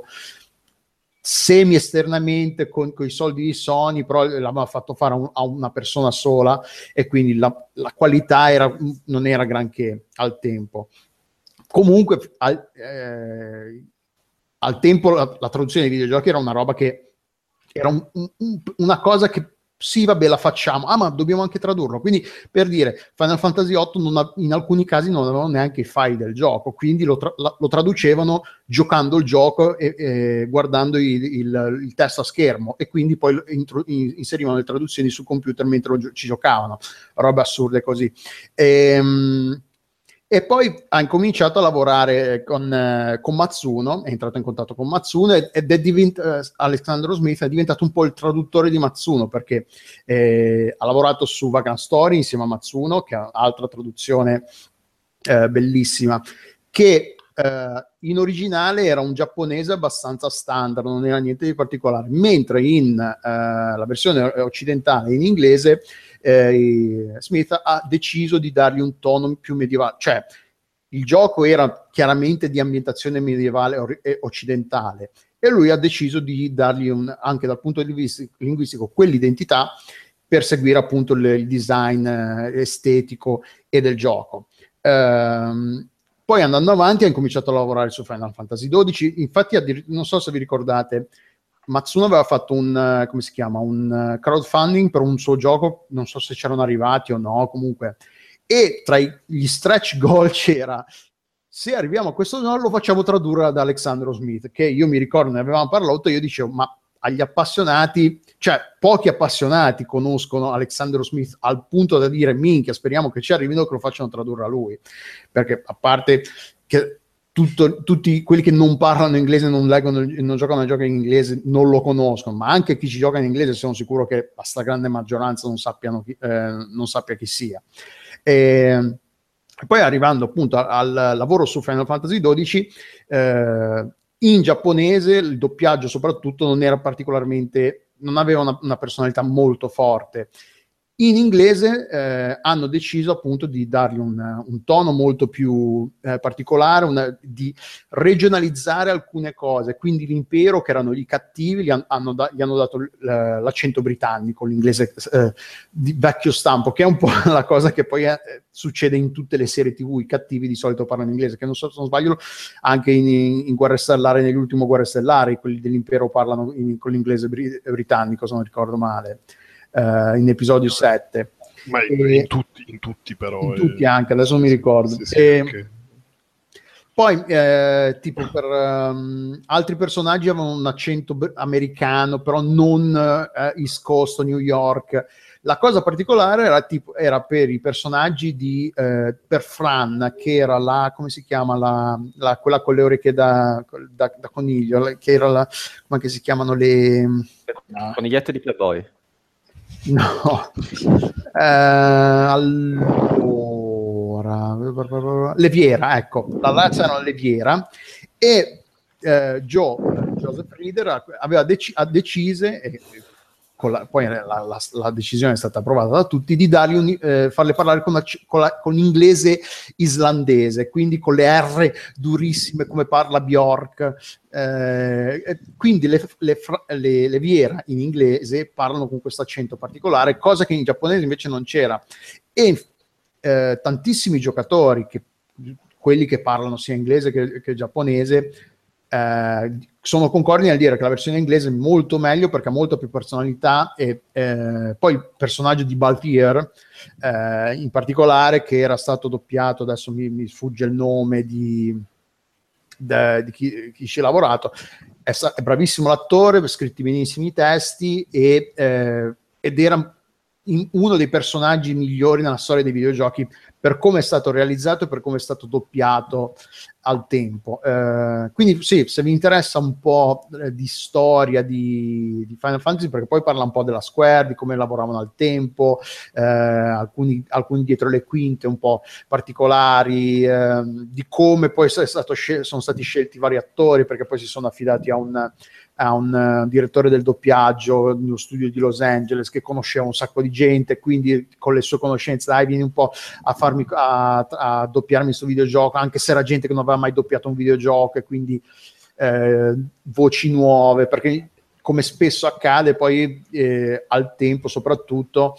semi esternamente con, con i soldi di Sony, però l'aveva fatto fare a, un, a una persona sola e quindi la, la qualità era, non era granché al tempo. Comunque al, eh, al tempo la, la traduzione dei videogiochi era una roba che era un, un, una cosa che sì, vabbè, la facciamo, ah ma dobbiamo anche tradurlo, quindi per dire Final Fantasy otto non ha, in alcuni casi non avevano neanche i file del gioco, quindi lo, tra- la, lo traducevano giocando il gioco e, e guardando il, il, il testo a schermo, e quindi poi intro- inserivano le traduzioni sul computer mentre lo, ci giocavano, robe assurde così. Ehm E poi ha incominciato a lavorare con, eh, con Matsuno, è entrato in contatto con Matsuno ed è diventato, eh, Alexandro Smith è diventato un po' il traduttore di Matsuno, perché eh, ha lavorato su Vagrant Story insieme a Matsuno, che è altra traduzione eh, bellissima, che eh, in originale era un giapponese abbastanza standard, non era niente di particolare, mentre in eh, la versione occidentale in inglese Eh, Smith ha deciso di dargli un tono più medievale, cioè il gioco era chiaramente di ambientazione medievale or- e occidentale, e lui ha deciso di dargli un, anche dal punto di vista linguistico quell'identità per seguire appunto il, il design eh, estetico e del gioco. Ehm, poi andando avanti ha incominciato a lavorare su Final Fantasy dodici, infatti addir- non so se vi ricordate, Matsuno aveva fatto un, come si chiama, un crowdfunding per un suo gioco, non so se c'erano arrivati o no, comunque, e tra i, gli stretch goal c'era: se arriviamo a questo giorno lo facciamo tradurre ad Alexandro Smith, che io mi ricordo, ne avevamo parlato, io dicevo, ma agli appassionati, cioè pochi appassionati conoscono Alexandro Smith al punto da dire, minchia, speriamo che ci arrivino, che lo facciano tradurre a lui, perché a parte che Tutto, tutti quelli che non parlano inglese, non leggono, non giocano a giochi in inglese, non lo conoscono, ma anche chi ci gioca in inglese sono sicuro che la stragrande maggioranza non, sappiano chi, eh, non sappia chi sia. E poi arrivando appunto al lavoro su Final Fantasy dodici, eh, in giapponese il doppiaggio soprattutto non era particolarmente, non aveva una, una personalità molto forte. In inglese eh, hanno deciso appunto di dargli un, un tono molto più eh, particolare, una, di regionalizzare alcune cose, quindi l'impero, che erano i cattivi, gli, han, hanno, da, gli hanno dato l- l'accento britannico, l'inglese eh, di vecchio stampo, che è un po' la cosa che poi eh, succede in tutte le serie tivù. I cattivi di solito parlano inglese, che non so se non sbaglio anche in, in Guerre Stellari, nell'ultimo Guerre Stellari, quelli dell'impero parlano in, con l'inglese bri- britannico, se non ricordo male. Uh, in episodio sette, ma in, e, in, tutti, in tutti però in eh. tutti anche, adesso non mi ricordo. Sì, sì, e, okay. Poi eh, tipo per um, altri personaggi avevano un accento b- americano, però non uh, East Coast o New York. La cosa particolare era, tipo, era per i personaggi di eh, per Fran, che era la, come si chiama, la, la, quella con le orecchie da, da, da coniglio, che era la, come che si chiamano le... No. Conigliette di Playboy. No, eh, allora Leviera, ecco, la razza era Leviera e eh, Joe, Joseph Reeder aveva dec- ha decise e con la, poi la, la, la decisione è stata approvata da tutti di dargli un, eh, farle parlare con, la, con, la, con inglese islandese, quindi con le R durissime come parla Bjork. Eh, quindi le, le, le, le Viera in inglese parlano con questo accento particolare, cosa che in giapponese invece non c'era, e eh, tantissimi giocatori, che, quelli che parlano sia inglese che, che giapponese, eh, sono concordi nel dire che la versione inglese è molto meglio perché ha molta più personalità, e eh, poi il personaggio di Baltier eh, in particolare, che era stato doppiato, adesso mi, mi sfugge il nome di De, di chi, chi ci ha lavorato, è, è bravissimo l'attore, scritti benissimi i testi, e, eh, ed era in uno dei personaggi migliori nella storia dei videogiochi per come è stato realizzato e per come è stato doppiato al tempo. Eh, quindi sì, se vi interessa un po' eh, di storia di, di Final Fantasy, perché poi parla un po' della Square, di come lavoravano al tempo, eh, alcuni, alcuni dietro le quinte un po' particolari, eh, di come poi è stato scel- sono stati scelti vari attori, perché poi si sono affidati a un a un uh, direttore del doppiaggio nello studio di Los Angeles che conosceva un sacco di gente, quindi con le sue conoscenze, dai, vieni un po' a farmi a, a doppiarmi questo videogioco, anche se era gente che non aveva mai doppiato un videogioco, e quindi eh, voci nuove, perché come spesso accade poi eh, al tempo soprattutto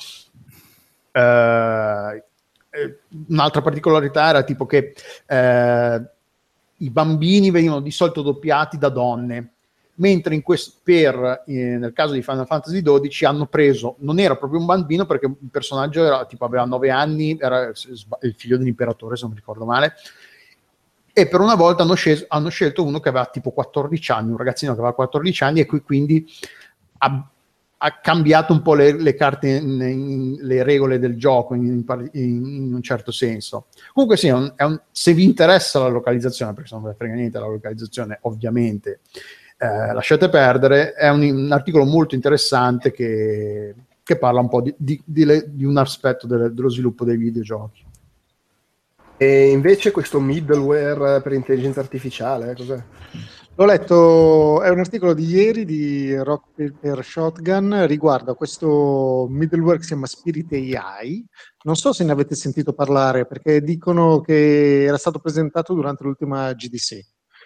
eh, eh, un'altra particolarità era tipo che eh, i bambini venivano di solito doppiati da donne, mentre in questo, per, eh, nel caso di Final Fantasy dodici hanno preso, non era proprio un bambino perché il personaggio era, tipo, aveva nove anni, era il figlio dell'imperatore se non mi ricordo male, e per una volta hanno, sceso, hanno scelto uno che aveva tipo quattordici anni, un ragazzino che aveva quattordici anni, e qui quindi ha, ha cambiato un po' le, le carte, in, in, le regole del gioco in, in, in un certo senso. Comunque sì, è un, è un, se vi interessa la localizzazione, perché se non ve ne frega niente la localizzazione ovviamente, Eh, lasciate perdere, è un, un articolo molto interessante che, che parla un po' di, di, di, le, di un aspetto del, dello sviluppo dei videogiochi. E invece questo middleware per intelligenza artificiale, cos'è? L'ho letto, è un articolo di ieri di Rock Paper Shotgun riguardo a questo middleware che si chiama Spirit A I. Non so se ne avete sentito parlare, perché dicono che era stato presentato durante l'ultima G D C.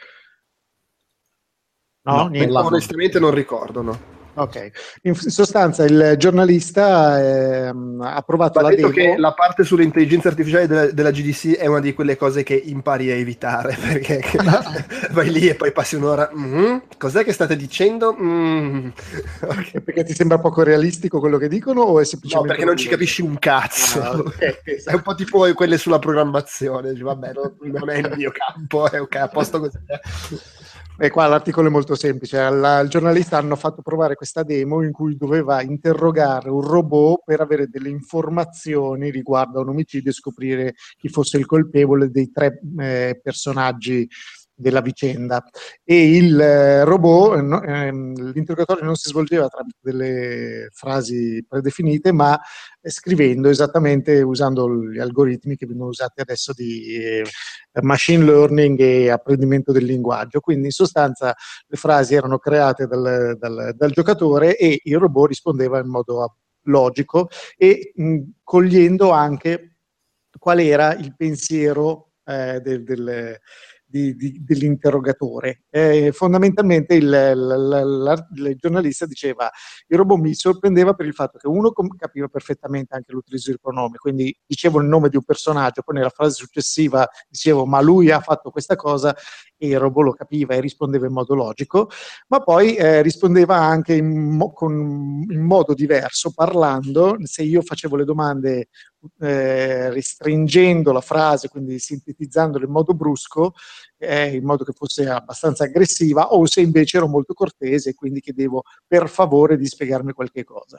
No, no niente. Onestamente non ricordo, no. Ok, in sostanza il giornalista eh, ha provato Va la detto demo. che la parte sull'intelligenza artificiale della, della G D C è una di quelle cose che impari a evitare, perché vai lì e poi passi un'ora, mm-hmm. Cos'è che state dicendo? Mm. Okay. Perché ti sembra poco realistico quello che dicono, o è semplicemente... No, perché non ci capisci un cazzo. Ah, okay. È un po' tipo quelle sulla programmazione, cioè, vabbè, non, non è il mio campo, è ok, a posto così. E qua l'articolo è molto semplice. Al giornalista hanno fatto provare questa demo in cui doveva interrogare un robot per avere delle informazioni riguardo a un omicidio e scoprire chi fosse il colpevole dei tre eh, personaggi della vicenda. E il eh, robot, no, ehm, l'interrogatorio non si svolgeva tramite delle frasi predefinite, ma eh, scrivendo esattamente, usando gli algoritmi che vengono usati adesso di eh, machine learning e apprendimento del linguaggio. Quindi in sostanza le frasi erano create dal, dal, dal giocatore e il robot rispondeva in modo logico e mh, cogliendo anche qual era il pensiero eh, del, del, di, di, dell'interrogatore. Eh, fondamentalmente il, la, la, la, il giornalista diceva: il robot mi sorprendeva per il fatto che uno com- capiva perfettamente anche l'utilizzo del pronome, quindi dicevo il nome di un personaggio, poi nella frase successiva dicevo ma lui ha fatto questa cosa e il robot lo capiva e rispondeva in modo logico, ma poi eh, rispondeva anche in, mo- con, in modo diverso, parlando. Se io facevo le domande eh, restringendo la frase, quindi sintetizzandola in modo brusco, eh, in modo che fosse abbastanza aggressiva, o se invece ero molto cortese e quindi chiedevo per favore di spiegarmi qualche cosa.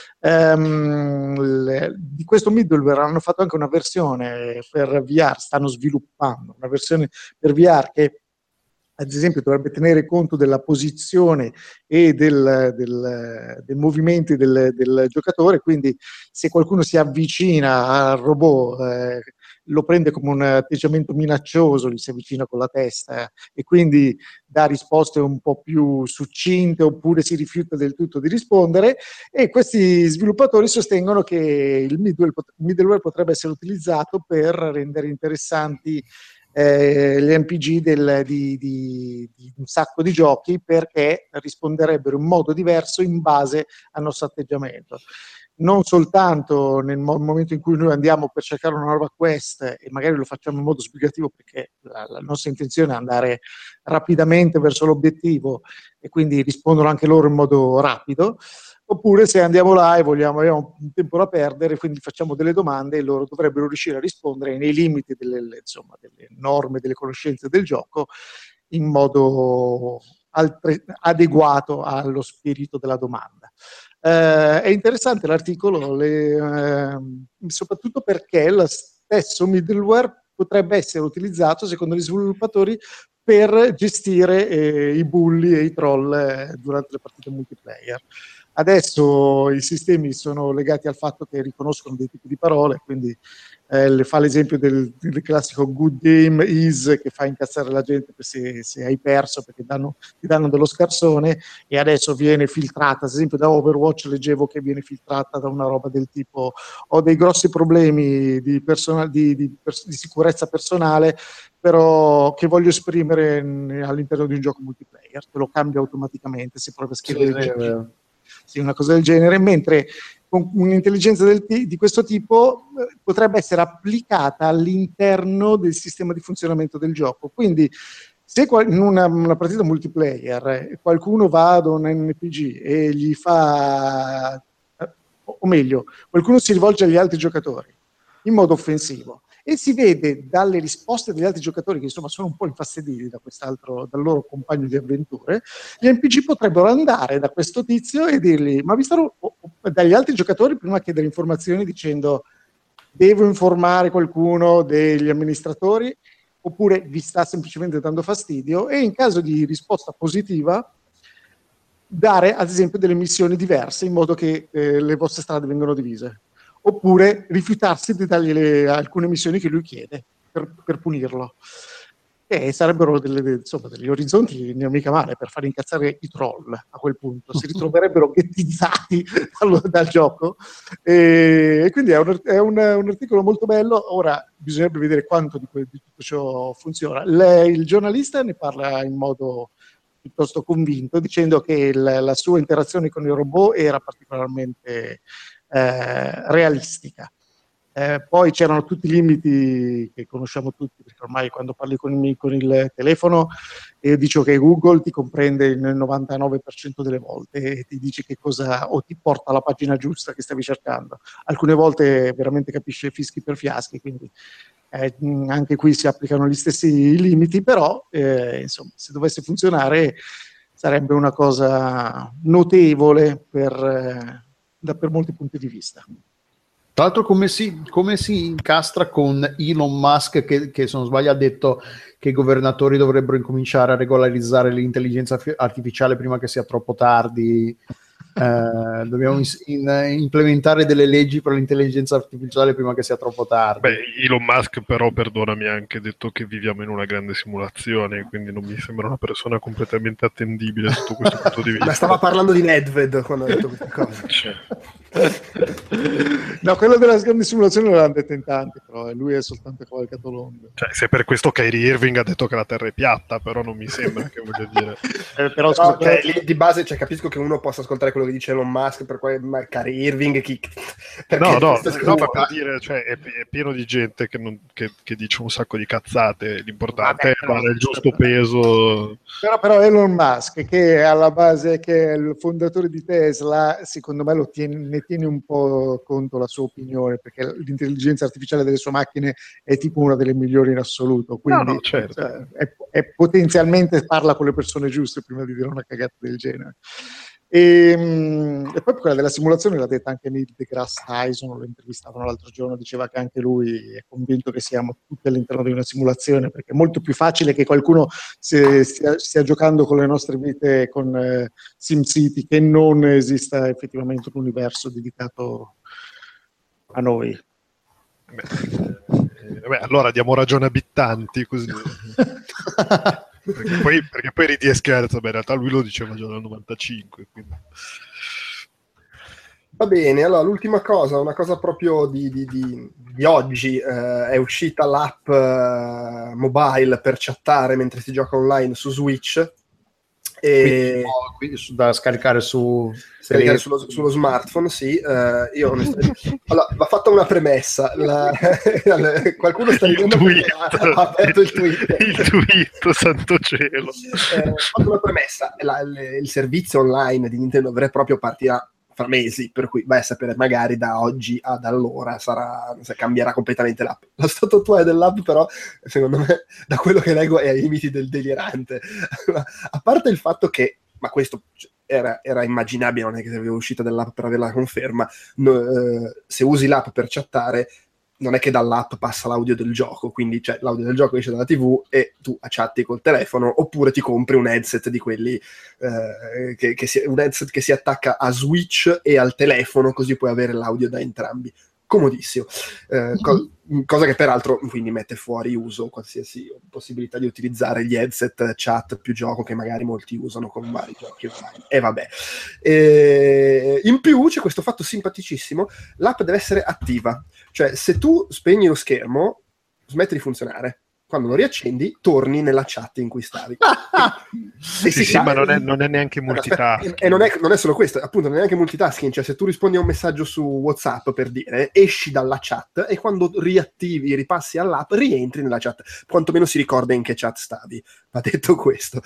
Um, le, di questo middleware hanno fatto anche una versione per V R, stanno sviluppando una versione per V R che ad esempio dovrebbe tenere conto della posizione e del, del, dei movimenti del, del giocatore, quindi se qualcuno si avvicina al robot eh, lo prende come un atteggiamento minaccioso, gli si avvicina con la testa eh, e quindi dà risposte un po' più succinte oppure si rifiuta del tutto di rispondere, e questi sviluppatori sostengono che il middleware, middleware potrebbe essere utilizzato per rendere interessanti Eh, gli M P G del, di, di, di un sacco di giochi, perché risponderebbero in modo diverso in base al nostro atteggiamento. Non soltanto nel mo- momento in cui noi andiamo per cercare una nuova quest e magari lo facciamo in modo sbrigativo perché la, la nostra intenzione è andare rapidamente verso l'obiettivo e quindi rispondono anche loro in modo rapido, oppure se andiamo là e vogliamo, abbiamo un tempo da perdere, quindi facciamo delle domande e loro dovrebbero riuscire a rispondere nei limiti delle, insomma, delle norme, delle conoscenze del gioco, in modo altre, adeguato allo spirito della domanda. Eh, è interessante l'articolo, le, eh, soprattutto perché lo stesso middleware potrebbe essere utilizzato, secondo gli sviluppatori, per gestire eh, i bulli e i troll eh, durante le partite multiplayer. Adesso i sistemi sono legati al fatto che riconoscono dei tipi di parole, quindi eh, le fa l'esempio del, del classico good game is, che fa incazzare la gente se, se hai perso perché danno, ti danno dello scarsone, e adesso viene filtrata, ad esempio da Overwatch leggevo che viene filtrata da una roba del tipo: ho dei grossi problemi di, persona, di, di, pers- di sicurezza personale, però che voglio esprimere in, all'interno di un gioco multiplayer, te lo cambia automaticamente se provi a scrivere Sì, G G. Sì, una cosa del genere, mentre con un'intelligenza del t- di questo tipo eh, potrebbe essere applicata all'interno del sistema di funzionamento del gioco. Quindi se qual- in una, una partita multiplayer eh, qualcuno va ad un N P G e gli fa, eh, o meglio, qualcuno si rivolge agli altri giocatori in modo offensivo e si vede dalle risposte degli altri giocatori che insomma sono un po' infastiditi da quest'altro, dal loro compagno di avventure, gli N P G potrebbero andare da questo tizio e dirgli: ma vi stanno, dagli altri giocatori prima chiedere informazioni dicendo: devo informare qualcuno degli amministratori, oppure vi sta semplicemente dando fastidio, e in caso di risposta positiva dare ad esempio delle missioni diverse in modo che eh, le vostre strade vengano divise, oppure rifiutarsi di dargli le, alcune missioni che lui chiede per, per punirlo. E sarebbero delle, insomma, degli orizzonti non mica male per far incazzare i troll. A quel punto si ritroverebbero ghettizzati dal, dal gioco, e, e quindi è, un, è un, un articolo molto bello. Ora bisognerebbe vedere quanto di, di tutto ciò funziona. Le, il giornalista ne parla in modo piuttosto convinto, dicendo che il, la sua interazione con il robot era particolarmente eh, realistica. Eh, poi c'erano tutti i limiti che conosciamo tutti, perché ormai quando parli con il, con il telefono e dici che Google ti comprende il novantanove per cento delle volte e ti dice che cosa, o ti porta alla pagina giusta che stavi cercando. Alcune volte veramente capisce fischi per fiaschi, quindi eh, anche qui si applicano gli stessi limiti, però eh, insomma, se dovesse funzionare sarebbe una cosa notevole per, eh, da, per molti punti di vista. Tra l'altro come si, come si incastra con Elon Musk che, che se non sbaglio ha detto che i governatori dovrebbero incominciare a regolarizzare l'intelligenza artificiale prima che sia troppo tardi? Eh, dobbiamo in, in, implementare delle leggi per l'intelligenza artificiale prima che sia troppo tardi. Beh, Elon Musk però, perdonami, ha anche detto che viviamo in una grande simulazione, quindi non mi sembra una persona completamente attendibile sotto questo punto di vista. Ma stava parlando di Nedved quando ha detto queste cose. Cioè. No, quello della grande simulazione l'hanno detto in tanti, però lui è soltanto cavalcato l'onda. Cioè, se per questo Kyrie Irving ha detto che la Terra è piatta, però non mi sembra che voglio dire. Eh, però, Però, scusa, cioè, però- lì di base, cioè, capisco che uno possa ascoltare quello che dice Elon Musk, per quale ma Kyrie Irving, chi... perché No, no, questa no, scusa- ma per dire, cioè, è, è pieno di gente che, non, che, che dice un sacco di cazzate. L'importante Vabbè, è però- dare il giusto peso. Però, però Elon Musk, che è alla base, che è il fondatore di Tesla, secondo me lo tiene, ne tiene un po' conto la sua opinione, perché l'intelligenza artificiale delle sue macchine è tipo una delle migliori in assoluto, quindi No, no, certo. cioè, è, è potenzialmente parla con le persone giuste prima di dire una cagata del genere. E, mh, e poi quella della simulazione l'ha detta anche Neil deGrasse Tyson, lo intervistavano l'altro giorno, diceva che anche lui è convinto che siamo tutti all'interno di una simulazione, perché è molto più facile che qualcuno si, stia, stia giocando con le nostre vite con eh, SimCity, che non esista effettivamente un universo dedicato a noi. Beh, eh, vabbè, allora diamo ragione a Bittanti, così. Perché poi, perché poi ridi e scherza, beh, in realtà lui lo diceva già nel novantacinque, quindi... Va bene, allora l'ultima cosa, una cosa proprio di, di, di, di oggi, eh, è uscita l'app eh, mobile per chattare mentre si gioca online su Switch. E... Quindi, quindi su- da scaricare su scaricare sullo, sullo smartphone, sì. Eh, io onestamente... Allora, va fatta una premessa. La... Qualcuno sta ridendo perché ha, ha aperto il tweet. Il tweet, santo cielo. Eh, ho fatto una premessa. La, il, il servizio online di Nintendo dovrebbe proprio partirà fra mesi, per cui vai a sapere, magari da oggi ad allora sarà, non so, cambierà completamente l'app. Lo stato attuale dell'app, però, secondo me, da quello che leggo, è ai limiti del delirante. A parte il fatto che, ma questo era, era immaginabile, non è che sarebbe uscita dell'app per avere la conferma, no, eh, se usi l'app per chattare, non è che dall'app passa l'audio del gioco, quindi cioè, l'audio del gioco esce dalla tivù e tu chatti col telefono, oppure ti compri un headset di quelli eh, che, che si, un headset che si attacca a Switch e al telefono, così puoi avere l'audio da entrambi. Comodissimo. Eh, co- cosa che peraltro quindi mette fuori uso qualsiasi possibilità di utilizzare gli headset chat più gioco che magari molti usano con vari giochi online. E vabbè. E in più c'è questo fatto simpaticissimo: l'app deve essere attiva. Cioè, se tu spegni lo schermo, smette di funzionare. Quando lo riaccendi, torni nella chat in cui stavi. Sì, sì, sì, ma non è, non è neanche multitasking. E non è, non è solo questo, appunto, non è neanche multitasking. Cioè, se tu rispondi a un messaggio su WhatsApp, per dire, esci dalla chat e quando riattivi, ripassi all'app, rientri nella chat. Quantomeno si ricorda in che chat stavi. Va detto questo.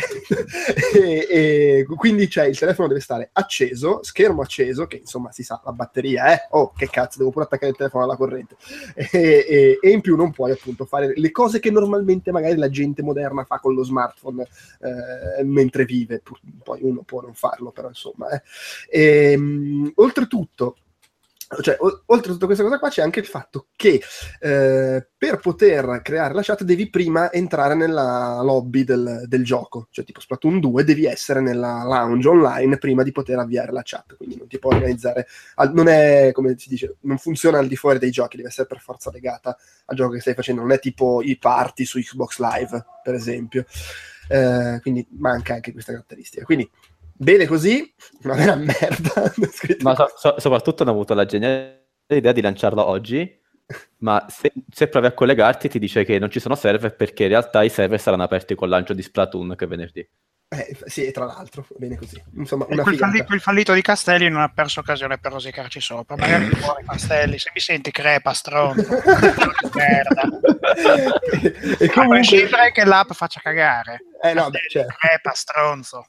e, e, quindi, cioè, il telefono deve stare acceso, schermo acceso, che insomma si sa, la batteria, eh? Oh, che cazzo, devo pure attaccare il telefono alla corrente. E, e, e in più non puoi, appunto, fare le cose che normalmente magari la gente moderna fa con lo smartphone eh, mentre vive. Poi uno può non farlo, però insomma. Eh. E, um, oltretutto, cioè, o- oltre a tutta questa cosa qua c'è anche il fatto che eh, per poter creare la chat devi prima entrare nella lobby del, del gioco, cioè tipo Splatoon due devi essere nella lounge online prima di poter avviare la chat, quindi non ti puoi organizzare, al, non è, come si dice, non funziona al di fuori dei giochi, deve essere per forza legata al gioco che stai facendo, non è tipo i party su Xbox Live, per esempio. Eh, quindi manca anche questa caratteristica, quindi bene così, una vera merda. Ma so- so- soprattutto hanno avuto la geniale idea di lanciarlo oggi, ma se, se provi a collegarti ti dice che non ci sono server perché in realtà i server saranno aperti col lancio di Splatoon, che è venerdì. Eh, sì, e tra l'altro, va bene così. Insomma, E una quel, figata. falli- quel fallito di Castelli non ha perso occasione per rosicarci sopra. Magari fuori Castelli, se mi senti crepa, stronzo. Merda. e, e A comunque... prescindere che l'app faccia cagare. Eh no, beh, certo. Crepa, stronzo.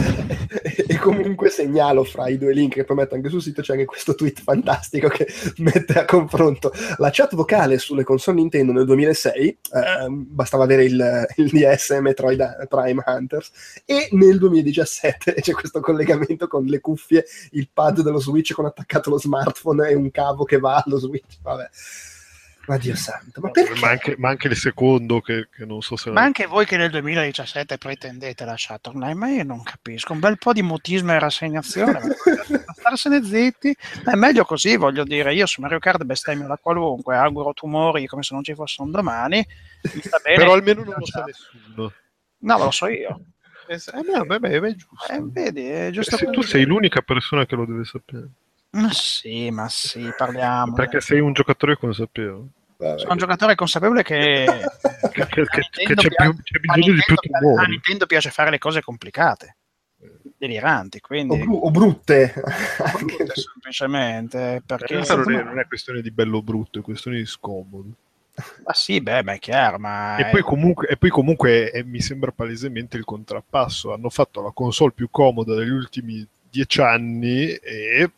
E comunque segnalo fra i due link che poi metto anche sul sito, c'è anche questo tweet fantastico che mette a confronto la chat vocale sulle console Nintendo nel duemilasei, eh, bastava avere il, il D S Metroid Prime Hunters, e nel duemiladiciassette c'è questo collegamento con le cuffie, il pad dello Switch con attaccato lo smartphone e un cavo che va allo Switch. Vabbè. Ma Dio santo, ma perché? Ma anche, ma anche il secondo che, che non so se... Ma anche voi che nel duemiladiciassette pretendete la chat online, ma io non capisco, un bel po' di mutismo e rassegnazione, ma starsene zitti, è meglio così, voglio dire, io su Mario Kart bestemmio da qualunque, auguro tumori come se non ci fosse un domani, mi sta bene. Però almeno non lo sa nessuno. No, lo so io. Eh, beh, beh, beh, è giusto. Eh, vedi, è giusto Se tu così. sei l'unica persona che lo deve sapere. Ma sì, ma sì, parliamo. Perché sei un giocatore consapevole. Sono un giocatore consapevole che, che, che, che, che c'è, più, c'è bisogno di più tumori. A Nintendo piace fare le cose complicate, deliranti, quindi... O, bru- o brutte. brutte semplicemente, perché... In realtà non è, non è questione di bello o brutto, è questione di scomodo. Ma sì, beh, ma è chiaro, ma... E poi comunque, e poi comunque eh, mi sembra palesemente il contrappasso. Hanno fatto la console più comoda degli ultimi dieci anni e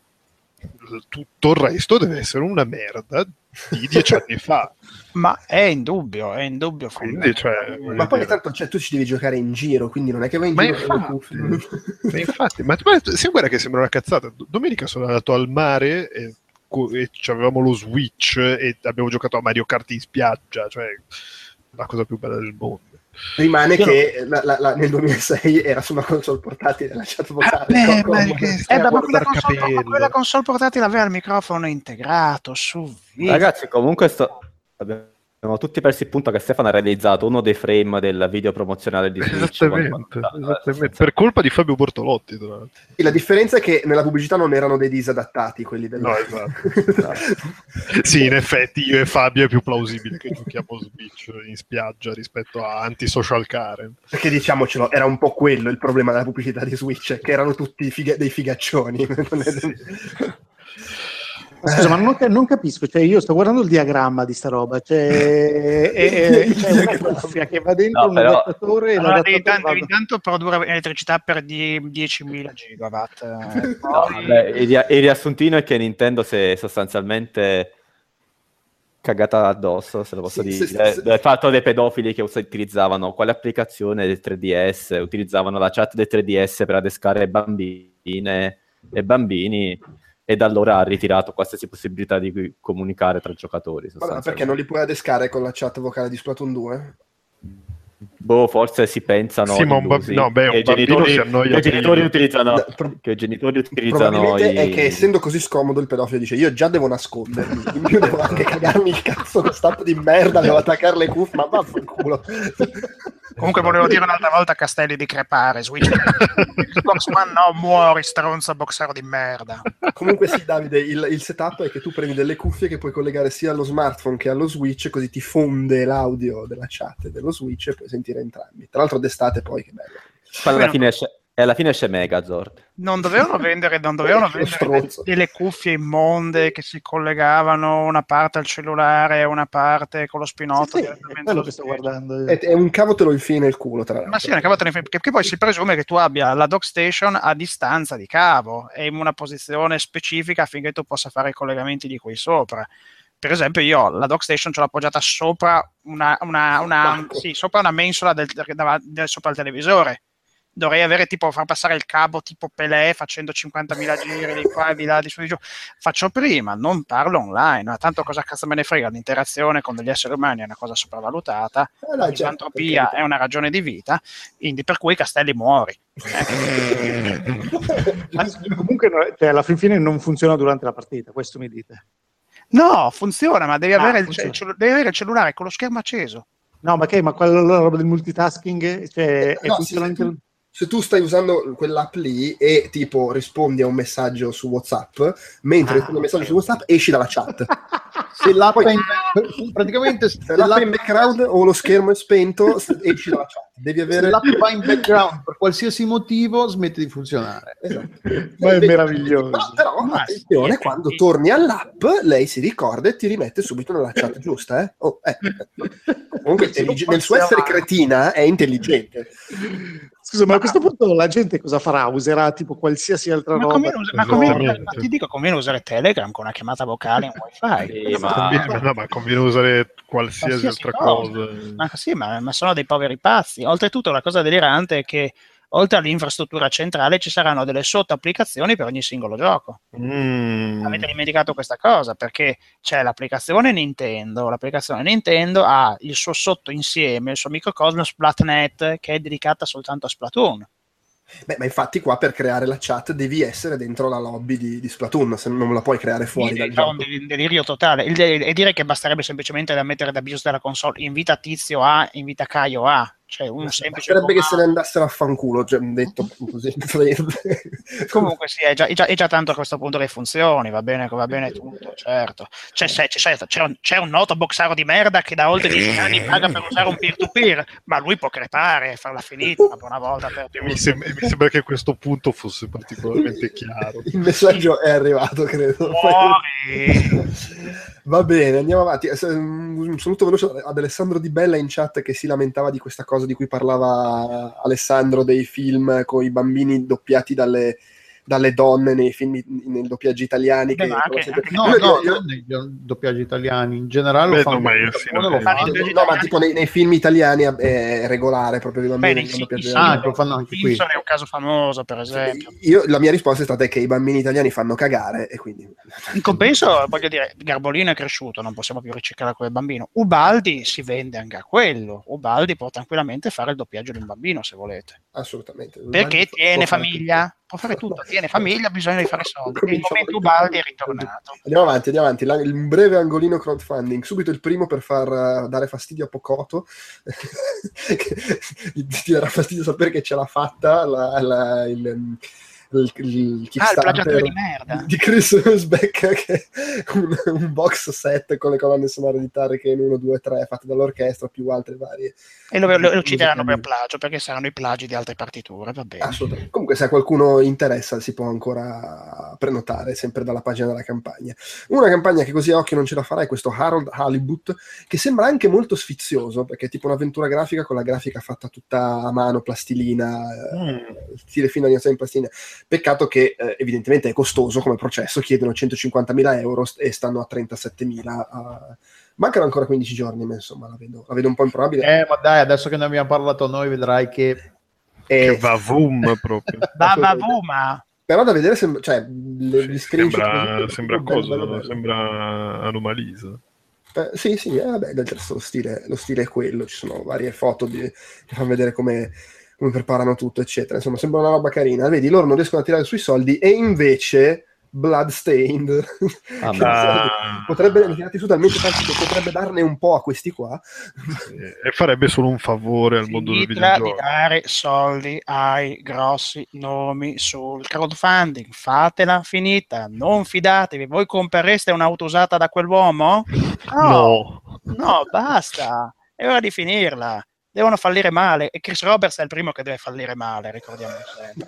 tutto il resto deve essere una merda di dieci anni fa. Ma è indubbio, è indubbio. Quindi, cioè, ma poi tanto cioè, tu ci devi giocare in giro, quindi non è che vai in ma giro infatti, con le cuffie. Ma infatti, ma, ma se guarda che sembra una cazzata. Domenica sono andato al mare e, e avevamo lo Switch e abbiamo giocato a Mario Kart in spiaggia, cioè la cosa più bella del mondo. Rimane Io che non... la, la, la, nel duemilasei era su una console portatile la chat vocale. Ah, beh, ma, che eh, ma, quella console, ma quella console portatile aveva il microfono integrato su video. Ragazzi, comunque sto... abbiamo tutti perso il punto che Stefano ha realizzato uno dei frame del video promozionale di Switch. Esattamente, esattamente. Per colpa di Fabio Bortolotti, tra l'altro. E la differenza è che nella pubblicità non erano dei disadattati quelli del... No, esatto. Sì, in effetti io e Fabio è più plausibile che giochiamo Switch in spiaggia rispetto a Anti-Social Karen. Perché diciamocelo, era un po' quello il problema della pubblicità di Switch, che erano tutti figa- dei figaccioni. Sì. Scusa, ma non, non capisco, cioè io sto guardando il diagramma di sta roba, cioè è, è, c'è una cuffia che va dentro no, un però... adattatore allora, e devi tanto, intanto produrre elettricità per diecimila gigawatt. No, vabbè, il, il riassuntino è che Nintendo si è sostanzialmente cagata addosso, se lo posso sì, dire, sì, sì. Del fatto dei pedofili che utilizzavano quale applicazione del tre D S, utilizzavano la chat del tre D S per adescare bambine e bambini, e da allora ha ritirato qualsiasi possibilità di comunicare tra giocatori. Ma perché non li puoi adescare con la chat vocale di Splatoon due? Boh, forse si pensano sì, ma un bab- no, beh, un i genitori, si annoia i genitori utilizzano no, pro- che i genitori utilizzano probabilmente i... è che essendo così scomodo il pedofilo dice io già devo nascondermi, in più devo anche cagarmi il cazzo con stato di merda, devo attaccare le cuffie, ma vaffanculo. Comunque volevo dire un'altra volta a Castelli di crepare Switch. Xbox One no, muori stronzo boxero di merda. Comunque sì, Davide, il, il setup è che tu prendi delle cuffie che puoi collegare sia allo smartphone che allo Switch, così ti fonde l'audio della chat dello Switch e puoi sentire entrambi. Tra l'altro d'estate poi, che bello. Alla fine esce, e alla fine esce Megazord. Non dovevano vendere, non dovevano vendere delle cuffie immonde che si collegavano una parte al cellulare e una parte con lo spinotto. Sì, sì, è quello che sto guardando. È, è un cavotelo infine nel culo, tra l'altro. Ma sì, è una cavotelo infine, perché poi si presume che tu abbia la dock station a distanza di cavo e in una posizione specifica affinché tu possa fare i collegamenti di qui sopra. Per esempio io la dock station ce l'ho appoggiata sopra una, una, una, sì, sopra una mensola del, del, sopra il televisore. Dovrei avere tipo far passare il cavo tipo Pelé facendo cinquantamila giri di qua e di là di su di giù. Faccio prima, non parlo online, ma tanto cosa cazzo me ne frega, l'interazione con degli esseri umani è una cosa sopravvalutata, eh, la misantropia è una ragione di vita, quindi per cui Castelli muori. Comunque cioè, alla fin fine non funziona durante la partita, questo mi dite? No, funziona, ma devi, ah, avere, funziona. Il cell- devi avere il cellulare con lo schermo acceso. No, ma che? Ma quella roba del multitasking cioè, no, funziona sì, anche... tu, se tu stai usando quell'app lì e tipo rispondi a un messaggio su WhatsApp, mentre ah, rispondi a un messaggio su WhatsApp esci dalla chat. Se l'app è in, praticamente se, se l'app, l'app è in background o lo schermo è spento, esci dalla chat. Devi avere... Se l'app va in background per qualsiasi motivo smette di funzionare. Esatto. Ma è meraviglioso. Però, però ma attenzione, sì, quando sì. torni all'app lei si ricorda e ti rimette subito nella chat giusta. Eh? Oh, eh. Comunque intellig- nel suo essere cretina è intelligente. Scusa, ma a questo punto la gente cosa farà? Userà tipo qualsiasi altra ma roba? Come us- ma conviene, ma ti dico, conviene usare Telegram con una chiamata vocale in wifi. Sì, ma... Conviene, no, ma conviene usare qualsiasi, qualsiasi altra cosa. cosa. Ma sì, ma, ma sono dei poveri pazzi. Oltretutto la cosa delirante è che oltre all'infrastruttura centrale ci saranno delle sotto applicazioni per ogni singolo gioco. Mm. Avete dimenticato questa cosa perché c'è l'applicazione Nintendo, l'applicazione Nintendo ha il suo sotto insieme, il suo microcosmo Splatnet che è dedicata soltanto a Splatoon. Beh, ma infatti qua per creare la chat devi essere dentro la lobby di, di Splatoon, se non la puoi creare fuori dal gioco. È un del- delirio totale e direi che basterebbe semplicemente da mettere da BIOS della console invita Tizio A, invita Caio A, Cioè, un semplice Sarebbe comando. che se ne andassero a fanculo, cioè, detto così. Comunque sì, è già, è, già, è già tanto a questo punto che funzioni, va bene, va bene tutto, certo. C'è, c'è, c'è, c'è, un, c'è un noto boxaro di merda che da oltre dieci anni paga per usare un peer-to-peer, ma lui può crepare e farla finita una buona volta per tutti. Mi sembra, mi sembra che a questo punto fosse particolarmente chiaro. Il messaggio è arrivato, credo. Va bene, andiamo avanti. Un saluto veloce ad Alessandro Di Bella in chat che si lamentava di questa cosa di cui parlava Alessandro, dei film con i bambini doppiati dalle, dalle donne nei film, nei doppiaggi italiani. Beh, che anche, sempre... anche No, io, no, io... non nei doppiaggi italiani, in generale Beh, lo fanno. no, ma io sì, lo no, fanno. No, ma tipo nei, nei film italiani è regolare proprio di bambini. Bene, sì, sì, Ah, lo fanno anche qui. Simpson è un caso famoso, per esempio. Io, la mia risposta è stata che i bambini italiani fanno cagare e quindi... In compenso, voglio dire, Garbolino è cresciuto, non possiamo più riciclare quel bambino. Ubaldi si vende anche a quello. Ubaldi può tranquillamente fare il doppiaggio di un bambino, se volete. Assolutamente. Perché Ubaldi tiene può fare famiglia? tutto. Può fare tutto, tiene famiglia, ha bisogno di fare soldi. E il Cominciamo momento di- Ubaldi è ritornato. Andiamo avanti, andiamo avanti. La- un breve angolino crowdfunding. Subito il primo per far uh, dare fastidio a Pocoto. Ti darà fastidio sapere che ce l'ha fatta la, la, il, il, il Ah, il Kickstarter plagiatore di merda. di Chris Usbeck, che è un, un box set con le colonne sonore di Tarekin uno, due, tre fatte dall'orchestra più altre varie. E lo, lo, lo citeranno per plagio, perché saranno i plagi di altre partiture, va bene. Assolutamente. Comunque, se a qualcuno interessa, si può ancora prenotare sempre dalla pagina della campagna. Una campagna che così a occhio non ce la farà è questo Harold Halibut, che sembra anche molto sfizioso, perché è tipo un'avventura grafica con la grafica fatta tutta a mano, plastilina, Mm. eh, stile fino in plastilina. Peccato che eh, evidentemente è costoso come processo, chiedono centocinquantamila euro st- e stanno a trentasettemila. A... Mancano ancora quindici giorni, ma insomma la vedo, la vedo un po' improbabile. Eh, ma dai, adesso che ne abbiamo parlato noi, vedrai che E- Che va vum proprio. Va, va, ma Però da vedere, sem- cioè, le, gli screenshot Sembra, così, sembra bello, cosa? bello, bello. Sembra Anomalisa. Eh, sì, sì, eh, vabbè, del resto lo stile, lo stile è quello, ci sono varie foto di- che fanno vedere come, come preparano tutto, eccetera. Insomma, sembra una roba carina. Vedi, loro non riescono a tirare sui soldi e invece Bloodstained Ah, che ma- soldi potrebbe ne tirati su talmente tanti che potrebbe darne un po' a questi qua. E farebbe solo un favore al mondo del finitela di videogioco. dare soldi ai grossi nomi sul crowdfunding. Fatela finita, non fidatevi. Voi comprereste un'auto usata da quell'uomo? No. No, basta. È ora di finirla. Devono fallire male e Chris Roberts è il primo che deve fallire male, ricordiamo sempre.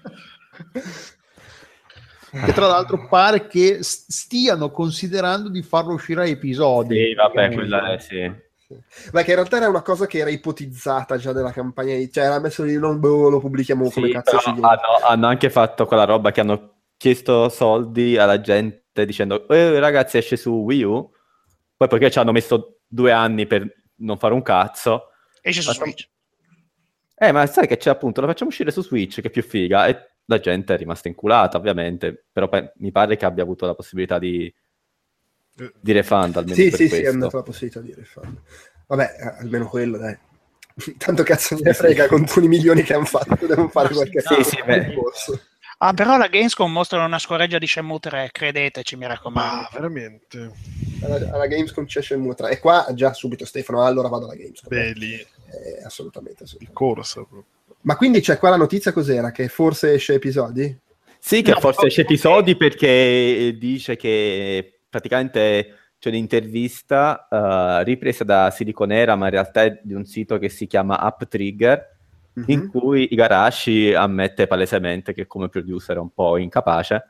che tra l'altro pare che s- stiano considerando di farlo uscire a episodi. Sì, vabbè, quella è sì. Beh, che in realtà era una cosa che era ipotizzata già nella campagna, di- cioè era messo lì, non boh, lo pubblichiamo come Sì, cazzo però ci viene. hanno, hanno anche fatto quella roba che hanno chiesto soldi alla gente dicendo eh, ragazzi esce su Wii U, poi perché ci hanno messo due anni per non fare un cazzo, Esce su Facciamo- Switch. eh ma sai che c'è appunto, la facciamo uscire su Switch che è più figa, e la gente è rimasta inculata ovviamente, però pe- mi pare che abbia avuto la possibilità di, di refund almeno Sì, per sì, sì, questo. è andata la possibilità di refund. Vabbè, eh, almeno quello, dai. Tanto cazzo me ne frega con tutti i milioni che hanno fatto, devono fare qualche Sì, sì, beh. rimborso. Ah, però la Gamescom mostrano una scoreggia di Shenmue tre, credeteci, mi raccomando. Ma veramente? Alla, alla Gamescom c'è Shenmue tre. E qua già subito Stefano, allora vado alla Gamescom. Beh, lì, Eh, assolutamente, assolutamente. di corsa proprio. Ma quindi c'è qua la notizia cos'era? Che forse esce episodi? Sì, che No, forse no, esce episodi perché dice che praticamente c'è un'intervista eh, ripresa da Siliconera, ma in realtà è di un sito che si chiama Up Trigger, Mhm. in cui Igarashi ammette palesemente che come producer è un po' incapace.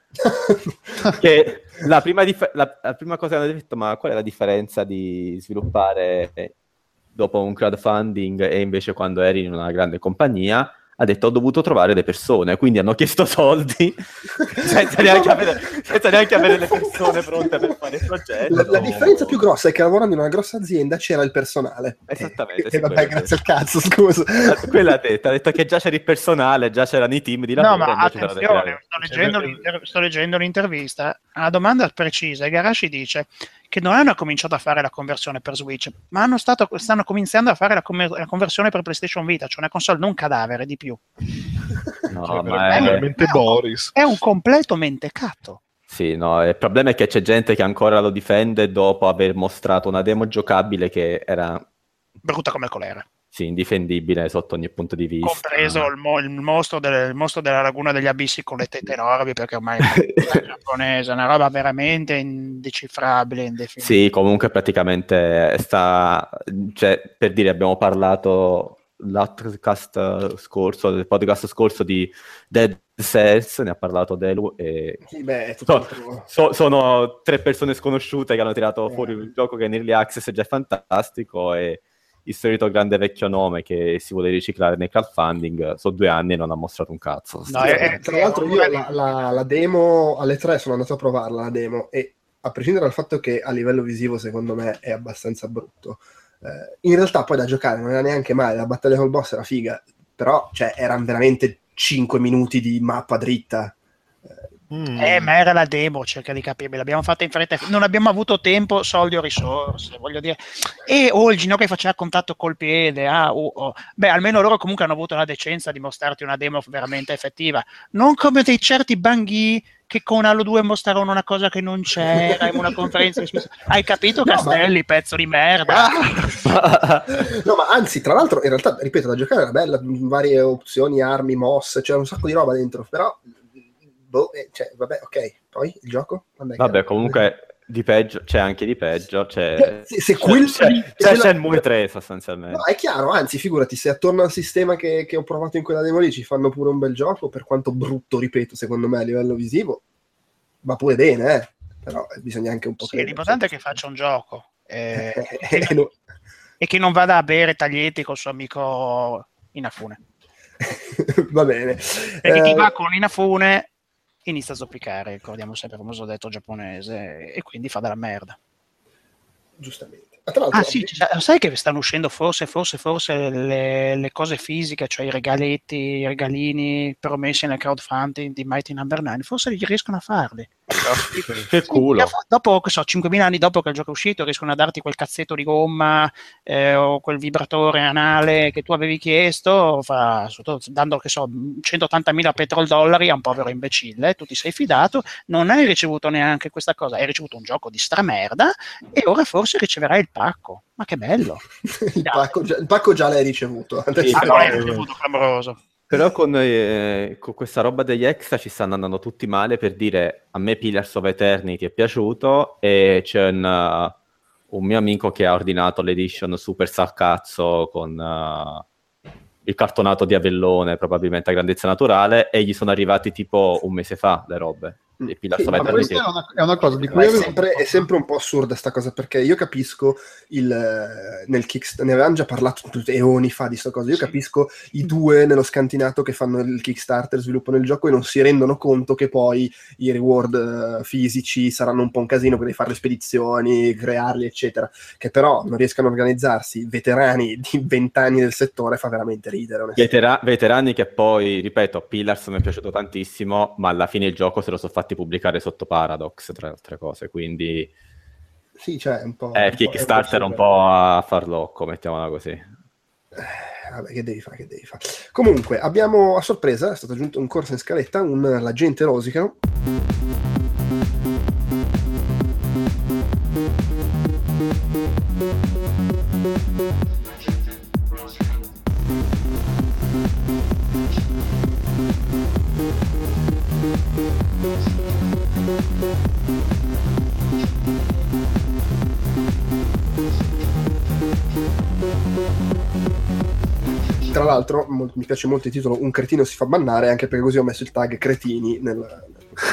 Che la prima, dif- la, la prima cosa che hanno detto, ma qual è la differenza di sviluppare dopo un crowdfunding e invece quando eri in una grande compagnia? Ha detto ho dovuto trovare le persone, quindi hanno chiesto soldi senza neanche avere, senza neanche avere le persone pronte per fare il progetto. La, la differenza più grossa è che lavorando in una grossa azienda c'era il personale. Esattamente, E sì, vabbè, quello grazie al cazzo, scusa. Quella ha detto, ha detto che già c'era il personale, già c'erano i team di No, lavoro. ma invece c'era da attenzione, creare. sto leggendo, l'inter- sto leggendo l'intervista. Una domanda precisa. Igarashi dice che non hanno cominciato a fare la conversione per Switch, ma hanno stato, stanno cominciando a fare la, com- la conversione per PlayStation Vita, cioè una console non cadavere di più. No, Cioè, ma è... veramente Boris. È un completo mentecato. Sì, no, il problema è che c'è gente che ancora lo difende dopo aver mostrato una demo giocabile che era Brutta come il colera. sì, indifendibile sotto ogni punto di vista. Compreso il, mo- il, mostro del, il mostro della laguna degli abissi con le tette enormi, perché ormai è giapponese, è una roba veramente indecifrabile, indefinibile. Sì, comunque praticamente sta, cioè, per dire, abbiamo parlato l'Atcast scorso, del podcast scorso di Dead Cells, ne ha parlato Delu e sì, beh, so, so, sono tre persone sconosciute che hanno tirato eh. fuori un gioco che in Early Access è già fantastico e il solito grande vecchio nome che si vuole riciclare nel crowdfunding, sono due anni e non ha mostrato un cazzo. No, è, tra l'altro io la, la, la demo alle tre sono andato a provarla, la demo, e a prescindere dal fatto che a livello visivo secondo me è abbastanza brutto, eh, in realtà poi da giocare non era neanche male, la battaglia col boss era figa, però cioè erano veramente cinque minuti di mappa dritta. Mm. Eh, ma era la demo, cerca di capire, l'abbiamo fatta in fretta, non abbiamo avuto tempo, soldi o risorse, voglio dire. E o oh, il ginocchio che faceva contatto col piede, ah, oh, oh. Beh, almeno loro comunque hanno avuto la decenza di mostrarti una demo veramente effettiva, non come dei certi banghi che con Halo due mostrarono una cosa che non c'era in una conferenza. Hai capito, no, Castelli, ma... pezzo di merda. No, ma anzi, tra l'altro, in realtà, ripeto, da giocare era bella, varie opzioni, armi, mosse, c'era un sacco di roba dentro, però boh, eh, cioè, vabbè, ok, poi il gioco? Vabbè, vabbè comunque di peggio, c'è anche di peggio, c'è, se, se quel... c'è, c'è, c'è il Mue tre sostanzialmente. No, è chiaro, anzi, figurati, se attorno al sistema che, che ho provato in quella demo lì ci fanno pure un bel gioco, per quanto brutto, ripeto, secondo me a livello visivo, va pure bene, eh, però bisogna anche un po'... Sì, l'importante è che faccia un gioco, eh, e, che, e che non vada a bere taglietti col suo amico Inafune. Va bene. Perché eh... chi va con Inafune inizia a zoppicare, ricordiamo sempre il famoso detto giapponese, e quindi fa della merda. Giustamente. Ah sì, sai che stanno uscendo forse, forse, forse le, le cose fisiche, cioè i regaletti, i regalini promessi nel crowdfunding di Mighty Number nine, forse li riescono a farli. Che culo. Dopo, che so, cinquemila anni dopo che il gioco è uscito, riescono a darti quel cazzetto di gomma eh, o quel vibratore anale che tu avevi chiesto, fa, dando, che so, centottantamila petrodollari a un povero imbecille, tu ti sei fidato, non hai ricevuto neanche questa cosa, hai ricevuto un gioco di stramerda e ora forse riceverai il pacco. Ma che bello. il, pacco già, il pacco già l'hai ricevuto. Sì, ah, no, l'hai ricevuto, clamoroso. Però con, eh, con questa roba degli extra ci stanno andando tutti male, per dire, a me Pillars of Eternity è piaciuto e c'è un, uh, un mio amico che ha ordinato l'edition super salcazzo con uh, il cartonato di Avellone, probabilmente a grandezza naturale, e gli sono arrivati tipo un mese fa le robe. Sì, ma questa è una, è una cosa di cui è sempre, è sempre un po' assurda sta cosa, perché io capisco il nel Kickstarter, ne avevamo già parlato eoni fa di sta cosa, io sì. capisco i due nello scantinato che fanno il Kickstarter, sviluppano il gioco e non si rendono conto che poi i reward uh, fisici saranno un po' un casino, perché devi fare le spedizioni, crearli eccetera, che però non riescano a organizzarsi. Veterani di vent'anni del settore fa veramente ridere. Vetera- veterani che poi, ripeto, Pillars mi è piaciuto tantissimo, ma alla fine il gioco se lo sono fatti pubblicare sotto Paradox, tra le altre cose, quindi sì, cioè un po', eh, un Kickstarter po', un po' a farlocco, mettiamola così. Eh, vabbè, che devi fare, che devi fare. Comunque, abbiamo a sorpresa, è stato aggiunto un corso in scaletta, un l'agente Rosicano. Tra l'altro mo- mi piace molto il titolo Un cretino si fa bannare, anche perché così ho messo il tag cretini nel...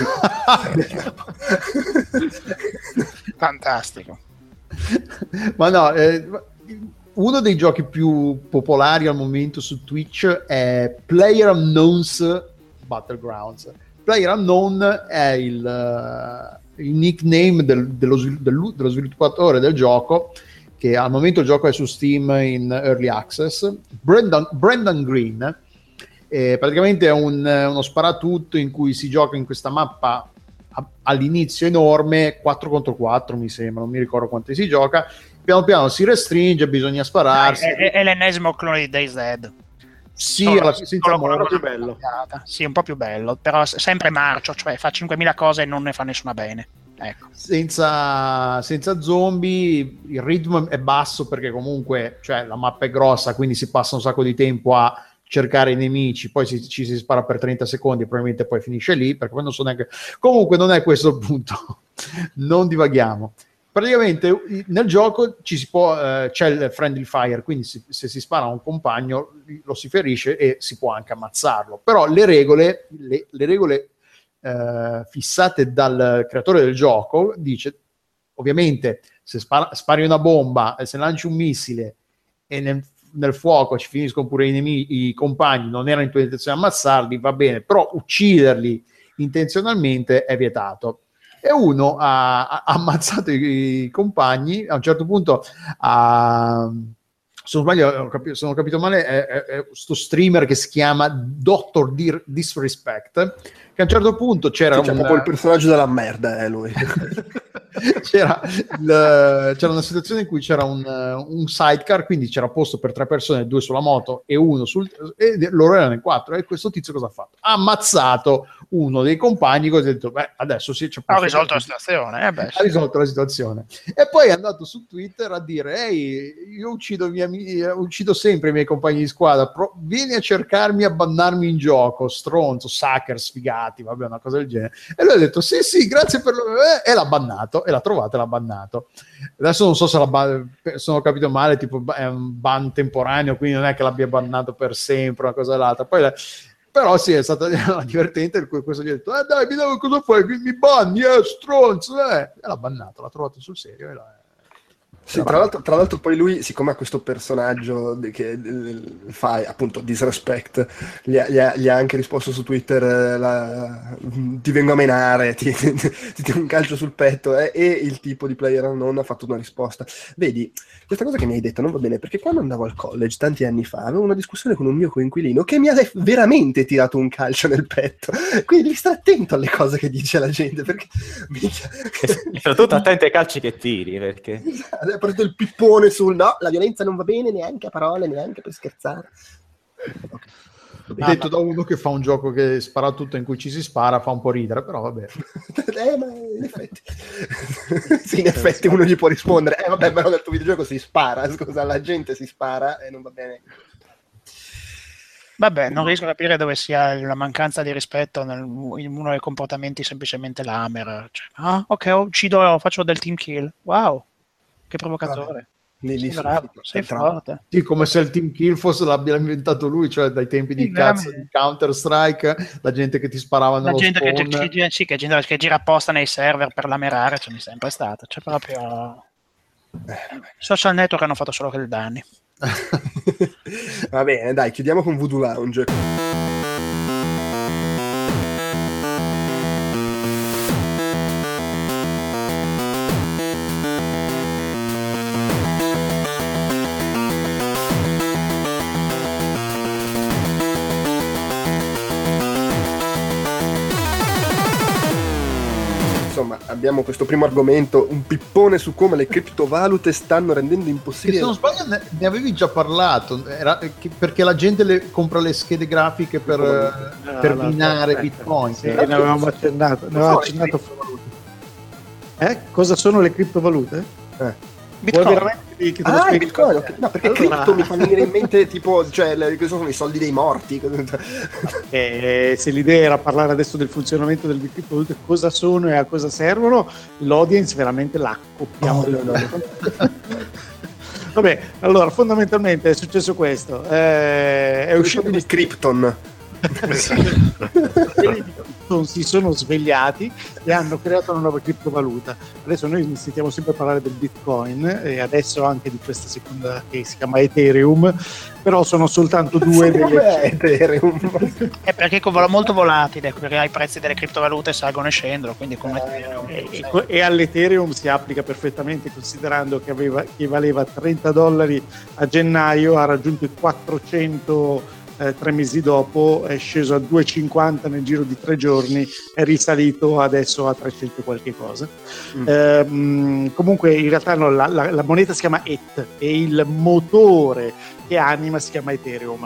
Fantastico. Ma no, eh, uno dei giochi più popolari al momento su Twitch è PlayerUnknown's Battlegrounds. PlayerUnknown è il, uh, il nickname del, dello, dello, dello sviluppatore del gioco, che al momento il gioco è su Steam in Early Access. Brendan, Brendan Green, eh, praticamente è un, uno sparatutto in cui si gioca in questa mappa a, all'inizio enorme, quattro contro quattro mi sembra, non mi ricordo quante si gioca, piano piano si restringe, bisogna spararsi. Dai, è, è l'ennesimo clone di Days Dead. Sì, solo, alla fine solo un po' più bello. Sì, un po' più bello, però sempre marcio, cioè fa cinquemila cose e non ne fa nessuna bene. ecco. senza, senza zombie. Il ritmo è basso perché comunque, cioè, la mappa è grossa, quindi si passa un sacco di tempo a cercare i nemici, poi si, ci si spara per trenta secondi e probabilmente poi finisce lì, perché poi non so neanche... Comunque non è questo il punto, non divaghiamo. Praticamente nel gioco ci si può, eh, c'è il friendly fire, quindi si, se si spara a un compagno lo si ferisce e si può anche ammazzarlo, però le regole, le, le regole eh, fissate dal creatore del gioco dice, ovviamente se spara, spari una bomba, se lanci un missile e nel, nel fuoco ci finiscono pure i nemici, i compagni, non era in tua intenzione ammazzarli, va bene, però ucciderli intenzionalmente è vietato. E uno ha, ha ammazzato i, i compagni, a un certo punto ha, se non sbaglio, ho capito, se non ho capito male, è, è, è sto streamer che si chiama doctor Disrespect, che a un certo punto c'era sì, c'è un... proprio il personaggio della merda, eh, lui. c'era, il, c'era una situazione in cui c'era un, un sidecar, quindi c'era posto per tre persone, due sulla moto e uno sul, e loro erano in quattro, e questo tizio cosa ha fatto? Ha ammazzato uno dei compagni, così ha detto, beh, adesso sì, c'è ha risolto la situazione, eh beh, sì. ha risolto la situazione, e poi è andato su Twitter a dire, ehi, io uccido, i miei, uccido sempre i miei compagni di squadra, pro, vieni a cercarmi, a bannarmi in gioco, stronzo, sucker, sfigati, vabbè, una cosa del genere. E lui ha detto, sì sì, grazie per lo... e l'ha bannato, e l'ha trovato e l'ha bannato. Adesso non so se, la ban... se non ho capito male, tipo è un ban temporaneo, quindi non è che l'abbia bannato per sempre, una cosa o l'altra. Poi la... però sì, è stata divertente, questo gli ha detto, eh dai, mi dai, cosa fai, mi, mi banni, eh, stronzo, eh. E l'ha bannato, l'ha trovato sul serio e l'ha... Sì, tra l'altro, tra l'altro poi lui, siccome ha questo personaggio che fa appunto disrespect, gli ha, gli ha, gli ha anche risposto su Twitter, la, ti vengo a menare, ti, ti, ti tiro un calcio sul petto, eh, e il tipo di player unknown ha fatto una risposta. Vedi, questa cosa che mi hai detto non va bene, perché quando andavo al college tanti anni fa avevo una discussione con un mio coinquilino che mi ha veramente tirato un calcio nel petto, quindi devi stare attento alle cose che dice la gente, perché e soprattutto attento ai calci che tiri, perché ha preso il pippone sul no, la violenza non va bene neanche a parole, neanche per scherzare. Okay. Detto da uno che fa un gioco che spara tutto, in cui ci si spara, fa un po' ridere, però vabbè. eh, ma in effetti sì, in effetti uno gli può rispondere, eh vabbè, però nel tuo videogioco si spara, scusa, la gente si spara e non va bene. Vabbè, non riesco a capire dove sia la mancanza di rispetto nel, in uno dei comportamenti semplicemente l'hammer. Cioè, ah, ok, uccido, faccio del team kill. Wow, che provocatore. Lì, lì sei bravo, sei forte. Sì, come se il team kill fosse l'abbia inventato lui, cioè dai tempi di, sì, cazzo, di Counter Strike, la gente che ti sparava nello la gente spawn. Che, che, sì, che, gente, che gira apposta nei server per lamerare, ce n'è sempre stata. C'è proprio social network hanno fatto solo che danni. Va bene, dai, chiudiamo con Voodoo Lounge. Insomma, abbiamo questo primo argomento, un pippone su come le criptovalute stanno rendendo impossibile. Se non sbaglio ne, ne avevi già parlato, era, che, perché la gente le, compra le schede grafiche per, no, per no, minare no, Bitcoin. Sì, ne avevamo accennato. Ne avevamo accennato. Eh? Cosa sono le criptovalute? Eh. Bitcoin. Che ah, Bitcoin, okay. No, perché allora... cripto mi fa venire in mente tipo, cioè, le, cosa sono i soldi dei morti? Eh, se l'idea era parlare adesso del funzionamento delle criptovalute, cosa sono e a cosa servono, l'audience veramente la accoppiamo. Oh, no, no. Vabbè, allora fondamentalmente è successo questo. Eh, è uscito di Krypton. Si sono svegliati e hanno creato una nuova criptovaluta. Adesso noi sentiamo sempre parlare del Bitcoin e adesso anche di questa seconda che si chiama Ethereum, però sono soltanto due delle Ethereum. È perché è molto volatile, perché i prezzi delle criptovalute salgono e scendono, quindi come Ethereum. E, e, e all'Ethereum si applica perfettamente, considerando che aveva, che valeva trenta dollari a gennaio, ha raggiunto i quattrocento Eh, tre mesi dopo, è sceso a due e cinquanta nel giro di tre giorni, è risalito adesso a trecento qualche cosa. Mm. Eh, comunque in realtà no, la, la, la moneta si chiama E T H e il motore che anima si chiama Ethereum.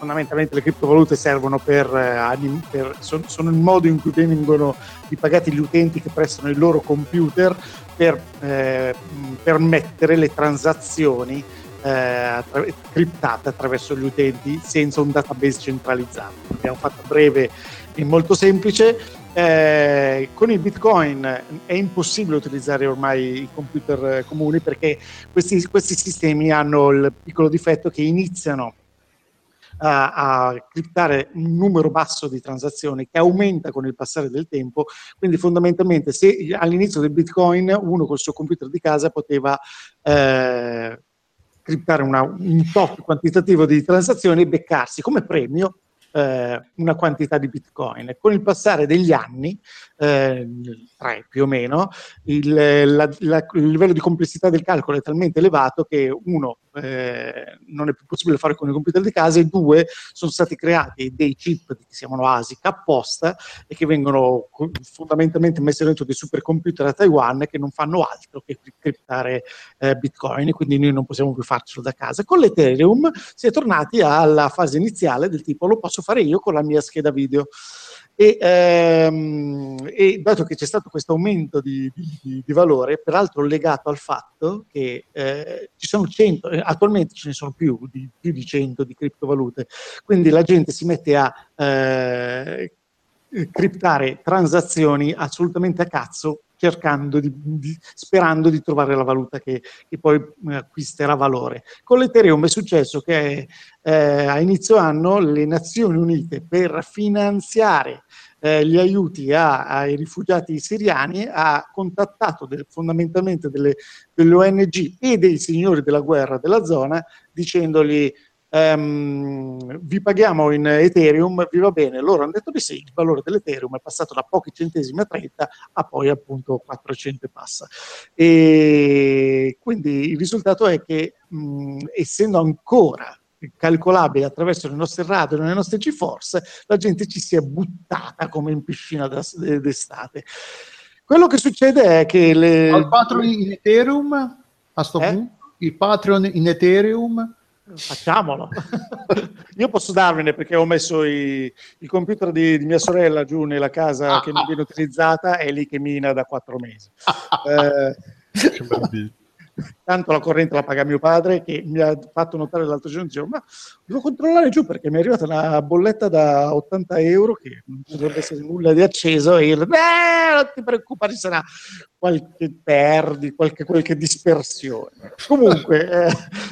fondamentalmente le criptovalute servono per, uh, per sono, sono il modo in cui vengono ripagati gli utenti che prestano il loro computer per eh, permettere le transazioni eh, attra- criptate attraverso gli utenti senza un database centralizzato. Abbiamo fatto breve e molto semplice. Eh, con il Bitcoin è impossibile utilizzare ormai i computer comuni perché questi, questi sistemi hanno il piccolo difetto che iniziano a, a criptare un numero basso di transazioni che aumenta con il passare del tempo, quindi fondamentalmente se all'inizio del Bitcoin uno col suo computer di casa poteva eh, criptare una, un top quantitativo di transazioni e beccarsi come premio Eh, una quantità di Bitcoin. Con il passare degli anni, eh, tre più o meno, il, la, la, il livello di complessità del calcolo è talmente elevato che uno, eh, non è più possibile fare con i computer di casa, e due, sono stati creati dei chip che si chiamano ASIC apposta e che vengono fondamentalmente messi dentro dei supercomputer a Taiwan che non fanno altro che criptare eh, Bitcoin, e quindi noi non possiamo più farcelo da casa. Con l'Ethereum si è tornati alla fase iniziale del tipo lo posso fare io con la mia scheda video, e, ehm, e dato che c'è stato questo aumento di, di, di valore, peraltro legato al fatto che eh, ci sono cento, attualmente ce ne sono più di, più di cento di criptovalute, quindi la gente si mette a eh, criptare transazioni assolutamente a cazzo, cercando di, di, sperando di trovare la valuta che, che poi eh, acquisterà valore. Con l'Ethereum è successo che eh, a inizio anno le Nazioni Unite, per finanziare eh, gli aiuti a, ai rifugiati siriani, ha contattato del, fondamentalmente delle, delle O N G e dei signori della guerra della zona, dicendogli Um, vi paghiamo in Ethereum, vi va bene? Loro hanno detto di sì, il valore dell'Ethereum è passato da pochi centesimi a trenta a poi appunto quattrocento e passa, e quindi il risultato è che mh, essendo ancora calcolabile attraverso le nostre radio e le nostre GeForce, la gente ci si è buttata come in piscina d'estate. Quello che succede è che le... Al Patreon in Ethereum a sto eh? punto, il Patreon in Ethereum. Facciamolo. Io posso darvene perché ho messo i, il computer di, di mia sorella giù nella casa che non viene utilizzata, è lì che mina da quattro mesi. eh, tanto la corrente la paga mio padre, che mi ha fatto notare l'altro giorno, dicevo, ma devo controllare giù perché mi è arrivata una bolletta da ottanta euro che non dovrebbe essere nulla di acceso, e io, beh, non ti preoccupare, sarà qualche perdi, qualche, qualche dispersione. Comunque eh,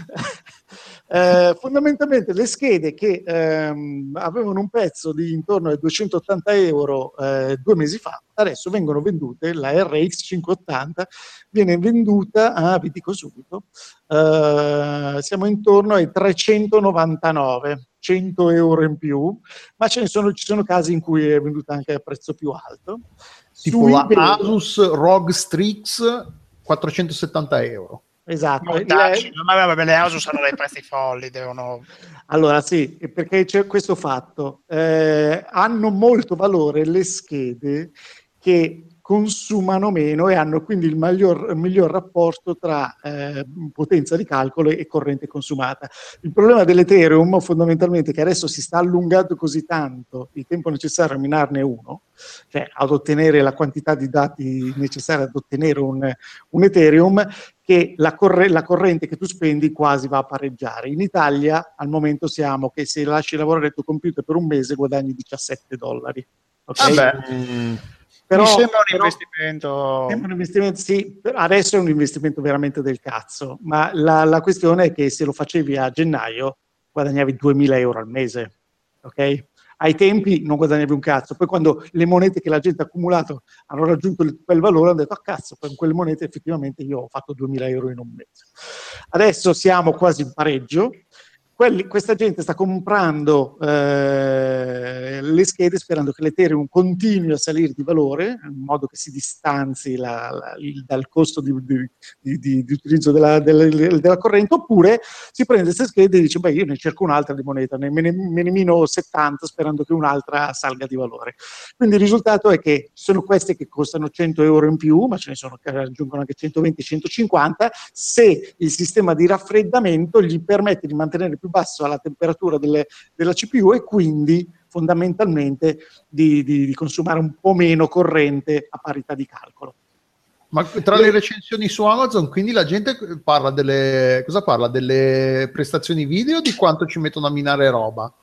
Eh, fondamentalmente le schede che ehm, avevano un prezzo di intorno ai duecentottanta euro eh, due mesi fa, adesso vengono vendute, la R X cinquecentottanta viene venduta a, vi dico subito, eh, siamo intorno ai trecentonovantanove, cento euro in più, ma ce ne sono, ci sono casi in cui è venduta anche a prezzo più alto. Tipo la Asus R O G Strix quattrocentosettanta euro. Esatto. Mortacci, ma vabbè, le Asus hanno dei prezzi folli, devono... Allora sì, perché c'è questo fatto, eh, hanno molto valore le schede che consumano meno e hanno quindi il miglior, miglior rapporto tra eh, potenza di calcolo e corrente consumata. Il problema dell'Ethereum fondamentalmente è che adesso si sta allungando così tanto il tempo necessario a minarne uno, cioè ad ottenere la quantità di dati necessaria ad ottenere un, un Ethereum, che la, corre- la corrente che tu spendi quasi va a pareggiare. In Italia al momento siamo che se lasci lavorare il tuo computer per un mese guadagni diciassette dollari. Okay? Vabbè. Mm. Però, mi sembra un però, investimento... Sembra un investimento, sì, adesso è un investimento veramente del cazzo, ma la, la questione è che se lo facevi a gennaio guadagnavi duemila euro al mese, ok? Ai tempi non guadagnavi un cazzo, poi quando le monete che la gente ha accumulato hanno raggiunto quel valore hanno detto, ah cazzo, con quelle monete effettivamente io ho fatto duemila euro in un mese. Adesso siamo quasi in pareggio. Quelli, questa gente sta comprando eh, le schede sperando che l'Ethereum continui a salire di valore in modo che si distanzi la, la, il, dal costo di, di, di, di utilizzo della, della, della corrente, oppure si prende queste schede e dice beh io ne cerco un'altra di moneta, ne, me, ne, me ne mino settanta sperando che un'altra salga di valore. Quindi il risultato è che sono queste che costano cento euro in più, ma ce ne sono che raggiungono anche centoventi centocinquanta se il sistema di raffreddamento gli permette di mantenere più basso alla temperatura delle, della C P U e quindi fondamentalmente di, di, di consumare un po' meno corrente a parità di calcolo. Ma tra le recensioni su Amazon, quindi la gente parla delle, cosa parla? Delle prestazioni video o di quanto ci mettono a minare roba?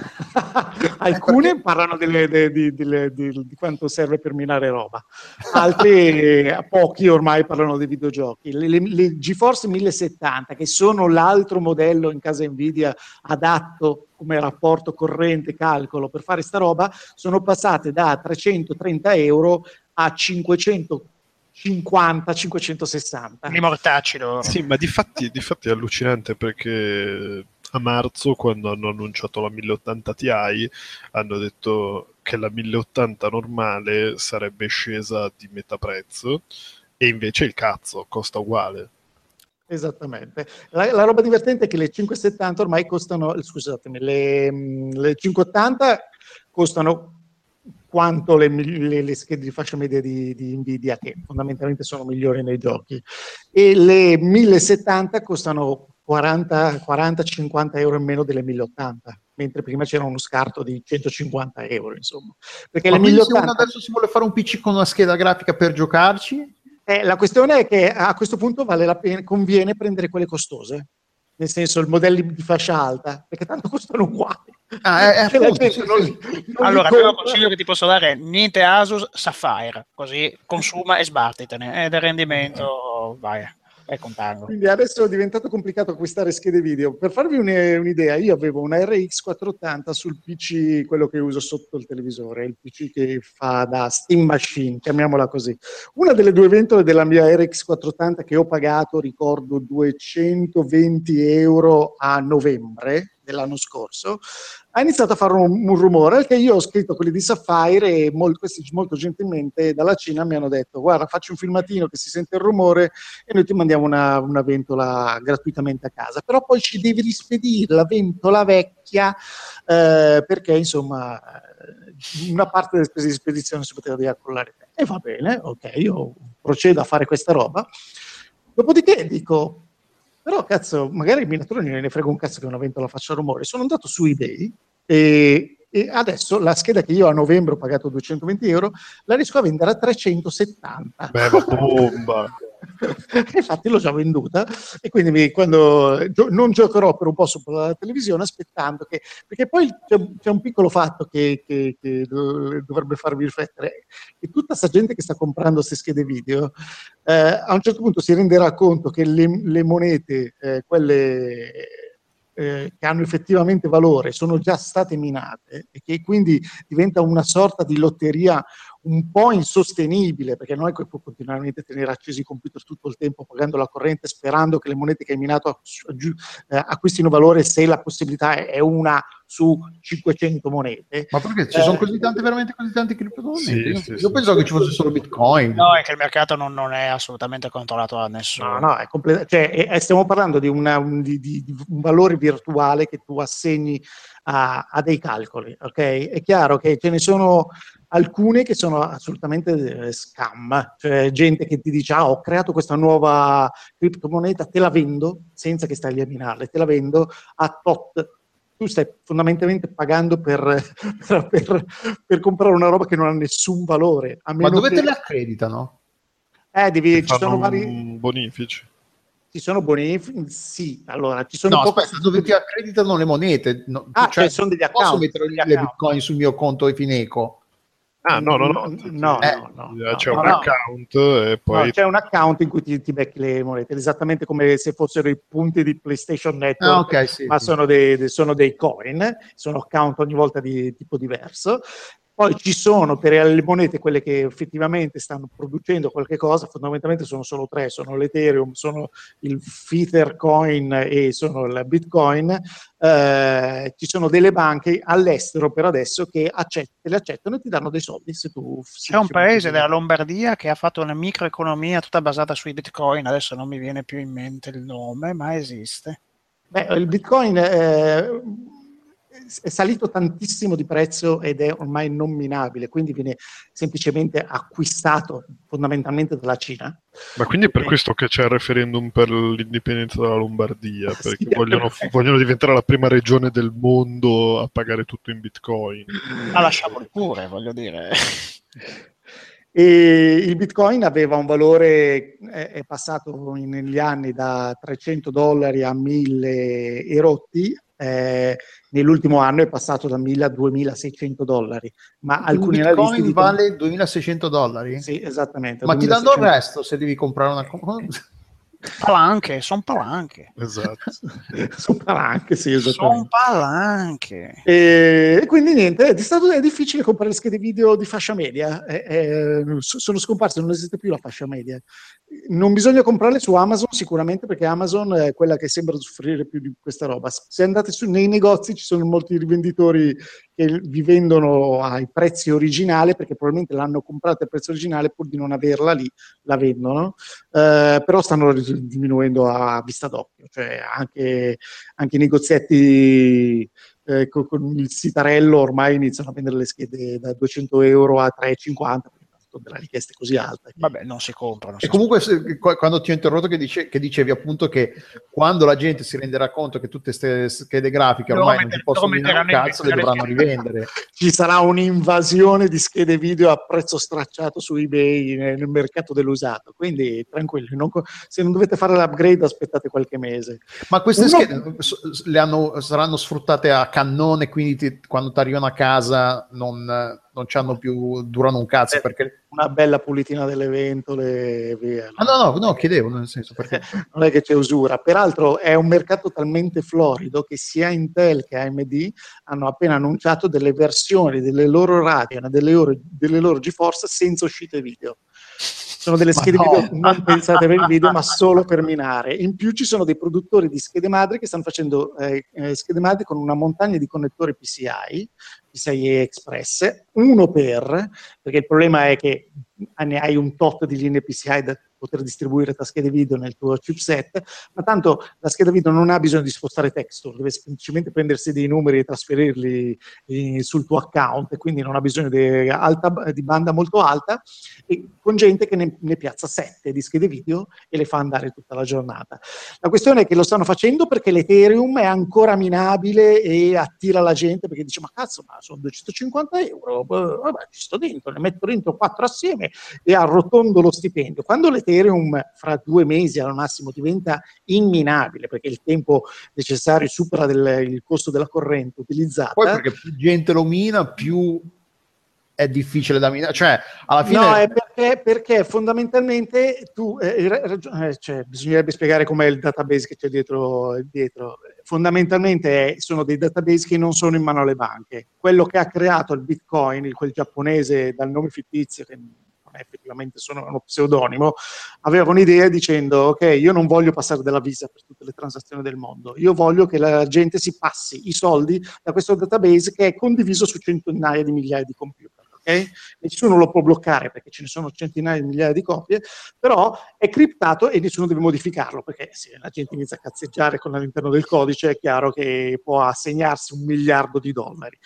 Alcune perché... parlano delle, de, de, de, de, de, di quanto serve per minare roba, altri pochi ormai parlano dei videogiochi. Le, le, le GeForce mille settanta, che sono l'altro modello in casa Nvidia adatto come rapporto corrente calcolo per fare sta roba, sono passate da trecentotrenta euro a cinquecentocinquanta cinquecentosessanta. I mortacci loro. Sì, ma di fatti, di fatti è allucinante, perché a marzo, quando hanno annunciato la mille ottanta Ti, hanno detto che la mille ottanta normale sarebbe scesa di metà prezzo, e invece il cazzo costa uguale. Esattamente. La, la roba divertente è che le cinquecentosettanta ormai costano, scusatemi, le, le cinquecentottanta costano quanto le, le, le schede di fascia media di, di Nvidia, che fondamentalmente sono migliori nei giochi, e le mille settanta costano quaranta cinquanta euro in meno delle mille ottanta, mentre prima c'era uno scarto di centocinquanta euro, insomma. Perché ma le mille ottanta... se uno adesso si vuole fare un P C con una scheda grafica per giocarci? Eh, la questione è che a questo punto vale la pena, conviene prendere quelle costose, nel senso il modello di fascia alta, perché tanto costano uguali. Ah, è, è cioè, appunto, sì, non, sì. non allora, il primo consiglio che ti posso dare è niente Asus, Sapphire, così consuma e sbattitene, ed il rendimento vai, è contando. Quindi adesso è diventato complicato acquistare schede video. Per farvi un'idea, io avevo una R X quattrocentottanta sul P C, quello che uso sotto il televisore, il P C che fa da Steam Machine, chiamiamola così. Una delle due ventole della mia R X quattrocentottanta che ho pagato, ricordo, duecentoventi euro a novembre dell'anno scorso, ha iniziato a fare un, un rumore, che io ho scritto a quelli di Sapphire, e molto, questi molto gentilmente dalla Cina mi hanno detto: guarda, facci un filmatino che si sente il rumore e noi ti mandiamo una, una ventola gratuitamente a casa, però poi ci devi rispedire la ventola vecchia, eh, perché insomma una parte delle spese di spedizione si poteva dire accollare te. E va bene, ok, io procedo a fare questa roba. Dopodiché dico: però cazzo, magari il minatore non ne frega un cazzo che una ventola faccia rumore. Sono andato su eBay e, e adesso la scheda che io a novembre ho pagato duecentoventi euro la riesco a vendere a trecentosettanta. Beh, ma bomba! Infatti l'ho già venduta, e quindi mi, quando gio- non giocherò per un po' sopra la televisione, aspettando che, perché poi c'è, c'è un piccolo fatto che, che, che dovrebbe farvi riflettere, che tutta questa gente che sta comprando queste schede video eh, a un certo punto si renderà conto che le, le monete, eh, quelle eh, che hanno effettivamente valore, sono già state minate, e che quindi diventa una sorta di lotteria un po' insostenibile, perché non è che puoi continuamente tenere accesi i computer tutto il tempo pagando la corrente, sperando che le monete che hai minato eh, acquistino valore, se la possibilità è una su cinquecento monete. Ma perché ci sono così tante, veramente così tante criptomonete? Sì, io sì, io sì, pensavo sì. che ci fosse solo Bitcoin. No, è che il mercato non, non è assolutamente controllato da nessuno. No, no, è complet- cioè, è, stiamo parlando di, una, un, di, di, di un valore virtuale che tu assegni a, a dei calcoli, ok? È chiaro che ce ne sono alcune che sono assolutamente scam, cioè gente che ti dice: ah, ho creato questa nuova criptomoneta, te la vendo, senza che stai lì a minarle, te la vendo a tot. Tu stai fondamentalmente pagando per, per, per, per comprare una roba che non ha nessun valore. A meno Ma dove che... te le accreditano? Eh, devi, ci Fanno sono vari... bonifici. Ci sono bonifici? Sì, allora ci sono No, pochi... aspetta, dove ti accreditano le monete? No, Ah, cioè, cioè sono degli posso account. mettere degli le account. Bitcoin sul mio conto Fineco? Ah, no, no, no. No, no, Eh, no, no, c'è no, un no. account e poi... No, c'è un account in cui ti, ti becchi le monete, esattamente come se fossero i punti di PlayStation Network, Ah, ok, sì, ma sì. sono, dei, sono dei coin, sono account ogni volta di tipo diverso. Poi ci sono per le monete quelle che effettivamente stanno producendo qualche cosa, fondamentalmente sono solo tre, sono l'Ethereum, sono il Ether Coin e sono il Bitcoin. Eh, ci sono delle banche all'estero per adesso che accett- le accettano e ti danno dei soldi se tu... se C'è un ci paese metti- della Lombardia che ha fatto una microeconomia tutta basata sui bitcoin, adesso non mi viene più in mente il nome, ma esiste. Beh, il Bitcoin eh, è salito tantissimo di prezzo ed è ormai non minabile, quindi viene semplicemente acquistato fondamentalmente dalla Cina. Ma quindi è per e... questo che c'è il referendum per l'indipendenza della Lombardia, perché sì, vogliono, vogliono diventare la prima regione del mondo a pagare tutto in bitcoin. Ma lasciamoli pure, voglio dire. E il Bitcoin aveva un valore, è, è passato in, negli anni da trecento dollari a mille e rotti, eh, nell'ultimo anno è passato da mille a duemilaseicento dollari. Ma un alcuni Bitcoin analisti dicono... vale duemilaseicento dollari? Sì, esattamente. Ma duemilaseicento. ti danno il resto se devi comprare una cosa? Palanche, sono palanche. Esatto. Sono palanche, sì, Sono esattamente. palanche. E, e quindi niente, è stato è difficile comprare schede video di fascia media. È, è, sono scomparse, non esiste più la fascia media. Non bisogna comprarle su Amazon sicuramente, perché Amazon è quella che sembra soffrire più di questa roba. Se andate su, nei negozi ci sono molti rivenditori che vi vendono ai prezzi originali, perché probabilmente l'hanno comprata a prezzo originale pur di non averla lì, la vendono, eh, però stanno diminuendo a vista d'occhio, cioè anche, anche i negozietti eh, con, con il sitarello ormai iniziano a vendere le schede da duecento euro a tre e cinquanta, delle richieste così alte. Vabbè, non si comprano. E comunque se, quando ti ho interrotto che, dice, che dicevi appunto che quando la gente si renderà conto che tutte queste schede grafiche ormai non ci possono minare un cazzo, le dovranno rivendere. Ci sarà un'invasione di schede video a prezzo stracciato su eBay nel, nel mercato dell'usato, quindi tranquilli, non, se non dovete fare l'upgrade aspettate qualche mese. Ma queste Uno... schede le hanno, saranno sfruttate a cannone, quindi ti, quando ti arrivano a casa non, non c'hanno più, durano un cazzo, perché una bella pulitina delle ventole e via. Ah, no, no, no, chiedevo, nel senso, perché non è che c'è usura. Peraltro è un mercato talmente florido che sia Intel che A M D hanno appena annunciato delle versioni delle loro Radeon e delle loro, delle loro GeForce senza uscite video. Sono delle schede no. video non pensate per il video, ma solo per minare. In più ci sono dei produttori di schede madre che stanno facendo eh, eh, schede madre con una montagna di connettori P C I, P C I Express, uno per, perché il problema è che ne hai un tot di linee P C I da poter distribuire tra schede video nel tuo chipset, ma tanto la scheda video non ha bisogno di spostare texture, deve semplicemente prendersi dei numeri e trasferirli eh, sul tuo account, e quindi non ha bisogno di, alta, di banda molto alta, e con gente che ne, ne piazza sette di schede video e le fa andare tutta la giornata. La questione è che lo stanno facendo perché l'Ethereum è ancora minabile e attira la gente, perché dice ma cazzo, ma sono duecentocinquanta euro, beh, vabbè, ci sto dentro, ne metto dentro quattro assieme e arrotondo lo stipendio. Quando l'Ethereum fra due mesi al massimo diventa imminabile, perché il tempo necessario supera del, il costo della corrente utilizzata. Poi perché più gente lo mina, più è difficile da minare, cioè alla fine... No, è perché, perché fondamentalmente tu, eh, eh, cioè, bisognerebbe spiegare com'è il database che c'è dietro, dietro. Fondamentalmente è, sono dei database che non sono in mano alle banche. Quello che ha creato il Bitcoin, quel giapponese dal nome fittizio, che effettivamente sono uno pseudonimo, aveva un'idea dicendo ok, io non voglio passare della Visa per tutte le transazioni del mondo, io voglio che la gente si passi i soldi da questo database che è condiviso su centinaia di migliaia di computer, ok? Nessuno lo può bloccare perché ce ne sono centinaia di migliaia di copie, però è criptato e nessuno deve modificarlo, perché se la gente inizia a cazzeggiare con all'interno del codice è chiaro che può assegnarsi un miliardo di dollari.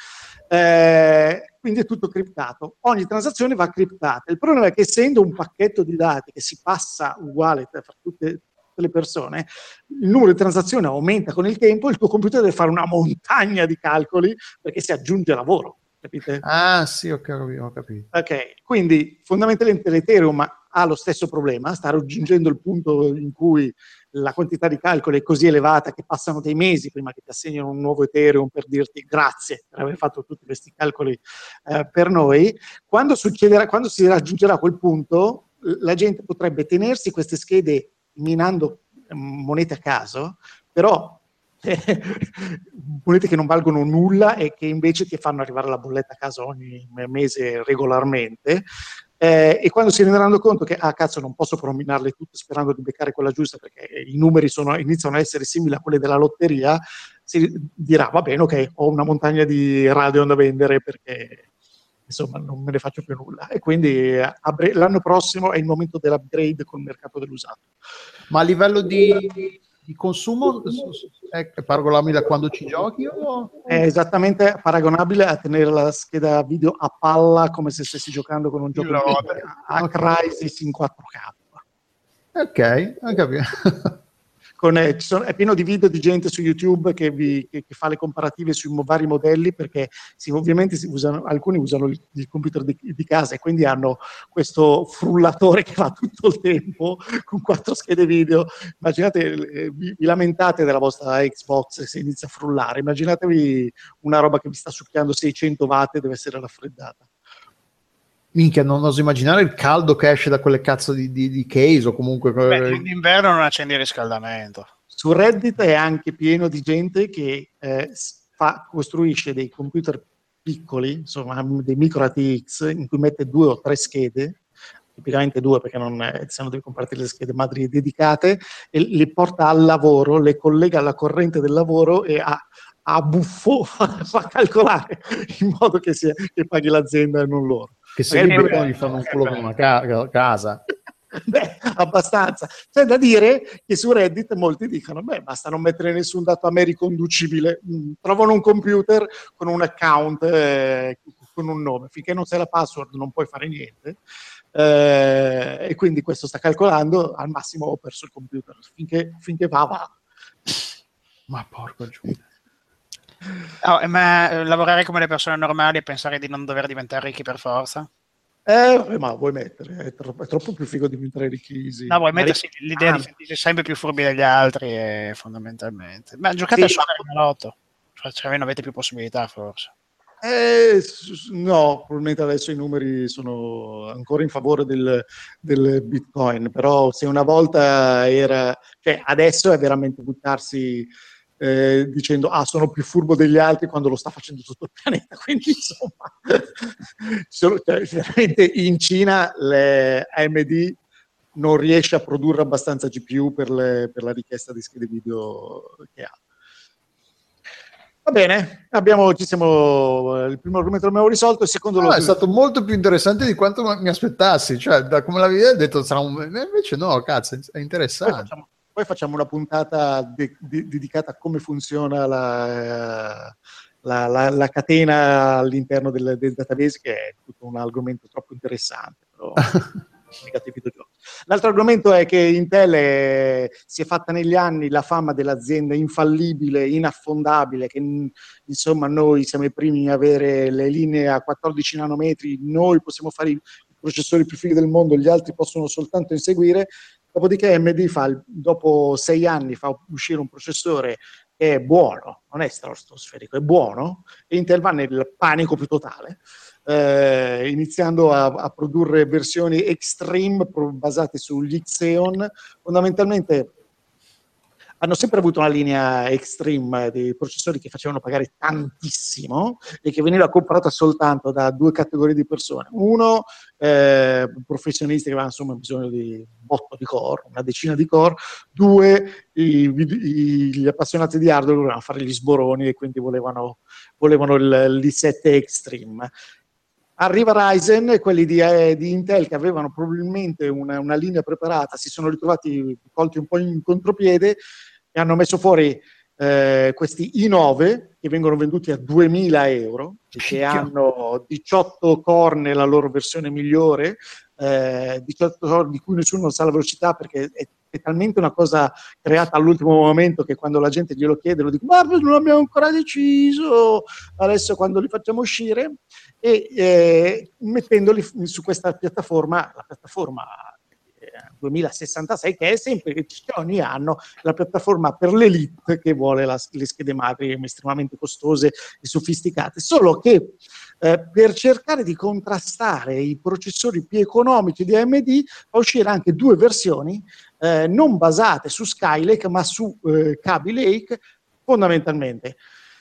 Eh, quindi è tutto criptato, ogni transazione va criptata. Il problema è che essendo un pacchetto di dati che si passa uguale tra tutte, tutte le persone, il numero di transazioni aumenta con il tempo, il tuo computer deve fare una montagna di calcoli perché si aggiunge lavoro, capite? Ah sì, ho capito, ho capito. Ok, quindi fondamentalmente l'Ethereum ha lo stesso problema, sta raggiungendo il punto in cui la quantità di calcoli è così elevata che passano dei mesi prima che ti assegnino un nuovo Ethereum per dirti grazie per aver fatto tutti questi calcoli eh, per noi. Quando succederà, quando si raggiungerà quel punto, la gente potrebbe tenersi queste schede minando eh, monete a caso, però eh, monete che non valgono nulla e che invece ti fanno arrivare la bolletta a casa ogni mese regolarmente. Eh, e quando si renderanno conto che ah cazzo non posso però minarle tutte sperando di beccare quella giusta perché i numeri sono, iniziano a essere simili a quelli della lotteria, si dirà va bene, ok, ho una montagna di Radeon da vendere perché insomma non me ne faccio più nulla, e quindi eh, l'anno prossimo è il momento dell'upgrade col mercato dell'usato. Ma a livello di, di consumo è paragonabile a quando ci giochi? O... È esattamente paragonabile a tenere la scheda video a palla come se stessi giocando con un gioco no, di a Crysis in quattro K. Ok, ho capito. Con, eh, ci sono, è pieno di video di gente su YouTube che, vi, che, che fa le comparative sui mo- vari modelli, perché sì, ovviamente si usano, alcuni usano il, il computer di, di casa e quindi hanno questo frullatore che va tutto il tempo con quattro schede video. Immaginate, eh, vi, vi lamentate della vostra Xbox se inizia a frullare, immaginatevi una roba che vi sta succhiando seicento watt e deve essere raffreddata. Minchia, non oso immaginare il caldo che esce da quelle cazzo di, di, di case o comunque... Beh, in inverno non accendi il riscaldamento. Su Reddit è anche pieno di gente che eh, fa, costruisce dei computer piccoli, insomma dei micro A T X, in cui mette due o tre schede, tipicamente due perché non è, se no devi comprarti le schede madri dedicate, e le porta al lavoro, le collega alla corrente del lavoro e a, a buffo fa, fa calcolare in modo che, sia, che paghi l'azienda e non loro. Che se li beccano gli fanno un culo con una ca- casa. Beh, abbastanza. C'è da dire che su Reddit molti dicono, beh, basta non mettere nessun dato a me riconducibile. Mm, trovano un computer con un account, eh, con un nome. Finché non sai la password non puoi fare niente. Eh, e quindi questo sta calcolando, al massimo ho perso il computer. Finché, finché va, va. Ma porco Giuda. Oh, ma eh, lavorare come le persone normali e pensare di non dover diventare ricchi per forza? Eh, ma vuoi mettere? È troppo, è troppo più figo diventare ricchi. No, vuoi mettersi l'idea ah. di sentirsi sempre più furbi degli altri, e, fondamentalmente. Ma giocate sì, a Superenalotto, cioè, cioè almeno avete più possibilità, forse. Eh, no, probabilmente adesso i numeri sono ancora in favore del, del Bitcoin, però se una volta era, cioè adesso è veramente buttarsi eh, dicendo ah sono più furbo degli altri quando lo sta facendo tutto il pianeta, quindi insomma sono, cioè, veramente in Cina le A M D non riesce a produrre abbastanza G P U per, le, per la richiesta di schede video che ha. Va bene, abbiamo, ci siamo, il primo argomento l'abbiamo risolto, il secondo no, lo... è stato molto più interessante di quanto mi aspettassi, cioè da come l'avevi detto sarà un... invece no, cazzo, è interessante. Poi facciamo, poi facciamo una puntata de- de- dedicata a come funziona la, la, la, la catena all'interno del, del database, che è tutto un argomento troppo interessante, però... L'altro argomento è che Intel è, si è fatta negli anni la fama dell'azienda infallibile, inaffondabile, che insomma noi siamo i primi a avere le linee a quattordici nanometri, noi possiamo fare i processori più fighi del mondo, gli altri possono soltanto inseguire. Dopodiché A M D fa, dopo sei anni fa uscire un processore che è buono, non è stratosferico, è buono, e Intel va nel panico più totale. Eh, iniziando a, a produrre versioni extreme pro, basate sugli Xeon. Fondamentalmente hanno sempre avuto una linea extreme dei processori che facevano pagare tantissimo e che veniva comprata soltanto da due categorie di persone. Uno, eh, professionisti che avevano insomma bisogno di un botto di core, una decina di core. Due, i, i, gli appassionati di hardware volevano fare gli sboroni e quindi volevano, volevano il, l'I sette Extreme. Arriva Ryzen e quelli di, eh, di Intel che avevano probabilmente una, una linea preparata si sono ritrovati colti un po' in contropiede e hanno messo fuori eh, questi i nove che vengono venduti a duemila euro e che hanno diciotto core nella loro versione migliore, eh, diciotto core di cui nessuno sa la velocità perché è, è talmente una cosa creata all'ultimo momento che quando la gente glielo chiede lo dico ma non abbiamo ancora deciso, adesso quando li facciamo uscire, e eh, mettendoli su questa piattaforma, la piattaforma eh, duemilasessantasei, che è sempre che c'è ogni anno la piattaforma per l'elite che vuole la, le schede madri estremamente costose e sofisticate, solo che eh, per cercare di contrastare i processori più economici di A M D fa uscire anche due versioni eh, non basate su Skylake ma su eh, Kaby Lake. Fondamentalmente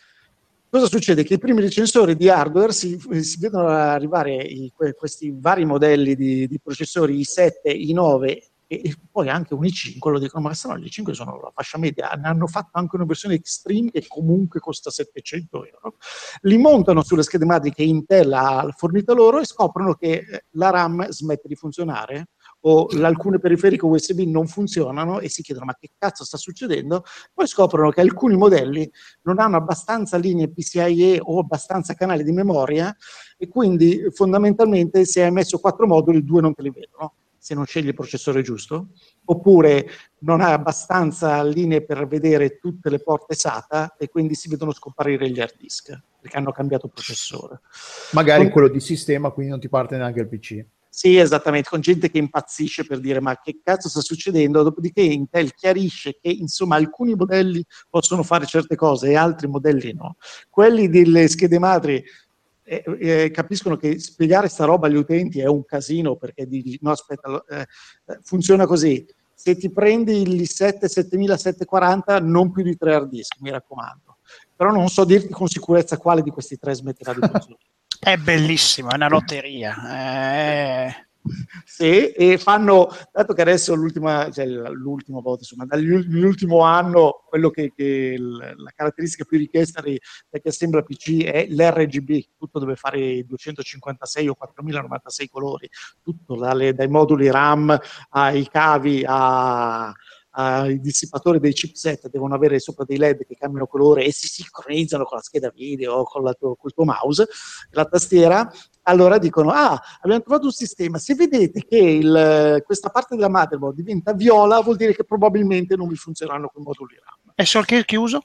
cosa succede? Che i primi recensori di hardware si, si vedono arrivare i, questi vari modelli di, di processori i sette, i nove e, e poi anche un i cinque lo dicono, ma se no gli i cinque sono la fascia media, ne hanno fatto anche una versione Extreme che comunque costa settecento euro, li montano sulle schede madri che Intel ha fornito loro e scoprono che la RAM smette di funzionare o alcune periferiche U S B non funzionano e si chiedono ma che cazzo sta succedendo, poi scoprono che alcuni modelli non hanno abbastanza linee P C I E o abbastanza canali di memoria e quindi fondamentalmente se hai messo quattro moduli due non te li vedono se non scegli il processore giusto, oppure non hai abbastanza linee per vedere tutte le porte SATA e quindi si vedono scomparire gli hard disk perché hanno cambiato processore. Magari Con... quello di sistema, quindi non ti parte neanche il P C. Sì, esattamente, con gente che impazzisce per dire ma che cazzo sta succedendo, dopodiché Intel chiarisce che insomma alcuni modelli possono fare certe cose e altri modelli no. Quelli delle schede madri Eh, eh, capiscono che spiegare sta roba agli utenti è un casino perché dici no aspetta eh, funziona così, se ti prendi il i sette settemilasettecentoquaranta non più di tre hard disk, mi raccomando, però non so dirti con sicurezza quale di questi tre smetterà di funzionare. È bellissimo, è una lotteria. Eh... Sì, e fanno, dato che adesso l'ultima, cioè l'ultima volta, insomma, dall'ultimo anno, quello che, che la caratteristica più richiesta da chi assembla P C è l'R G B, tutto deve fare duecentocinquantasei o quattromilanovantasei colori, tutto dalle, dai moduli RAM ai cavi a ai dissipatori dei chipset devono avere sopra dei led che cambiano colore e si sincronizzano con la scheda video, con la tuo, col tuo mouse, la tastiera. Allora dicono, ah, abbiamo trovato un sistema, se vedete che il, questa parte della motherboard diventa viola vuol dire che probabilmente non vi funzioneranno quei moduli RAM. E so che chiuso?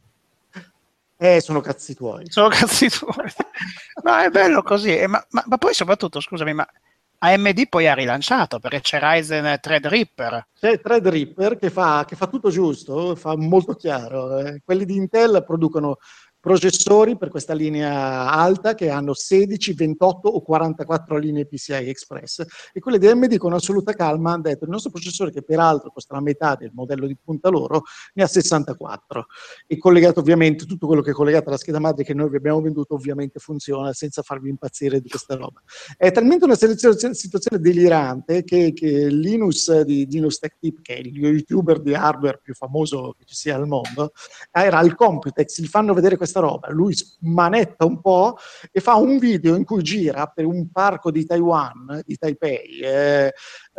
Eh, sono cazzi tuoi. Sono cazzi tuoi. No, è bello così, eh, ma, ma, ma poi soprattutto, scusami, ma A M D poi ha rilanciato perché c'è Ryzen Threadripper. C'è Threadripper che fa, che fa tutto giusto, fa molto chiaro. Eh. Quelli di Intel producono processori per questa linea alta che hanno sedici, ventotto o quarantaquattro linee P C I Express e quelli di A M D con assoluta calma hanno detto il nostro processore, che peraltro costa la metà del modello di punta loro, ne ha sessantaquattro e collegato ovviamente tutto quello che è collegato alla scheda madre che noi vi abbiamo venduto ovviamente funziona senza farvi impazzire di questa roba. È talmente una situazione delirante che, che Linus di Linus Tech Tip, che è il youtuber di hardware più famoso che ci sia al mondo, era al Computex, gli fanno vedere questa roba, lui smanetta un po' e fa un video in cui gira per un parco di Taiwan, di Taipei, eh,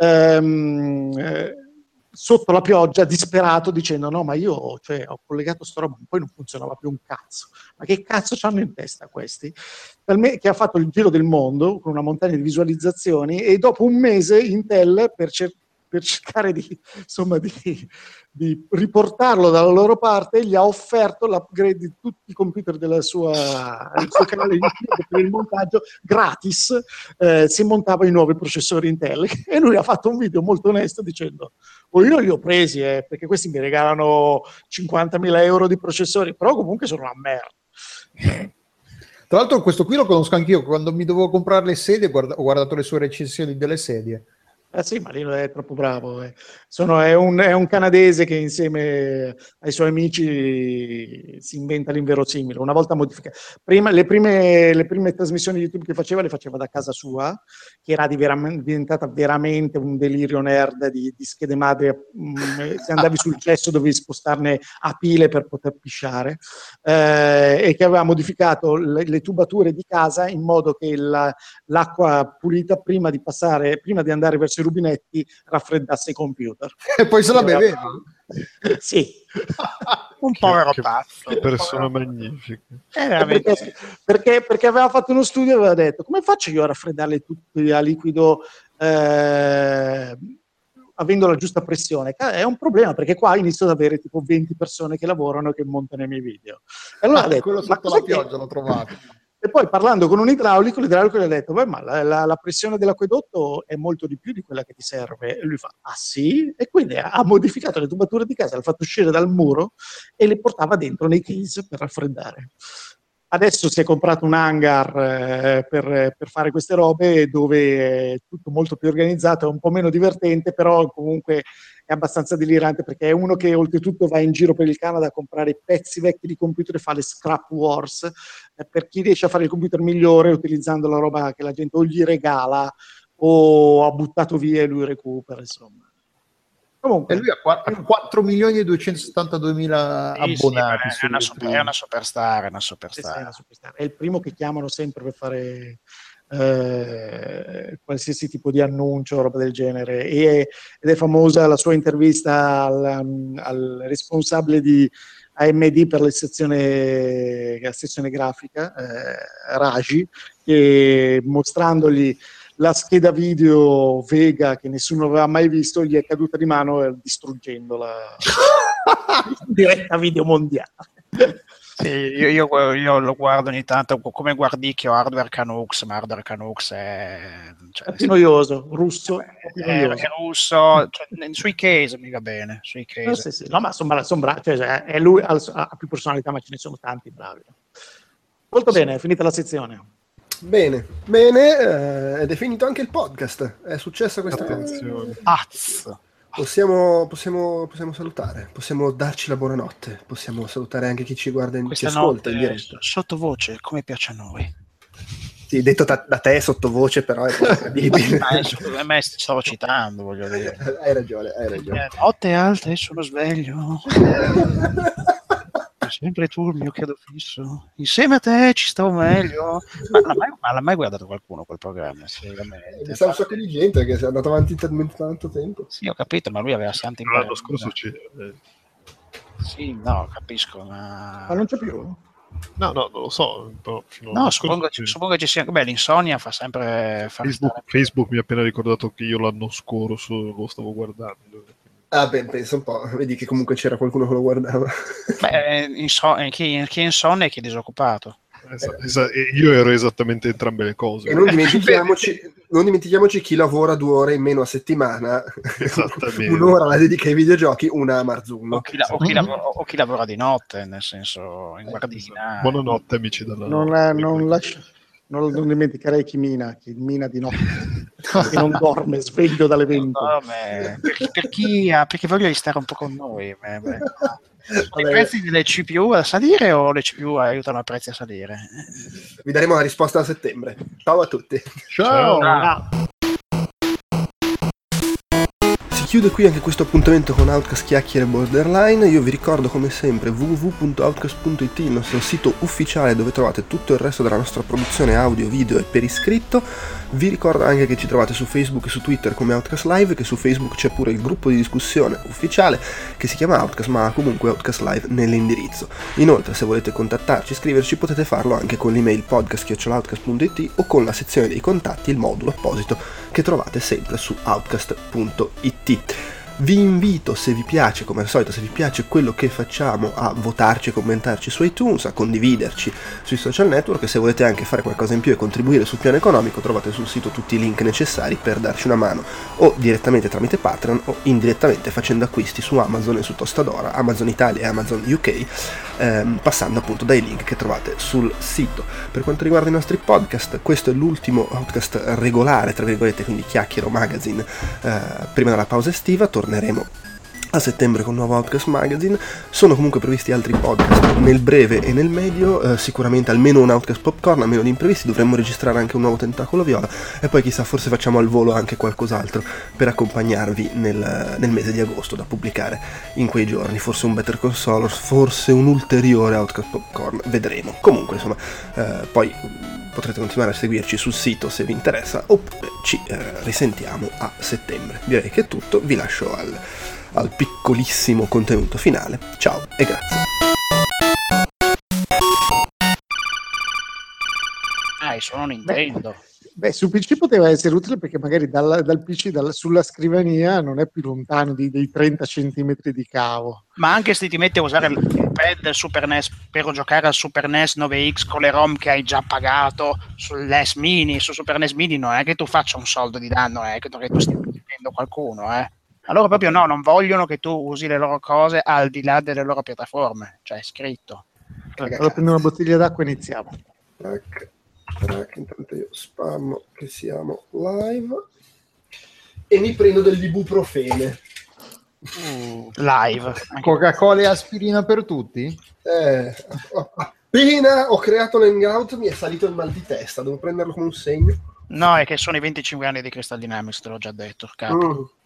ehm, eh, sotto la pioggia, disperato, dicendo no ma io cioè, ho collegato sta roba, poi non funzionava più un cazzo, ma che cazzo c'hanno in testa questi? Che ha fatto il giro del mondo con una montagna di visualizzazioni e dopo un mese Intel per cercare per cercare di, insomma, di, di riportarlo dalla loro parte, gli ha offerto l'upgrade di tutti i computer del suo canale YouTube per il montaggio gratis, eh, si montava i nuovi processori Intel e lui ha fatto un video molto onesto dicendo oh, io li ho presi eh, perché questi mi regalano cinquantamila euro di processori, però comunque sono una merda. Tra l'altro questo qui lo conosco anch'io, quando mi dovevo comprare le sedie guarda, ho guardato le sue recensioni delle sedie. Eh sì, ma lì è troppo bravo. Eh. Sono, è, un, è un canadese che insieme ai suoi amici si inventa l'inverosimile. Una volta modificato. Prima, le, prime, le prime trasmissioni YouTube che faceva le faceva da casa sua, che era di vera, diventata veramente un delirio nerd di, di schede madri. Mm, se andavi sul cesso dovevi spostarne a pile per poter pisciare. Eh, e che aveva modificato le, le tubature di casa in modo che la, l'acqua pulita prima di passare, prima di andare verso i rubinetti raffreddasse i computer e poi se la beveva. Sì, un povero pazzo, che persona magnifica. Eh, perché, perché, perché aveva fatto uno studio e aveva detto come faccio io a raffreddarle tutte a liquido eh, avendo la giusta pressione? È un problema perché qua inizio ad avere tipo venti persone che lavorano e che montano i miei video e allora ah, ha detto, quello sotto la pioggia che... l'ho trovato. E poi parlando con un idraulico, l'idraulico gli ha detto, beh, ma la, la, la pressione dell'acquedotto è molto di più di quella che ti serve. E lui fa, ah sì? E quindi ha, ha modificato le tubature di casa, le ha fatto uscire dal muro e le portava dentro nei case per raffreddare. Adesso si è comprato un hangar eh, per, per fare queste robe dove è tutto molto più organizzato, è un po' meno divertente, però comunque è abbastanza delirante perché è uno che oltretutto va in giro per il Canada a comprare pezzi vecchi di computer e fa le scrap wars eh, per chi riesce a fare il computer migliore utilizzando la roba che la gente o gli regala o ha buttato via e lui recupera, insomma. Comunque lui ha quattro milioni e duecentosettantaduemila Sì, sì, abbonati. è, una super, è una superstar, è una superstar. Sì, sì, è una superstar. È il primo che chiamano sempre per fare eh, qualsiasi tipo di annuncio, roba del genere. E, ed è famosa la sua intervista al, al responsabile di A M D per la sezione, la sezione grafica, eh, Raji, che mostrandogli la scheda video Vega che nessuno aveva mai visto, gli è caduta di mano distruggendola in diretta video mondiale. Sì, io, io, io lo guardo ogni tanto come Guardicchio, Hardware Canucks, ma Hardware Canucks è, cioè, è più noioso, russo, è, più è, noioso. è russo, cioè, sui case mi va bene, sui case. No, sì, sì. No, ma sono, sono bravi, cioè, è lui ha, ha più personalità, ma ce ne sono tanti bravi. Molto bene, è finita la sezione. Bene, bene, eh, ed è finito anche il podcast. È successa questa Attenzione. Pazzo. Possiamo, possiamo, possiamo salutare, possiamo darci la buonanotte, possiamo salutare anche chi ci guarda in, Questa ci ascolta in notte diretta. sottovoce, come piace a noi. Sì, detto da, da te sottovoce, però è incredibile. A me stavo citando, voglio dire. Hai ragione, hai ragione. Notte alta e sono sveglio. Sempre tu il mio chiodo fisso. Insieme a te ci stavo meglio. Ma l'ha mai, ma l'ha mai guardato qualcuno quel programma? Mi sa un sacco di gente che è andato avanti talmente tanto tempo. Sì, ho capito, ma lui aveva santi L'anno scorso c'è. Eh. Sì, no, capisco, ma... Ma non c'è più? No, no, non lo so. No, no suppongo, suppongo che ci sia. Beh, l'insonnia fa sempre. Fa Facebook, Facebook mi ha appena ricordato che io l'anno scorso lo stavo guardando. Ah, beh, pensa un po', vedi che comunque c'era qualcuno che lo guardava. Beh, inso- chi, chi è insonne e chi è disoccupato. Esatto, esatto. Io ero esattamente entrambe le cose. E non dimentichiamoci, non dimentichiamoci chi lavora due ore in meno a settimana. Esattamente. Un'ora la dedica ai videogiochi, una a Marzullo. O chi, la- o, chi lavora, o chi lavora di notte, nel senso in guardina. Buonanotte, amici della non, notte. Non, lascia, non, non dimenticherei chi mina, chi mina di notte. Che non dorme, sveglio dalle venti. No, beh, per, per chi ha, perché voglio di stare un po' con noi. Beh, beh. I prezzi delle C P U a salire o le C P U aiutano i prezzi a salire? Vi daremo la risposta a settembre. Ciao a tutti. Ciao. Ciao. Si chiude qui anche questo appuntamento con Outcast Chiacchiere Borderline. Io vi ricordo come sempre w w w punto outcast punto i t, il nostro sito ufficiale dove trovate tutto il resto della nostra produzione audio, video e per iscritto. Vi ricordo anche che ci trovate su Facebook e su Twitter come Outcast Live, che su Facebook c'è pure il gruppo di discussione ufficiale che si chiama Outcast, ma ha comunque Outcast Live nell'indirizzo. Inoltre, se volete contattarci, scriverci, potete farlo anche con l'email podcast chiocciola outcast punto i t o con la sezione dei contatti, il modulo apposito che trovate sempre su outcast punto i t. Vi invito, se vi piace, come al solito, se vi piace quello che facciamo, a votarci e commentarci su iTunes, a condividerci sui social network, e se volete anche fare qualcosa in più e contribuire sul piano economico, trovate sul sito tutti i link necessari per darci una mano, o direttamente tramite Patreon o indirettamente facendo acquisti su Amazon e su Tostadora, Amazon Italia e Amazon U K, ehm, passando appunto dai link che trovate sul sito. Per quanto riguarda i nostri podcast, questo è l'ultimo podcast regolare, tra virgolette, quindi Chiacchiero Magazine, eh, prima della pausa estiva. Torneremo a settembre con il nuovo Outcast Magazine. Sono comunque previsti altri podcast nel breve e nel medio, eh, sicuramente almeno un Outcast Popcorn, a meno di imprevisti. Dovremmo registrare anche un nuovo Tentacolo Viola e poi chissà, forse facciamo al volo anche qualcos'altro per accompagnarvi nel, nel mese di agosto, da pubblicare in quei giorni. Forse un Better Call Saul, forse un ulteriore Outcast Popcorn, vedremo. Comunque insomma, eh, poi potrete continuare a seguirci sul sito se vi interessa, oppure ci eh, risentiamo a settembre. Direi che è tutto, vi lascio al al piccolissimo contenuto finale. Ciao e grazie. Ah, sono Nintendo. Beh, su P C poteva essere utile perché magari dal, dal P C dal, sulla scrivania non è più lontano di, dei trenta centimetri di cavo. Ma anche se ti metti a usare il pad del Super N E S per giocare al Super N E S nove X con le ROM che hai già pagato sull'N E S Mini, su Super N E S Mini, non è che tu faccia un soldo di danno, è che tu stia uccidendo qualcuno, eh. Allora proprio no, non vogliono che tu usi le loro cose al di là delle loro piattaforme, cioè è scritto. Allora prendo una bottiglia d'acqua e iniziamo. Tac, tac, intanto io spammo che siamo live e mi prendo dell'ibuprofene. Uh, live. Coca-Cola e aspirina per tutti? Eh, appena ho creato l'hangout mi è salito il mal di testa, devo prenderlo come un segno. No, è che sono i venticinque anni di Crystal Dynamics, te l'ho già detto. Mm.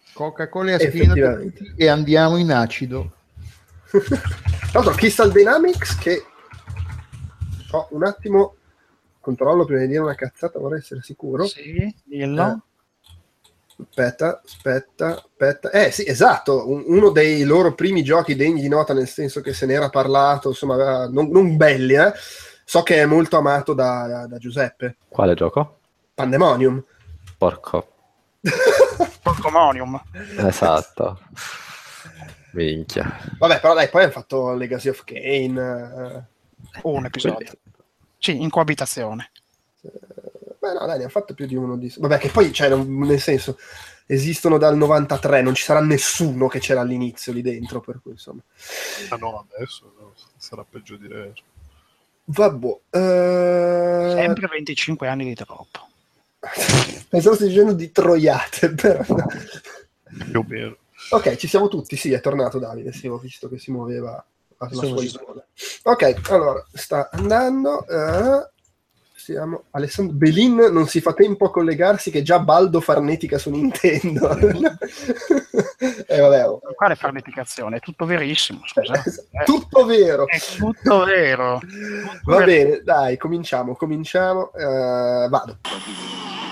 Coca-Cola e aspirina e andiamo in acido. Tra l'altro Crystal Dynamics, che ho un attimo controllo prima di dire una cazzata, vorrei essere sicuro. Sì, dillo. Eh, aspetta, aspetta, aspetta. Eh sì, esatto, un, uno dei loro primi giochi degni di nota, nel senso che se n'era parlato, insomma, non, non belli, eh. So che è molto amato da, da, da Giuseppe. Quale gioco? Pandemonium. Porco. Porcomonium. Esatto. Minchia. Vabbè, però dai, poi hanno fatto Legacy of Kain. Eh. Un episodio. Sì, in coabitazione. Beh, no, dai, ne ha fatto più di uno di... Vabbè, che poi, cioè, non- nel senso, esistono dal novantatré, non ci sarà nessuno che c'era all'inizio lì dentro, per cui, insomma... Ah no, adesso no, sarà peggio di ieri. Vabbè. eh, Sempre venticinque anni di troppo. Pensavo stai dicendo di troiate, però... Più o meno. Ok, ci siamo tutti, sì, è tornato Davide, sì, ho visto che si muoveva alla Sono sua ci isola. Ok, allora, sta andando... eh, siamo... Alessandro Belin non si fa tempo a collegarsi che già Baldo farnetica su Nintendo. E vabbè, oh. Quale farneticazione? È tutto verissimo, scusa. Eh, Tutto vero. È tutto vero. Tutto Va vero. bene, dai, cominciamo, cominciamo. eh, vado.